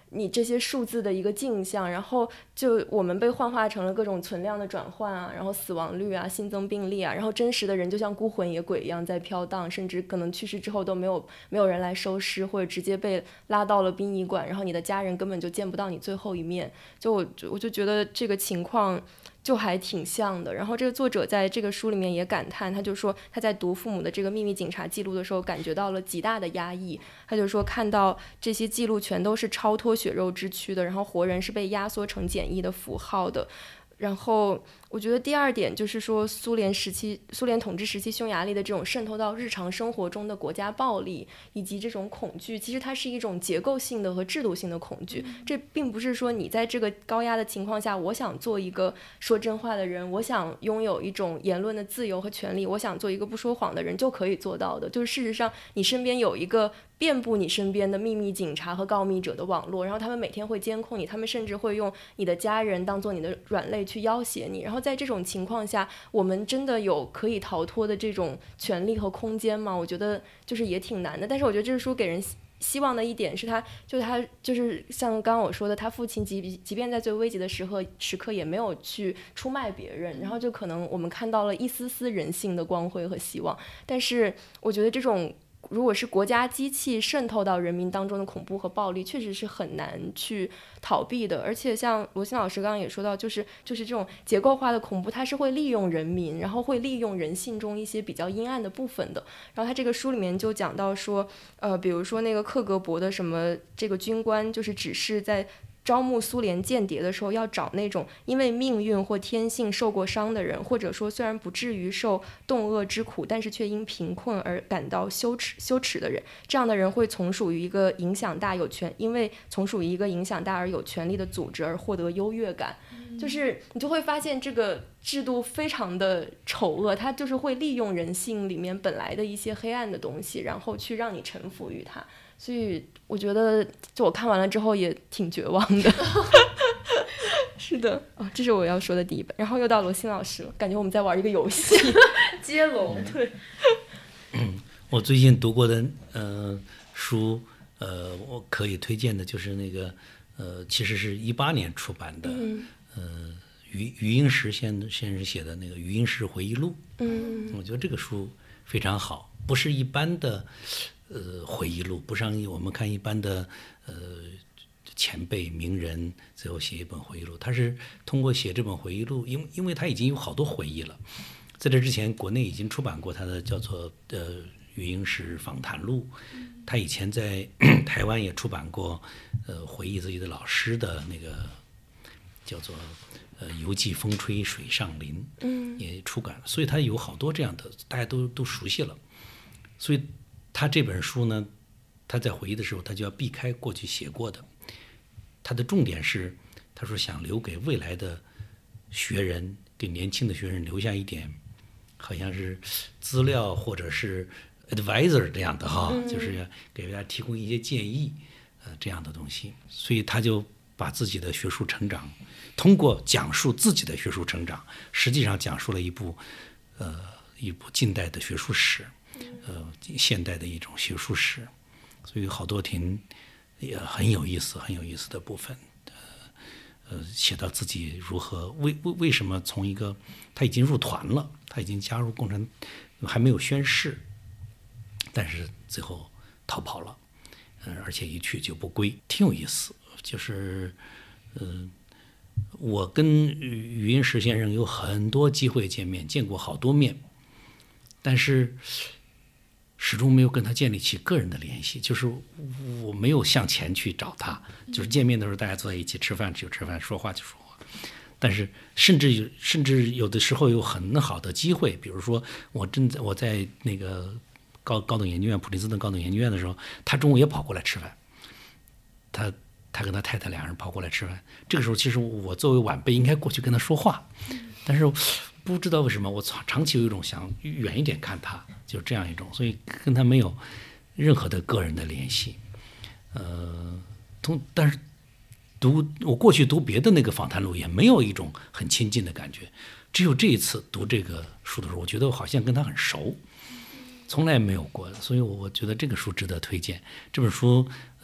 你这些数字的一个镜像，然后就我们被幻化成了各种存量的转换啊，然后死亡率啊、新增病例啊，然后真实的人就像孤魂野鬼一样在飘荡，甚至可能去世之后都没有人来收尸，或者直接被拉到了殡仪馆，然后你的家人根本就见不到你最后一面。我就觉得这个情况就还挺像的。然后这个作者在这个书里面也感叹，他就说他在读父母的这个秘密警察记录的时候感觉到了极大的压抑。他就说看到这些记录全都是超脱血肉之躯的，然后活人是被压缩成简易的符号的。然后我觉得第二点就是说苏联统治时期匈牙利的这种渗透到日常生活中的国家暴力以及这种恐惧，其实它是一种结构性的和制度性的恐惧。这并不是说你在这个高压的情况下，我想做一个说真话的人，我想拥有一种言论的自由和权利，我想做一个不说谎的人就可以做到的。就是事实上你身边有一个遍布你身边的秘密警察和告密者的网络，然后他们每天会监控你，他们甚至会用你的家人当做你的软肋去要挟你。然后在这种情况下，我们真的有可以逃脱的这种权利和空间吗？我觉得就是也挺难的。但是我觉得这个书给人希望的一点是他就是像刚刚我说的，他父亲即便在最危急的时刻也没有去出卖别人，然后就可能我们看到了一丝丝人性的光辉和希望。但是我觉得这种如果是国家机器渗透到人民当中的恐怖和暴力，确实是很难去逃避的。而且像罗欣老师刚刚也说到，就是这种结构化的恐怖，它是会利用人民，然后会利用人性中一些比较阴暗的部分的。然后他这个书里面就讲到说，比如说那个克格勃的什么这个军官，就是只是在招募苏联间谍的时候要找那种因为命运或天性受过伤的人，或者说虽然不至于受冻饿之苦，但是却因贫困而感到羞耻的人。这样的人会从属于一个影响大因为从属于一个影响大而有权力的组织而获得优越感。就是你就会发现这个制度非常的丑恶，它就是会利用人性里面本来的一些黑暗的东西，然后去让你臣服于它。所以我觉得就我看完了之后也挺绝望的。是的，这是我要说的第一本。然后又到罗欣老师了，感觉我们在玩一个游戏。接龙。对。 我最近读过的书，我可以推荐的就是那个其实是18年出版的，余英时先生写的那个《余英时回忆录》。我觉得这个书非常好，不是一般的回忆录，不像我们看一般的前辈名人最后写一本回忆录，他是通过写这本回忆录，因为他已经有好多回忆了，在这之前国内已经出版过他的叫做余英时访谈录，他以前在台湾也出版过回忆自己的老师的那个叫做游记风吹水上林，也出版了，所以他有好多这样的大家都熟悉了。所以他这本书呢，他在回忆的时候他就要避开过去写过的，他的重点是他说想留给未来的学人，给年轻的学人留下一点好像是资料或者是 advisor 这样的就是要给大家提供一些建议这样的东西。所以他就把自己的学术成长通过讲述自己的学术成长，实际上讲述了一部近代的学术史，现代的一种学术史，所以好多也很有意思的部分。写到自己如何为什么从一个他已经入团了，他已经加入共产，还没有宣誓，但是最后逃跑了，而且一去就不归，挺有意思。就是我跟余英时先生有很多机会见面，见过好多面，但是始终没有跟他建立起个人的联系，就是我没有向前去找他，就是见面的时候大家坐在一起吃饭就吃饭，说话就说话。但是甚至有的时候有很好的机会，比如说我在那个高等研究院普林斯顿高等研究院的时候，他中午也跑过来吃饭，他跟他太太两人跑过来吃饭。这个时候其实我作为晚辈应该过去跟他说话，但是不知道为什么我长期有一种想远一点看他，就这样一种，所以跟他没有任何的个人的联系。但是我过去读别的那个访谈录也没有一种很亲近的感觉，只有这一次读这个书的时候，我觉得我好像跟他很熟，从来没有过，所以我觉得这个书值得推荐。这本书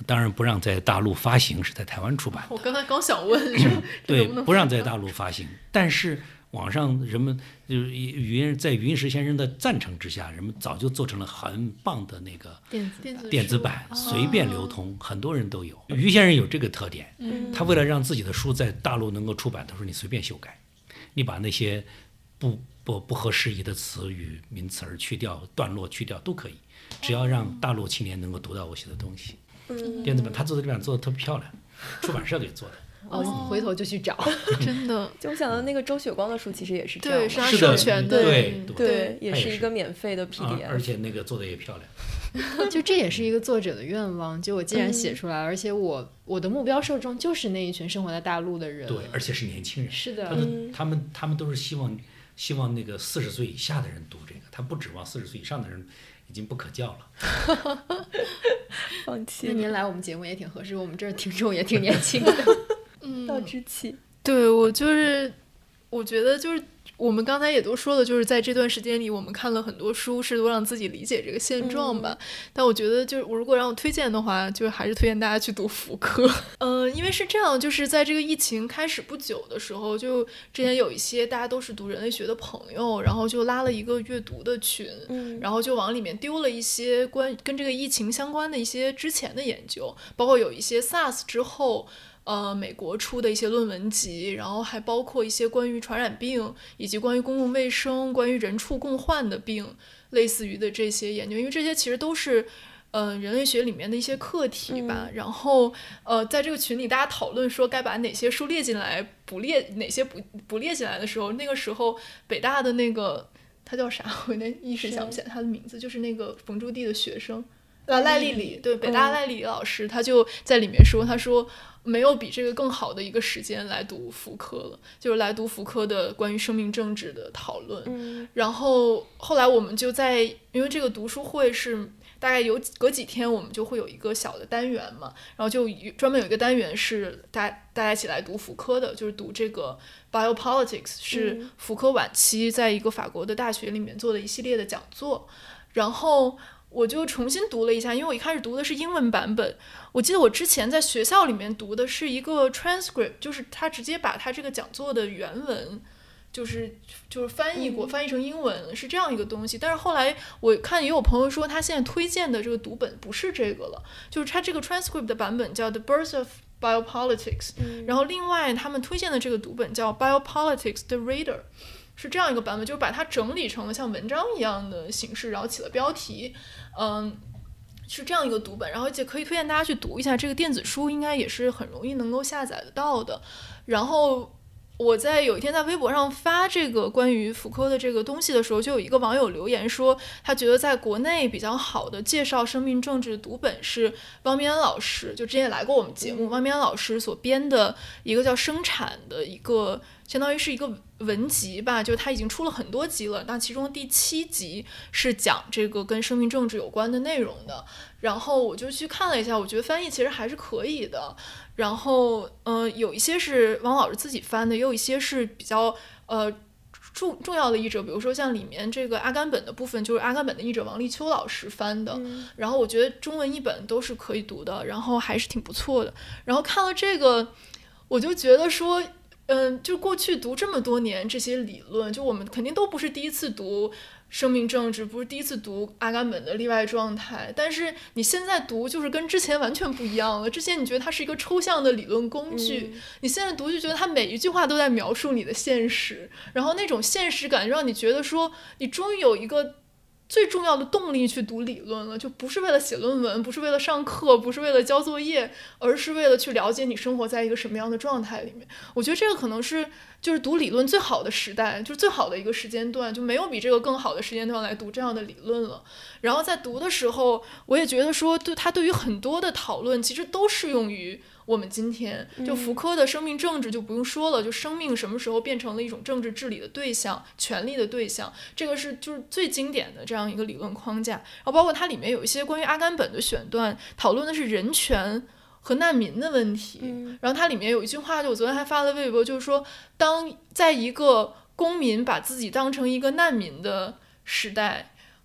当然不让在大陆发行，是在台湾出版的。 我刚才刚想问，是对，不让在大陆发行，但是网上人们就是在余英时先生的赞成之下，人们早就做成了很棒的那个电子版，随便流通，很多人都有。余先生有这个特点，他为了让自己的书在大陆能够出版，他说你随便修改，你把那些不合时宜的词语、名词儿去掉、段落去掉都可以，只要让大陆青年能够读到我写的东西。电子版他做的这版做的特别漂亮，出版社给做的。 回头就去找。 真的， 就我想到那个周雪光的书其实也是这样， 对，是他是的授权的， 对，也是一个免费的 PDF， 而且那个做的也漂亮。 就这也是一个作者的愿望，就我既然写出来，而且我的目标受众就是那一群生活在大陆的人， 对，而且是年轻人。 是的， 他们都是希望那个40岁以下的人读这个，他不指望40岁以上的人已经不可教了。 放弃。 那您来我们节目也挺合适，我们这儿听众也挺年轻的。 到知气。 对，我觉得就是我们刚才也都说了，就是在这段时间里，我们看了很多书，试图让自己理解这个现状吧。但我觉得，就是如果让我推荐的话，就还是推荐大家去读福柯。因为是这样，就是在这个疫情开始不久的时候，就之前有一些大家都是读人类学的朋友，然后就拉了一个阅读的群，然后就往里面丢了一些跟这个疫情相关的一些之前的研究，包括有一些 SARS 之后。美国出的一些论文集，然后还包括一些关于传染病以及关于公共卫生、关于人畜共患的病，类似于的这些研究，因为这些其实都是人类学里面的一些课题吧。然后在这个群里大家讨论说该把哪些书列进来，哪些不列进来的时候，那个时候北大的那个他叫啥，我一时想不起来他的名字，就是那个冯朱棣的学生赖丽丽，对，北大赖丽丽老师，他就在里面说，他说没有比这个更好的一个时间来读福柯了，就是来读福柯的关于生命政治的讨论。然后后来我们就因为这个读书会是大概隔几天我们就会有一个小的单元嘛，然后就专门有一个单元是大家一起来读福柯的，就是读这个 Biopolitics， 是福柯晚期在一个法国的大学里面做的一系列的讲座。然后我就重新读了一下，因为我一开始读的是英文版本，我记得我之前在学校里面读的是一个 transcript， 就是他直接把他这个讲座的原文就是翻译成英文，是这样一个东西。但是后来我看也有朋友说他现在推荐的这个读本不是这个了，就是他这个 transcript 的版本叫 The Birth of Biopolitics，然后另外他们推荐的这个读本叫 Biopolitics The Reader，是这样一个版本，就是把它整理成了像文章一样的形式，然后起了标题，是这样一个读本，然后也可以推荐大家去读一下。这个电子书应该也是很容易能够下载得到的。然后我有一天在微博上发这个关于福柯的这个东西的时候，就有一个网友留言说，他觉得在国内比较好的介绍生命政治的读本是汪明安老师，就之前也来过我们节目，汪明安老师所编的一个叫《生产》的一个，相当于是一个文集吧，就他已经出了很多集了，那其中第7集是讲这个跟生命政治有关的内容的。然后我就去看了一下，我觉得翻译其实还是可以的。然后有一些是汪老师自己翻的，也有一些是比较重要的译者，比如说像里面这个阿甘本的部分，就是阿甘本的译者王立秋老师翻的。然后我觉得中文译本都是可以读的，然后还是挺不错的。然后看了这个，我就觉得说就过去读这么多年这些理论，就我们肯定都不是第一次读生命政治，不是第一次读阿甘本的例外状态，但是你现在读就是跟之前完全不一样了。之前你觉得它是一个抽象的理论工具，你现在读就觉得它每一句话都在描述你的现实，然后那种现实感让你觉得说你终于有一个最重要的动力去读理论了，就不是为了写论文，不是为了上课，不是为了交作业，而是为了去了解你生活在一个什么样的状态里面。我觉得这个可能是就是读理论最好的时代，就是最好的一个时间段，就没有比这个更好的时间段来读这样的理论了。然后在读的时候，我也觉得说它对于很多的讨论其实都适用于我们今天。就福柯的生命政治就不用说了，就生命什么时候变成了一种政治治理的对象，权力的对象，这个是就是最经典的这样一个理论框架。然后包括它里面有一些关于阿甘本的选段，讨论的是人权和难民的问题。然后它里面有一句话，就我昨天还发了微博，就是说当在一个公民把自己当成一个难民的时代，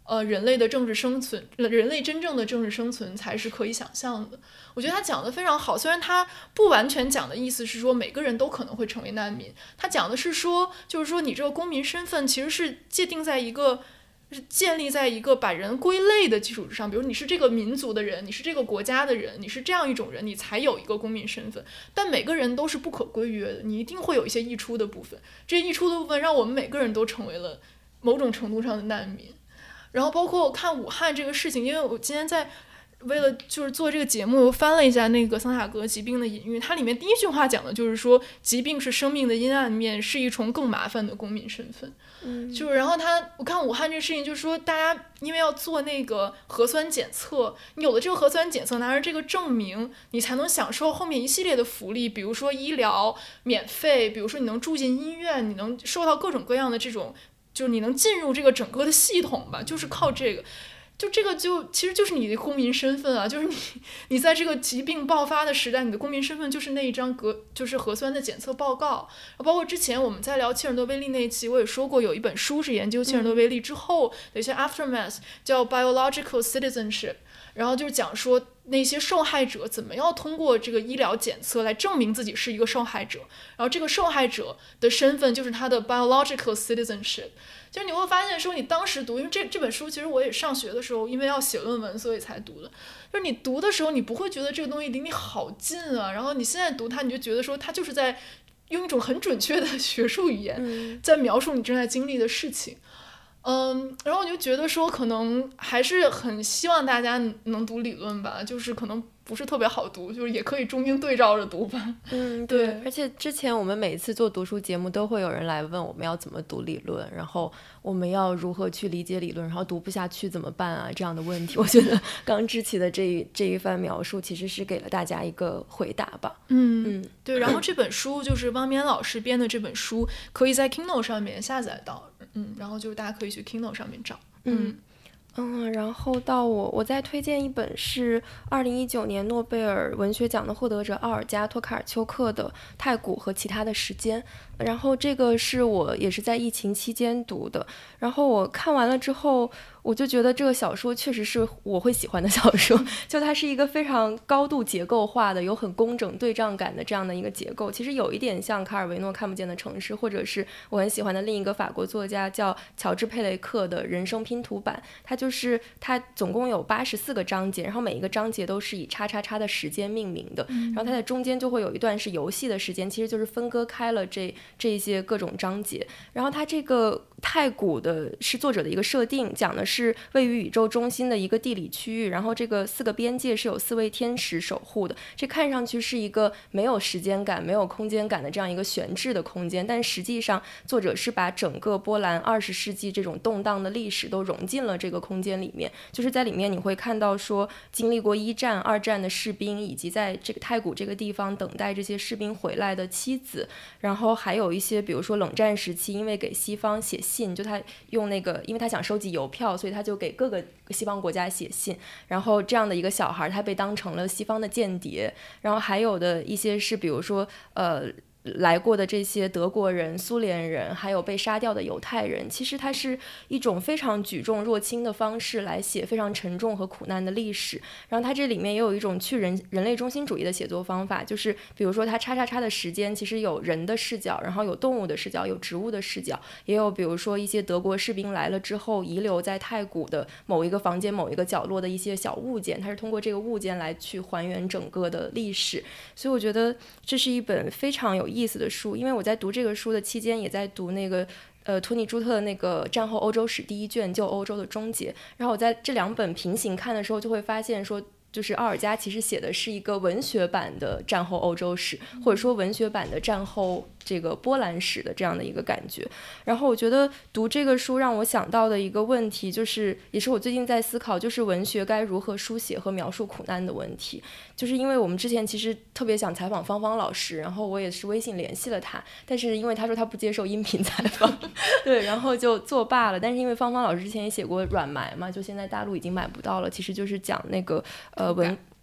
人类的政治生存，人类真正的政治生存才是可以想象的。我觉得他讲的非常好，虽然他不完全讲的意思是说每个人都可能会成为难民，他讲的是说，就是说你这个公民身份其实是建立在一个把人归类的基础之上，比如你是这个民族的人，你是这个国家的人，你是这样一种人，你才有一个公民身份。但每个人都是不可规约的，你一定会有一些溢出的部分，这溢出的部分让我们每个人都成为了某种程度上的难民。然后包括我看武汉这个事情，因为我今天为了就是做这个节目，我翻了一下那个桑塔格疾病的隐喻，它里面第一句话讲的就是说，疾病是生命的阴暗面，是一重更麻烦的公民身份。就是然后我看武汉这个事情，就是说大家因为要做那个核酸检测，你有了这个核酸检测，拿着这个证明，你才能享受后面一系列的福利，比如说医疗免费，比如说你能住进医院，你能受到各种各样的这种，就是你能进入这个整个的系统吧，就是靠这个。就这个其实就是你的公民身份啊，就是你在这个疾病爆发的时代，你的公民身份就是那一张就是核酸的检测报告。包括之前我们在聊切尔诺贝利那一期，我也说过有一本书是研究切尔诺贝利之后的一些 aftermath， 叫 Biological Citizenship， 然后就是讲说那些受害者怎么样通过这个医疗检测来证明自己是一个受害者，然后这个受害者的身份就是他的 biological citizenship。就是你会发现说，你当时读，因为这本书其实我也上学的时候，因为要写论文，所以才读的。就是你读的时候，你不会觉得这个东西离你好近啊，然后你现在读它，你就觉得说它就是在用一种很准确的学术语言在描述你正在经历的事情。然后我就觉得说，可能还是很希望大家能读理论吧，就是可能不是特别好读，就是也可以中英对照着读吧。 对。而且之前我们每一次做读书节目，都会有人来问我们要怎么读理论，然后我们要如何去理解理论，然后读不下去怎么办啊？这样的问题，我觉得刚知琪的这一番描述，其实是给了大家一个回答吧。 对。然后这本书就是汪冕老师编的这本书，可以在 Kindle 上面下载到。然后就是大家可以去 Kindle 上面找。 然后到我再推荐一本是2019年诺贝尔文学奖的获得者奥尔加·托卡尔丘克的《太古和其他的时间》，然后这个是我也是在疫情期间读的，然后我看完了之后，我就觉得这个小说确实是我会喜欢的小说，就它是一个非常高度结构化的，有很工整对仗感的这样的一个结构，其实有一点像卡尔维诺《看不见的城市》，或者是我很喜欢的另一个法国作家叫乔治·佩雷克的《人生拼图版》，它总共有84个章节，然后每一个章节都是以叉叉叉的时间命名的，然后它在中间就会有一段是游戏的时间，其实就是分割开了这些各种章节。然后它这个太古的是作者的一个设定，讲的是位于宇宙中心的一个地理区域，然后这个4个边界是有4位天使守护的，这看上去是一个没有时间感没有空间感的这样一个悬置的空间，但实际上作者是把整个波兰20世纪这种动荡的历史都融进了这个空间里面，就是在里面你会看到说经历过1战2战的士兵，以及在这个太古这个地方等待这些士兵回来的妻子，然后还有一些比如说冷战时期因为给西方写信，就他用那个因为他想收集邮票，所以他就给各个西方国家写信，然后这样的一个小孩他被当成了西方的间谍，然后还有的一些是比如说来过的这些德国人、苏联人，还有被杀掉的犹太人，其实它是一种非常举重若轻的方式来写非常沉重和苦难的历史。然后它这里面也有一种去人类中心主义的写作方法，就是比如说它叉叉叉的时间其实有人的视角，然后有动物的视角，有植物的视角，也有比如说一些德国士兵来了之后遗留在太古的某一个房间某一个角落的一些小物件，它是通过这个物件来去还原整个的历史。所以我觉得这是一本非常有意思的书，因为我在读这个书的期间也在读那个托尼朱特的那个战后欧洲史第1卷旧欧洲的终结，然后我在这2本平行看的时候就会发现说，就是奥尔加其实写的是一个文学版的战后欧洲史，或者说文学版的战后这个波兰史的这样的一个感觉。然后我觉得读这个书让我想到的一个问题，就是也是我最近在思考，就是文学该如何书写和描述苦难的问题。就是因为我们之前其实特别想采访芳芳老师，然后我也是微信联系了他，但是因为他说他不接受音频采访对，然后就作罢了。但是因为芳芳老师之前也写过软埋嘛，就现在大陆已经买不到了，其实就是讲那个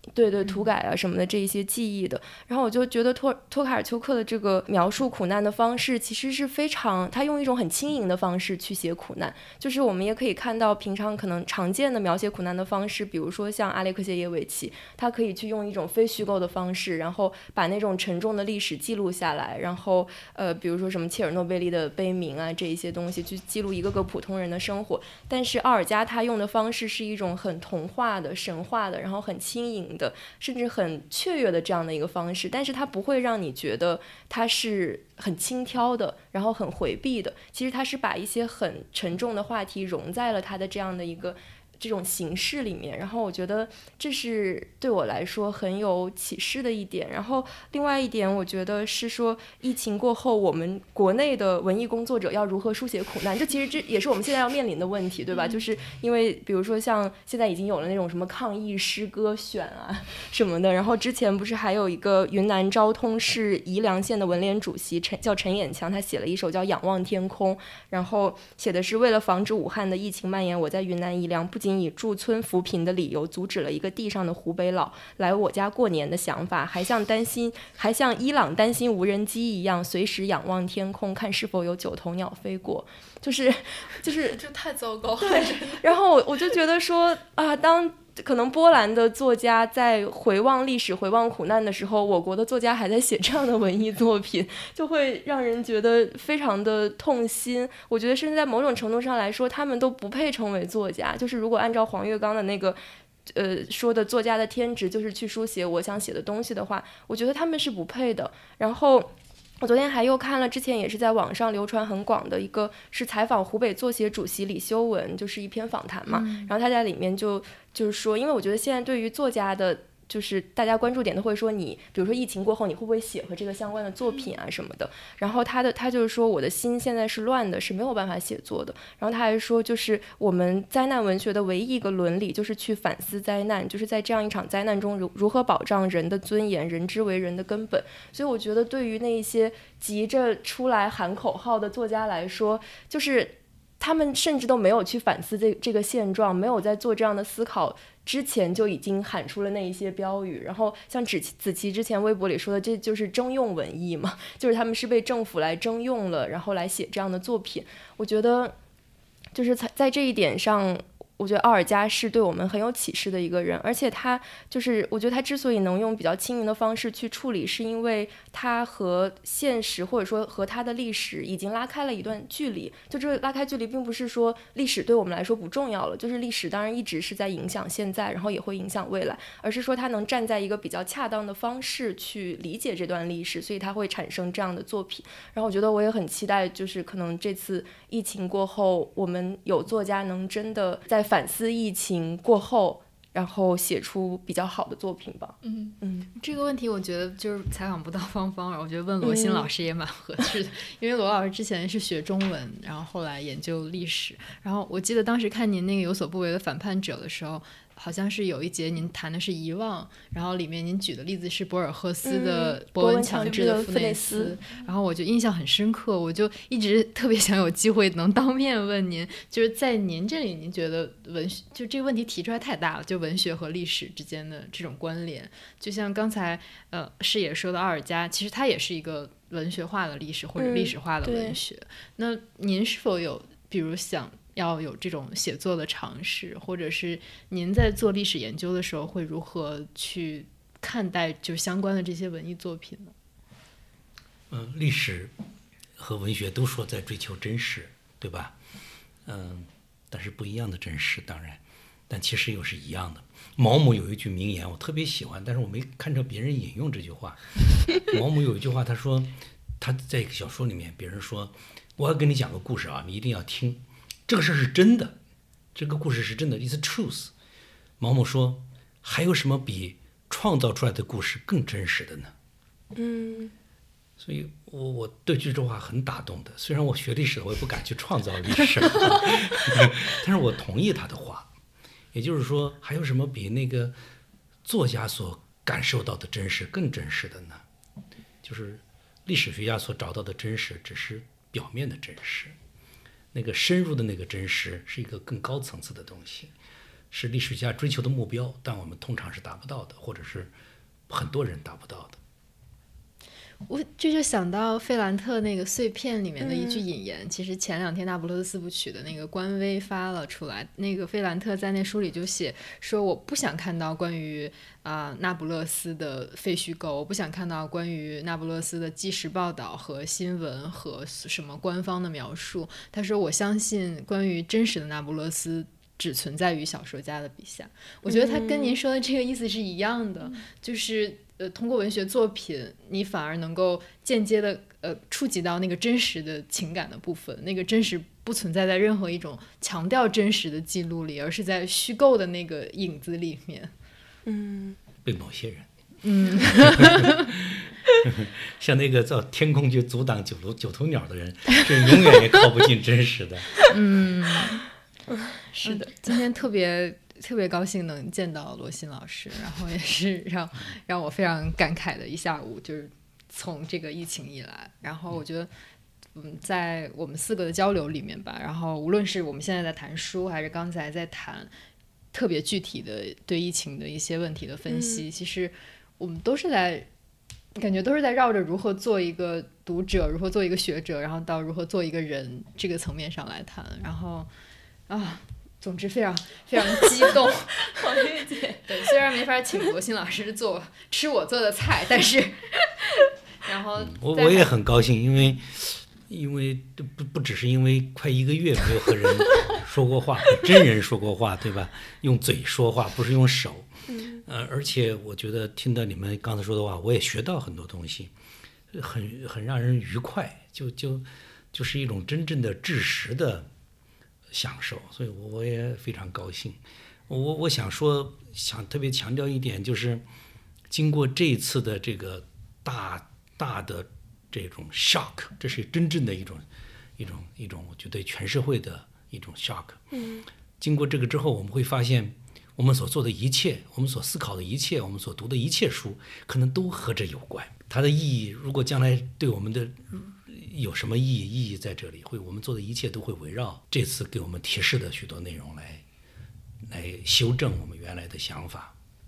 对涂改啊什么的这一些记忆的。然后我就觉得托卡尔丘克的这个描述苦难的方式其实是非常，他用一种很轻盈的方式去写苦难，就是我们也可以看到平常可能常见的描写苦难的方式，比如说像阿列克谢耶维奇，他可以去用一种非虚构的方式，然后把那种沉重的历史记录下来，然后比如说什么切尔诺贝利的悲鸣啊这一些东西去记录一个个普通人的生活。但是奥尔加他用的方式是一种很童话的神话的，然后很轻盈的甚至很雀跃的这样的一个方式，但是它不会让你觉得它是很轻佻的然后很回避的，其实它是把一些很沉重的话题融在了它的这样的一个这种形式里面，然后我觉得这是对我来说很有启示的一点。然后另外一点我觉得是说疫情过后我们国内的文艺工作者要如何书写苦难，这其实这也是我们现在要面临的问题，对吧？就是因为比如说像现在已经有了那种什么抗疫诗歌选啊什么的，然后之前不是还有一个云南昭通市宜良县的文联主席叫陈衍强，他写了一首叫《仰望天空》，然后写的是为了防止武汉的疫情蔓延，我在云南宜良不仅以驻村扶贫的理由阻止了一个地上的湖北佬来我家过年的想法，还像伊朗担心无人机一样随时仰望天空看是否有9头鸟飞过，就是这太糟糕了。 对，然后我就觉得说啊，当可能波兰的作家在回望历史回望苦难的时候，我国的作家还在写这样的文艺作品，就会让人觉得非常的痛心。我觉得甚至在某种程度上来说他们都不配成为作家，就是如果按照黄月刚的那个说的作家的天职就是去书写我想写的东西的话，我觉得他们是不配的。然后我昨天还又看了之前也是在网上流传很广的一个是采访湖北作协主席李修文，就是一篇访谈嘛，然后他在里面就是说，因为我觉得现在对于作家的就是大家关注点都会说你比如说疫情过后你会不会写和这个相关的作品啊什么的，然后他就是说我的心现在是乱的，是没有办法写作的。然后他还说就是我们灾难文学的唯一一个伦理就是去反思灾难，就是在这样一场灾难中如何保障人的尊严，人之为人的根本。所以我觉得对于那一些急着出来喊口号的作家来说，就是他们甚至都没有去反思这个现状，没有在做这样的思考之前就已经喊出了那一些标语。然后像子琪之前微博里说的，这就是征用文艺嘛，就是他们是被政府来征用了，然后来写这样的作品。我觉得就是在这一点上，我觉得奥尔加是对我们很有启示的一个人，而且他就是我觉得他之所以能用比较轻盈的方式去处理，是因为他和现实或者说和他的历史已经拉开了一段距离。就这个拉开距离并不是说历史对我们来说不重要了，就是历史当然一直是在影响现在，然后也会影响未来，而是说他能站在一个比较恰当的方式去理解这段历史，所以他会产生这样的作品。然后我觉得我也很期待，就是可能这次疫情过后，我们有作家能真的在反思疫情过后，然后写出比较好的作品吧。 这个问题我觉得就是采访不到芳芳，我觉得问罗欣老师也蛮合适的，因为罗老师之前是学中文，然后后来研究历史。然后我记得当时看您那个有所不为的反叛者的时候，好像是有一节您谈的是遗忘，然后里面您举的例子是博尔赫斯的伯恩强制的傅内斯，然后我就印象很深刻，我就一直特别想有机会能当面问您，就是在您这里您觉得文学就这个问题提出来太大了，就文学和历史之间的这种关联，就像刚才视野说的奥尔加，其实它也是一个文学化的历史或者历史化的文学，那您是否有比如想要有这种写作的尝试，或者是您在做历史研究的时候会如何去看待就相关的这些文艺作品呢？ 历史和文学都说在追求真实，对吧？但是不一样的真实，当然，但其实又是一样的。毛姆有一句名言我特别喜欢，但是我没看着别人引用这句话。毛姆有一句话，他说他在一个小说里面，别人说我要跟你讲个故事啊，你一定要听。这个事是真的，这个故事是真的 ，it's truth。毛姆说，还有什么比创造出来的故事更真实的呢？所以我对这句话很打动的。虽然我学历史，我也不敢去创造历史，但是我同意他的话。也就是说，还有什么比那个作家所感受到的真实更真实的呢？就是历史学家所找到的真实，只是表面的真实。那个深入的那个真实是一个更高层次的东西， 是历史学家追求的目标，但我们通常是达不到的，或者是很多人达不到的。 我这就想到费兰特那个碎片里面的一句引言，其实前2天那不勒斯4部曲的那个官微发了出来，那个费兰特在那书里就写说，我不想看到关于那不勒斯的废墟构，我不想看到关于那不勒斯的纪实报道和新闻和什么官方的描述。他说我相信关于真实的那不勒斯只存在于小说家的笔下。我觉得他跟您说的这个意思是一样的，就是通过文学作品，你反而能够间接的触及到那个真实的情感的部分。那个真实不存在在任何一种强调真实的记录里，而是在虚构的那个影子里面。 被某些人，像那个到天空去阻挡九头鸟的人，是永远也靠不近真实的。 是的，今天特别高兴能见到罗新老师，然后也是让我非常感慨的一下午，就是从这个疫情以来，然后我觉得在我们4个的交流里面吧，然后无论是我们现在在谈书，还是刚才在谈特别具体的对疫情的一些问题的分析，其实我们感觉都是在绕着如何做一个读者，如何做一个学者，然后到如何做一个人这个层面上来谈，然后总之非常非常激动。 好理解。 对，虽然没法请罗新老师吃我做的菜，但是然后我也很高兴，因为不只是因为快1个月没有和人说过话，和真人说过话，对吧？用嘴说话，不是用手。而且我觉得听到你们刚才说的话，我也学到很多东西，很让人愉快，就是一种真正的知识的享受，所以我也非常高兴。我想特别强调一点，就是经过这一次的这个大的这种 shock， 这是真正的一种，我觉得全社会的一种 shock。经过这个之后，我们会发现，我们所做的一切，我们所思考的一切，我们所读的一切书，可能都和这有关。它的意义，如果将来对我们的有什么意义在这里，我们做的一切都会围绕这次给我们提示的许多内容来修正我们原来的想法。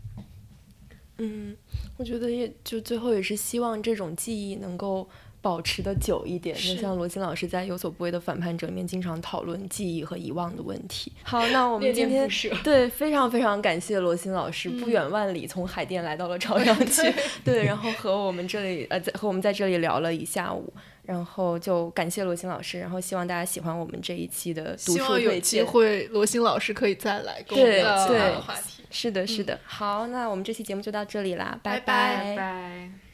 我觉得也就最后也是希望这种记忆能够保持的久一点，就像罗新老师在《有所不为的反叛者》里面经常讨论记忆和遗忘的问题。好，那我们今天对非常非常感谢罗新老师不远万里从海淀来到了朝阳区，对，然后和我们在这里聊了一下午。然后就感谢罗新老师，然后希望大家喜欢我们这一期的读书推荐。希望有机会罗新老师可以再来跟我们聊其他的话题。 是的，是的。好，那我们这期节目就到这里啦，拜拜。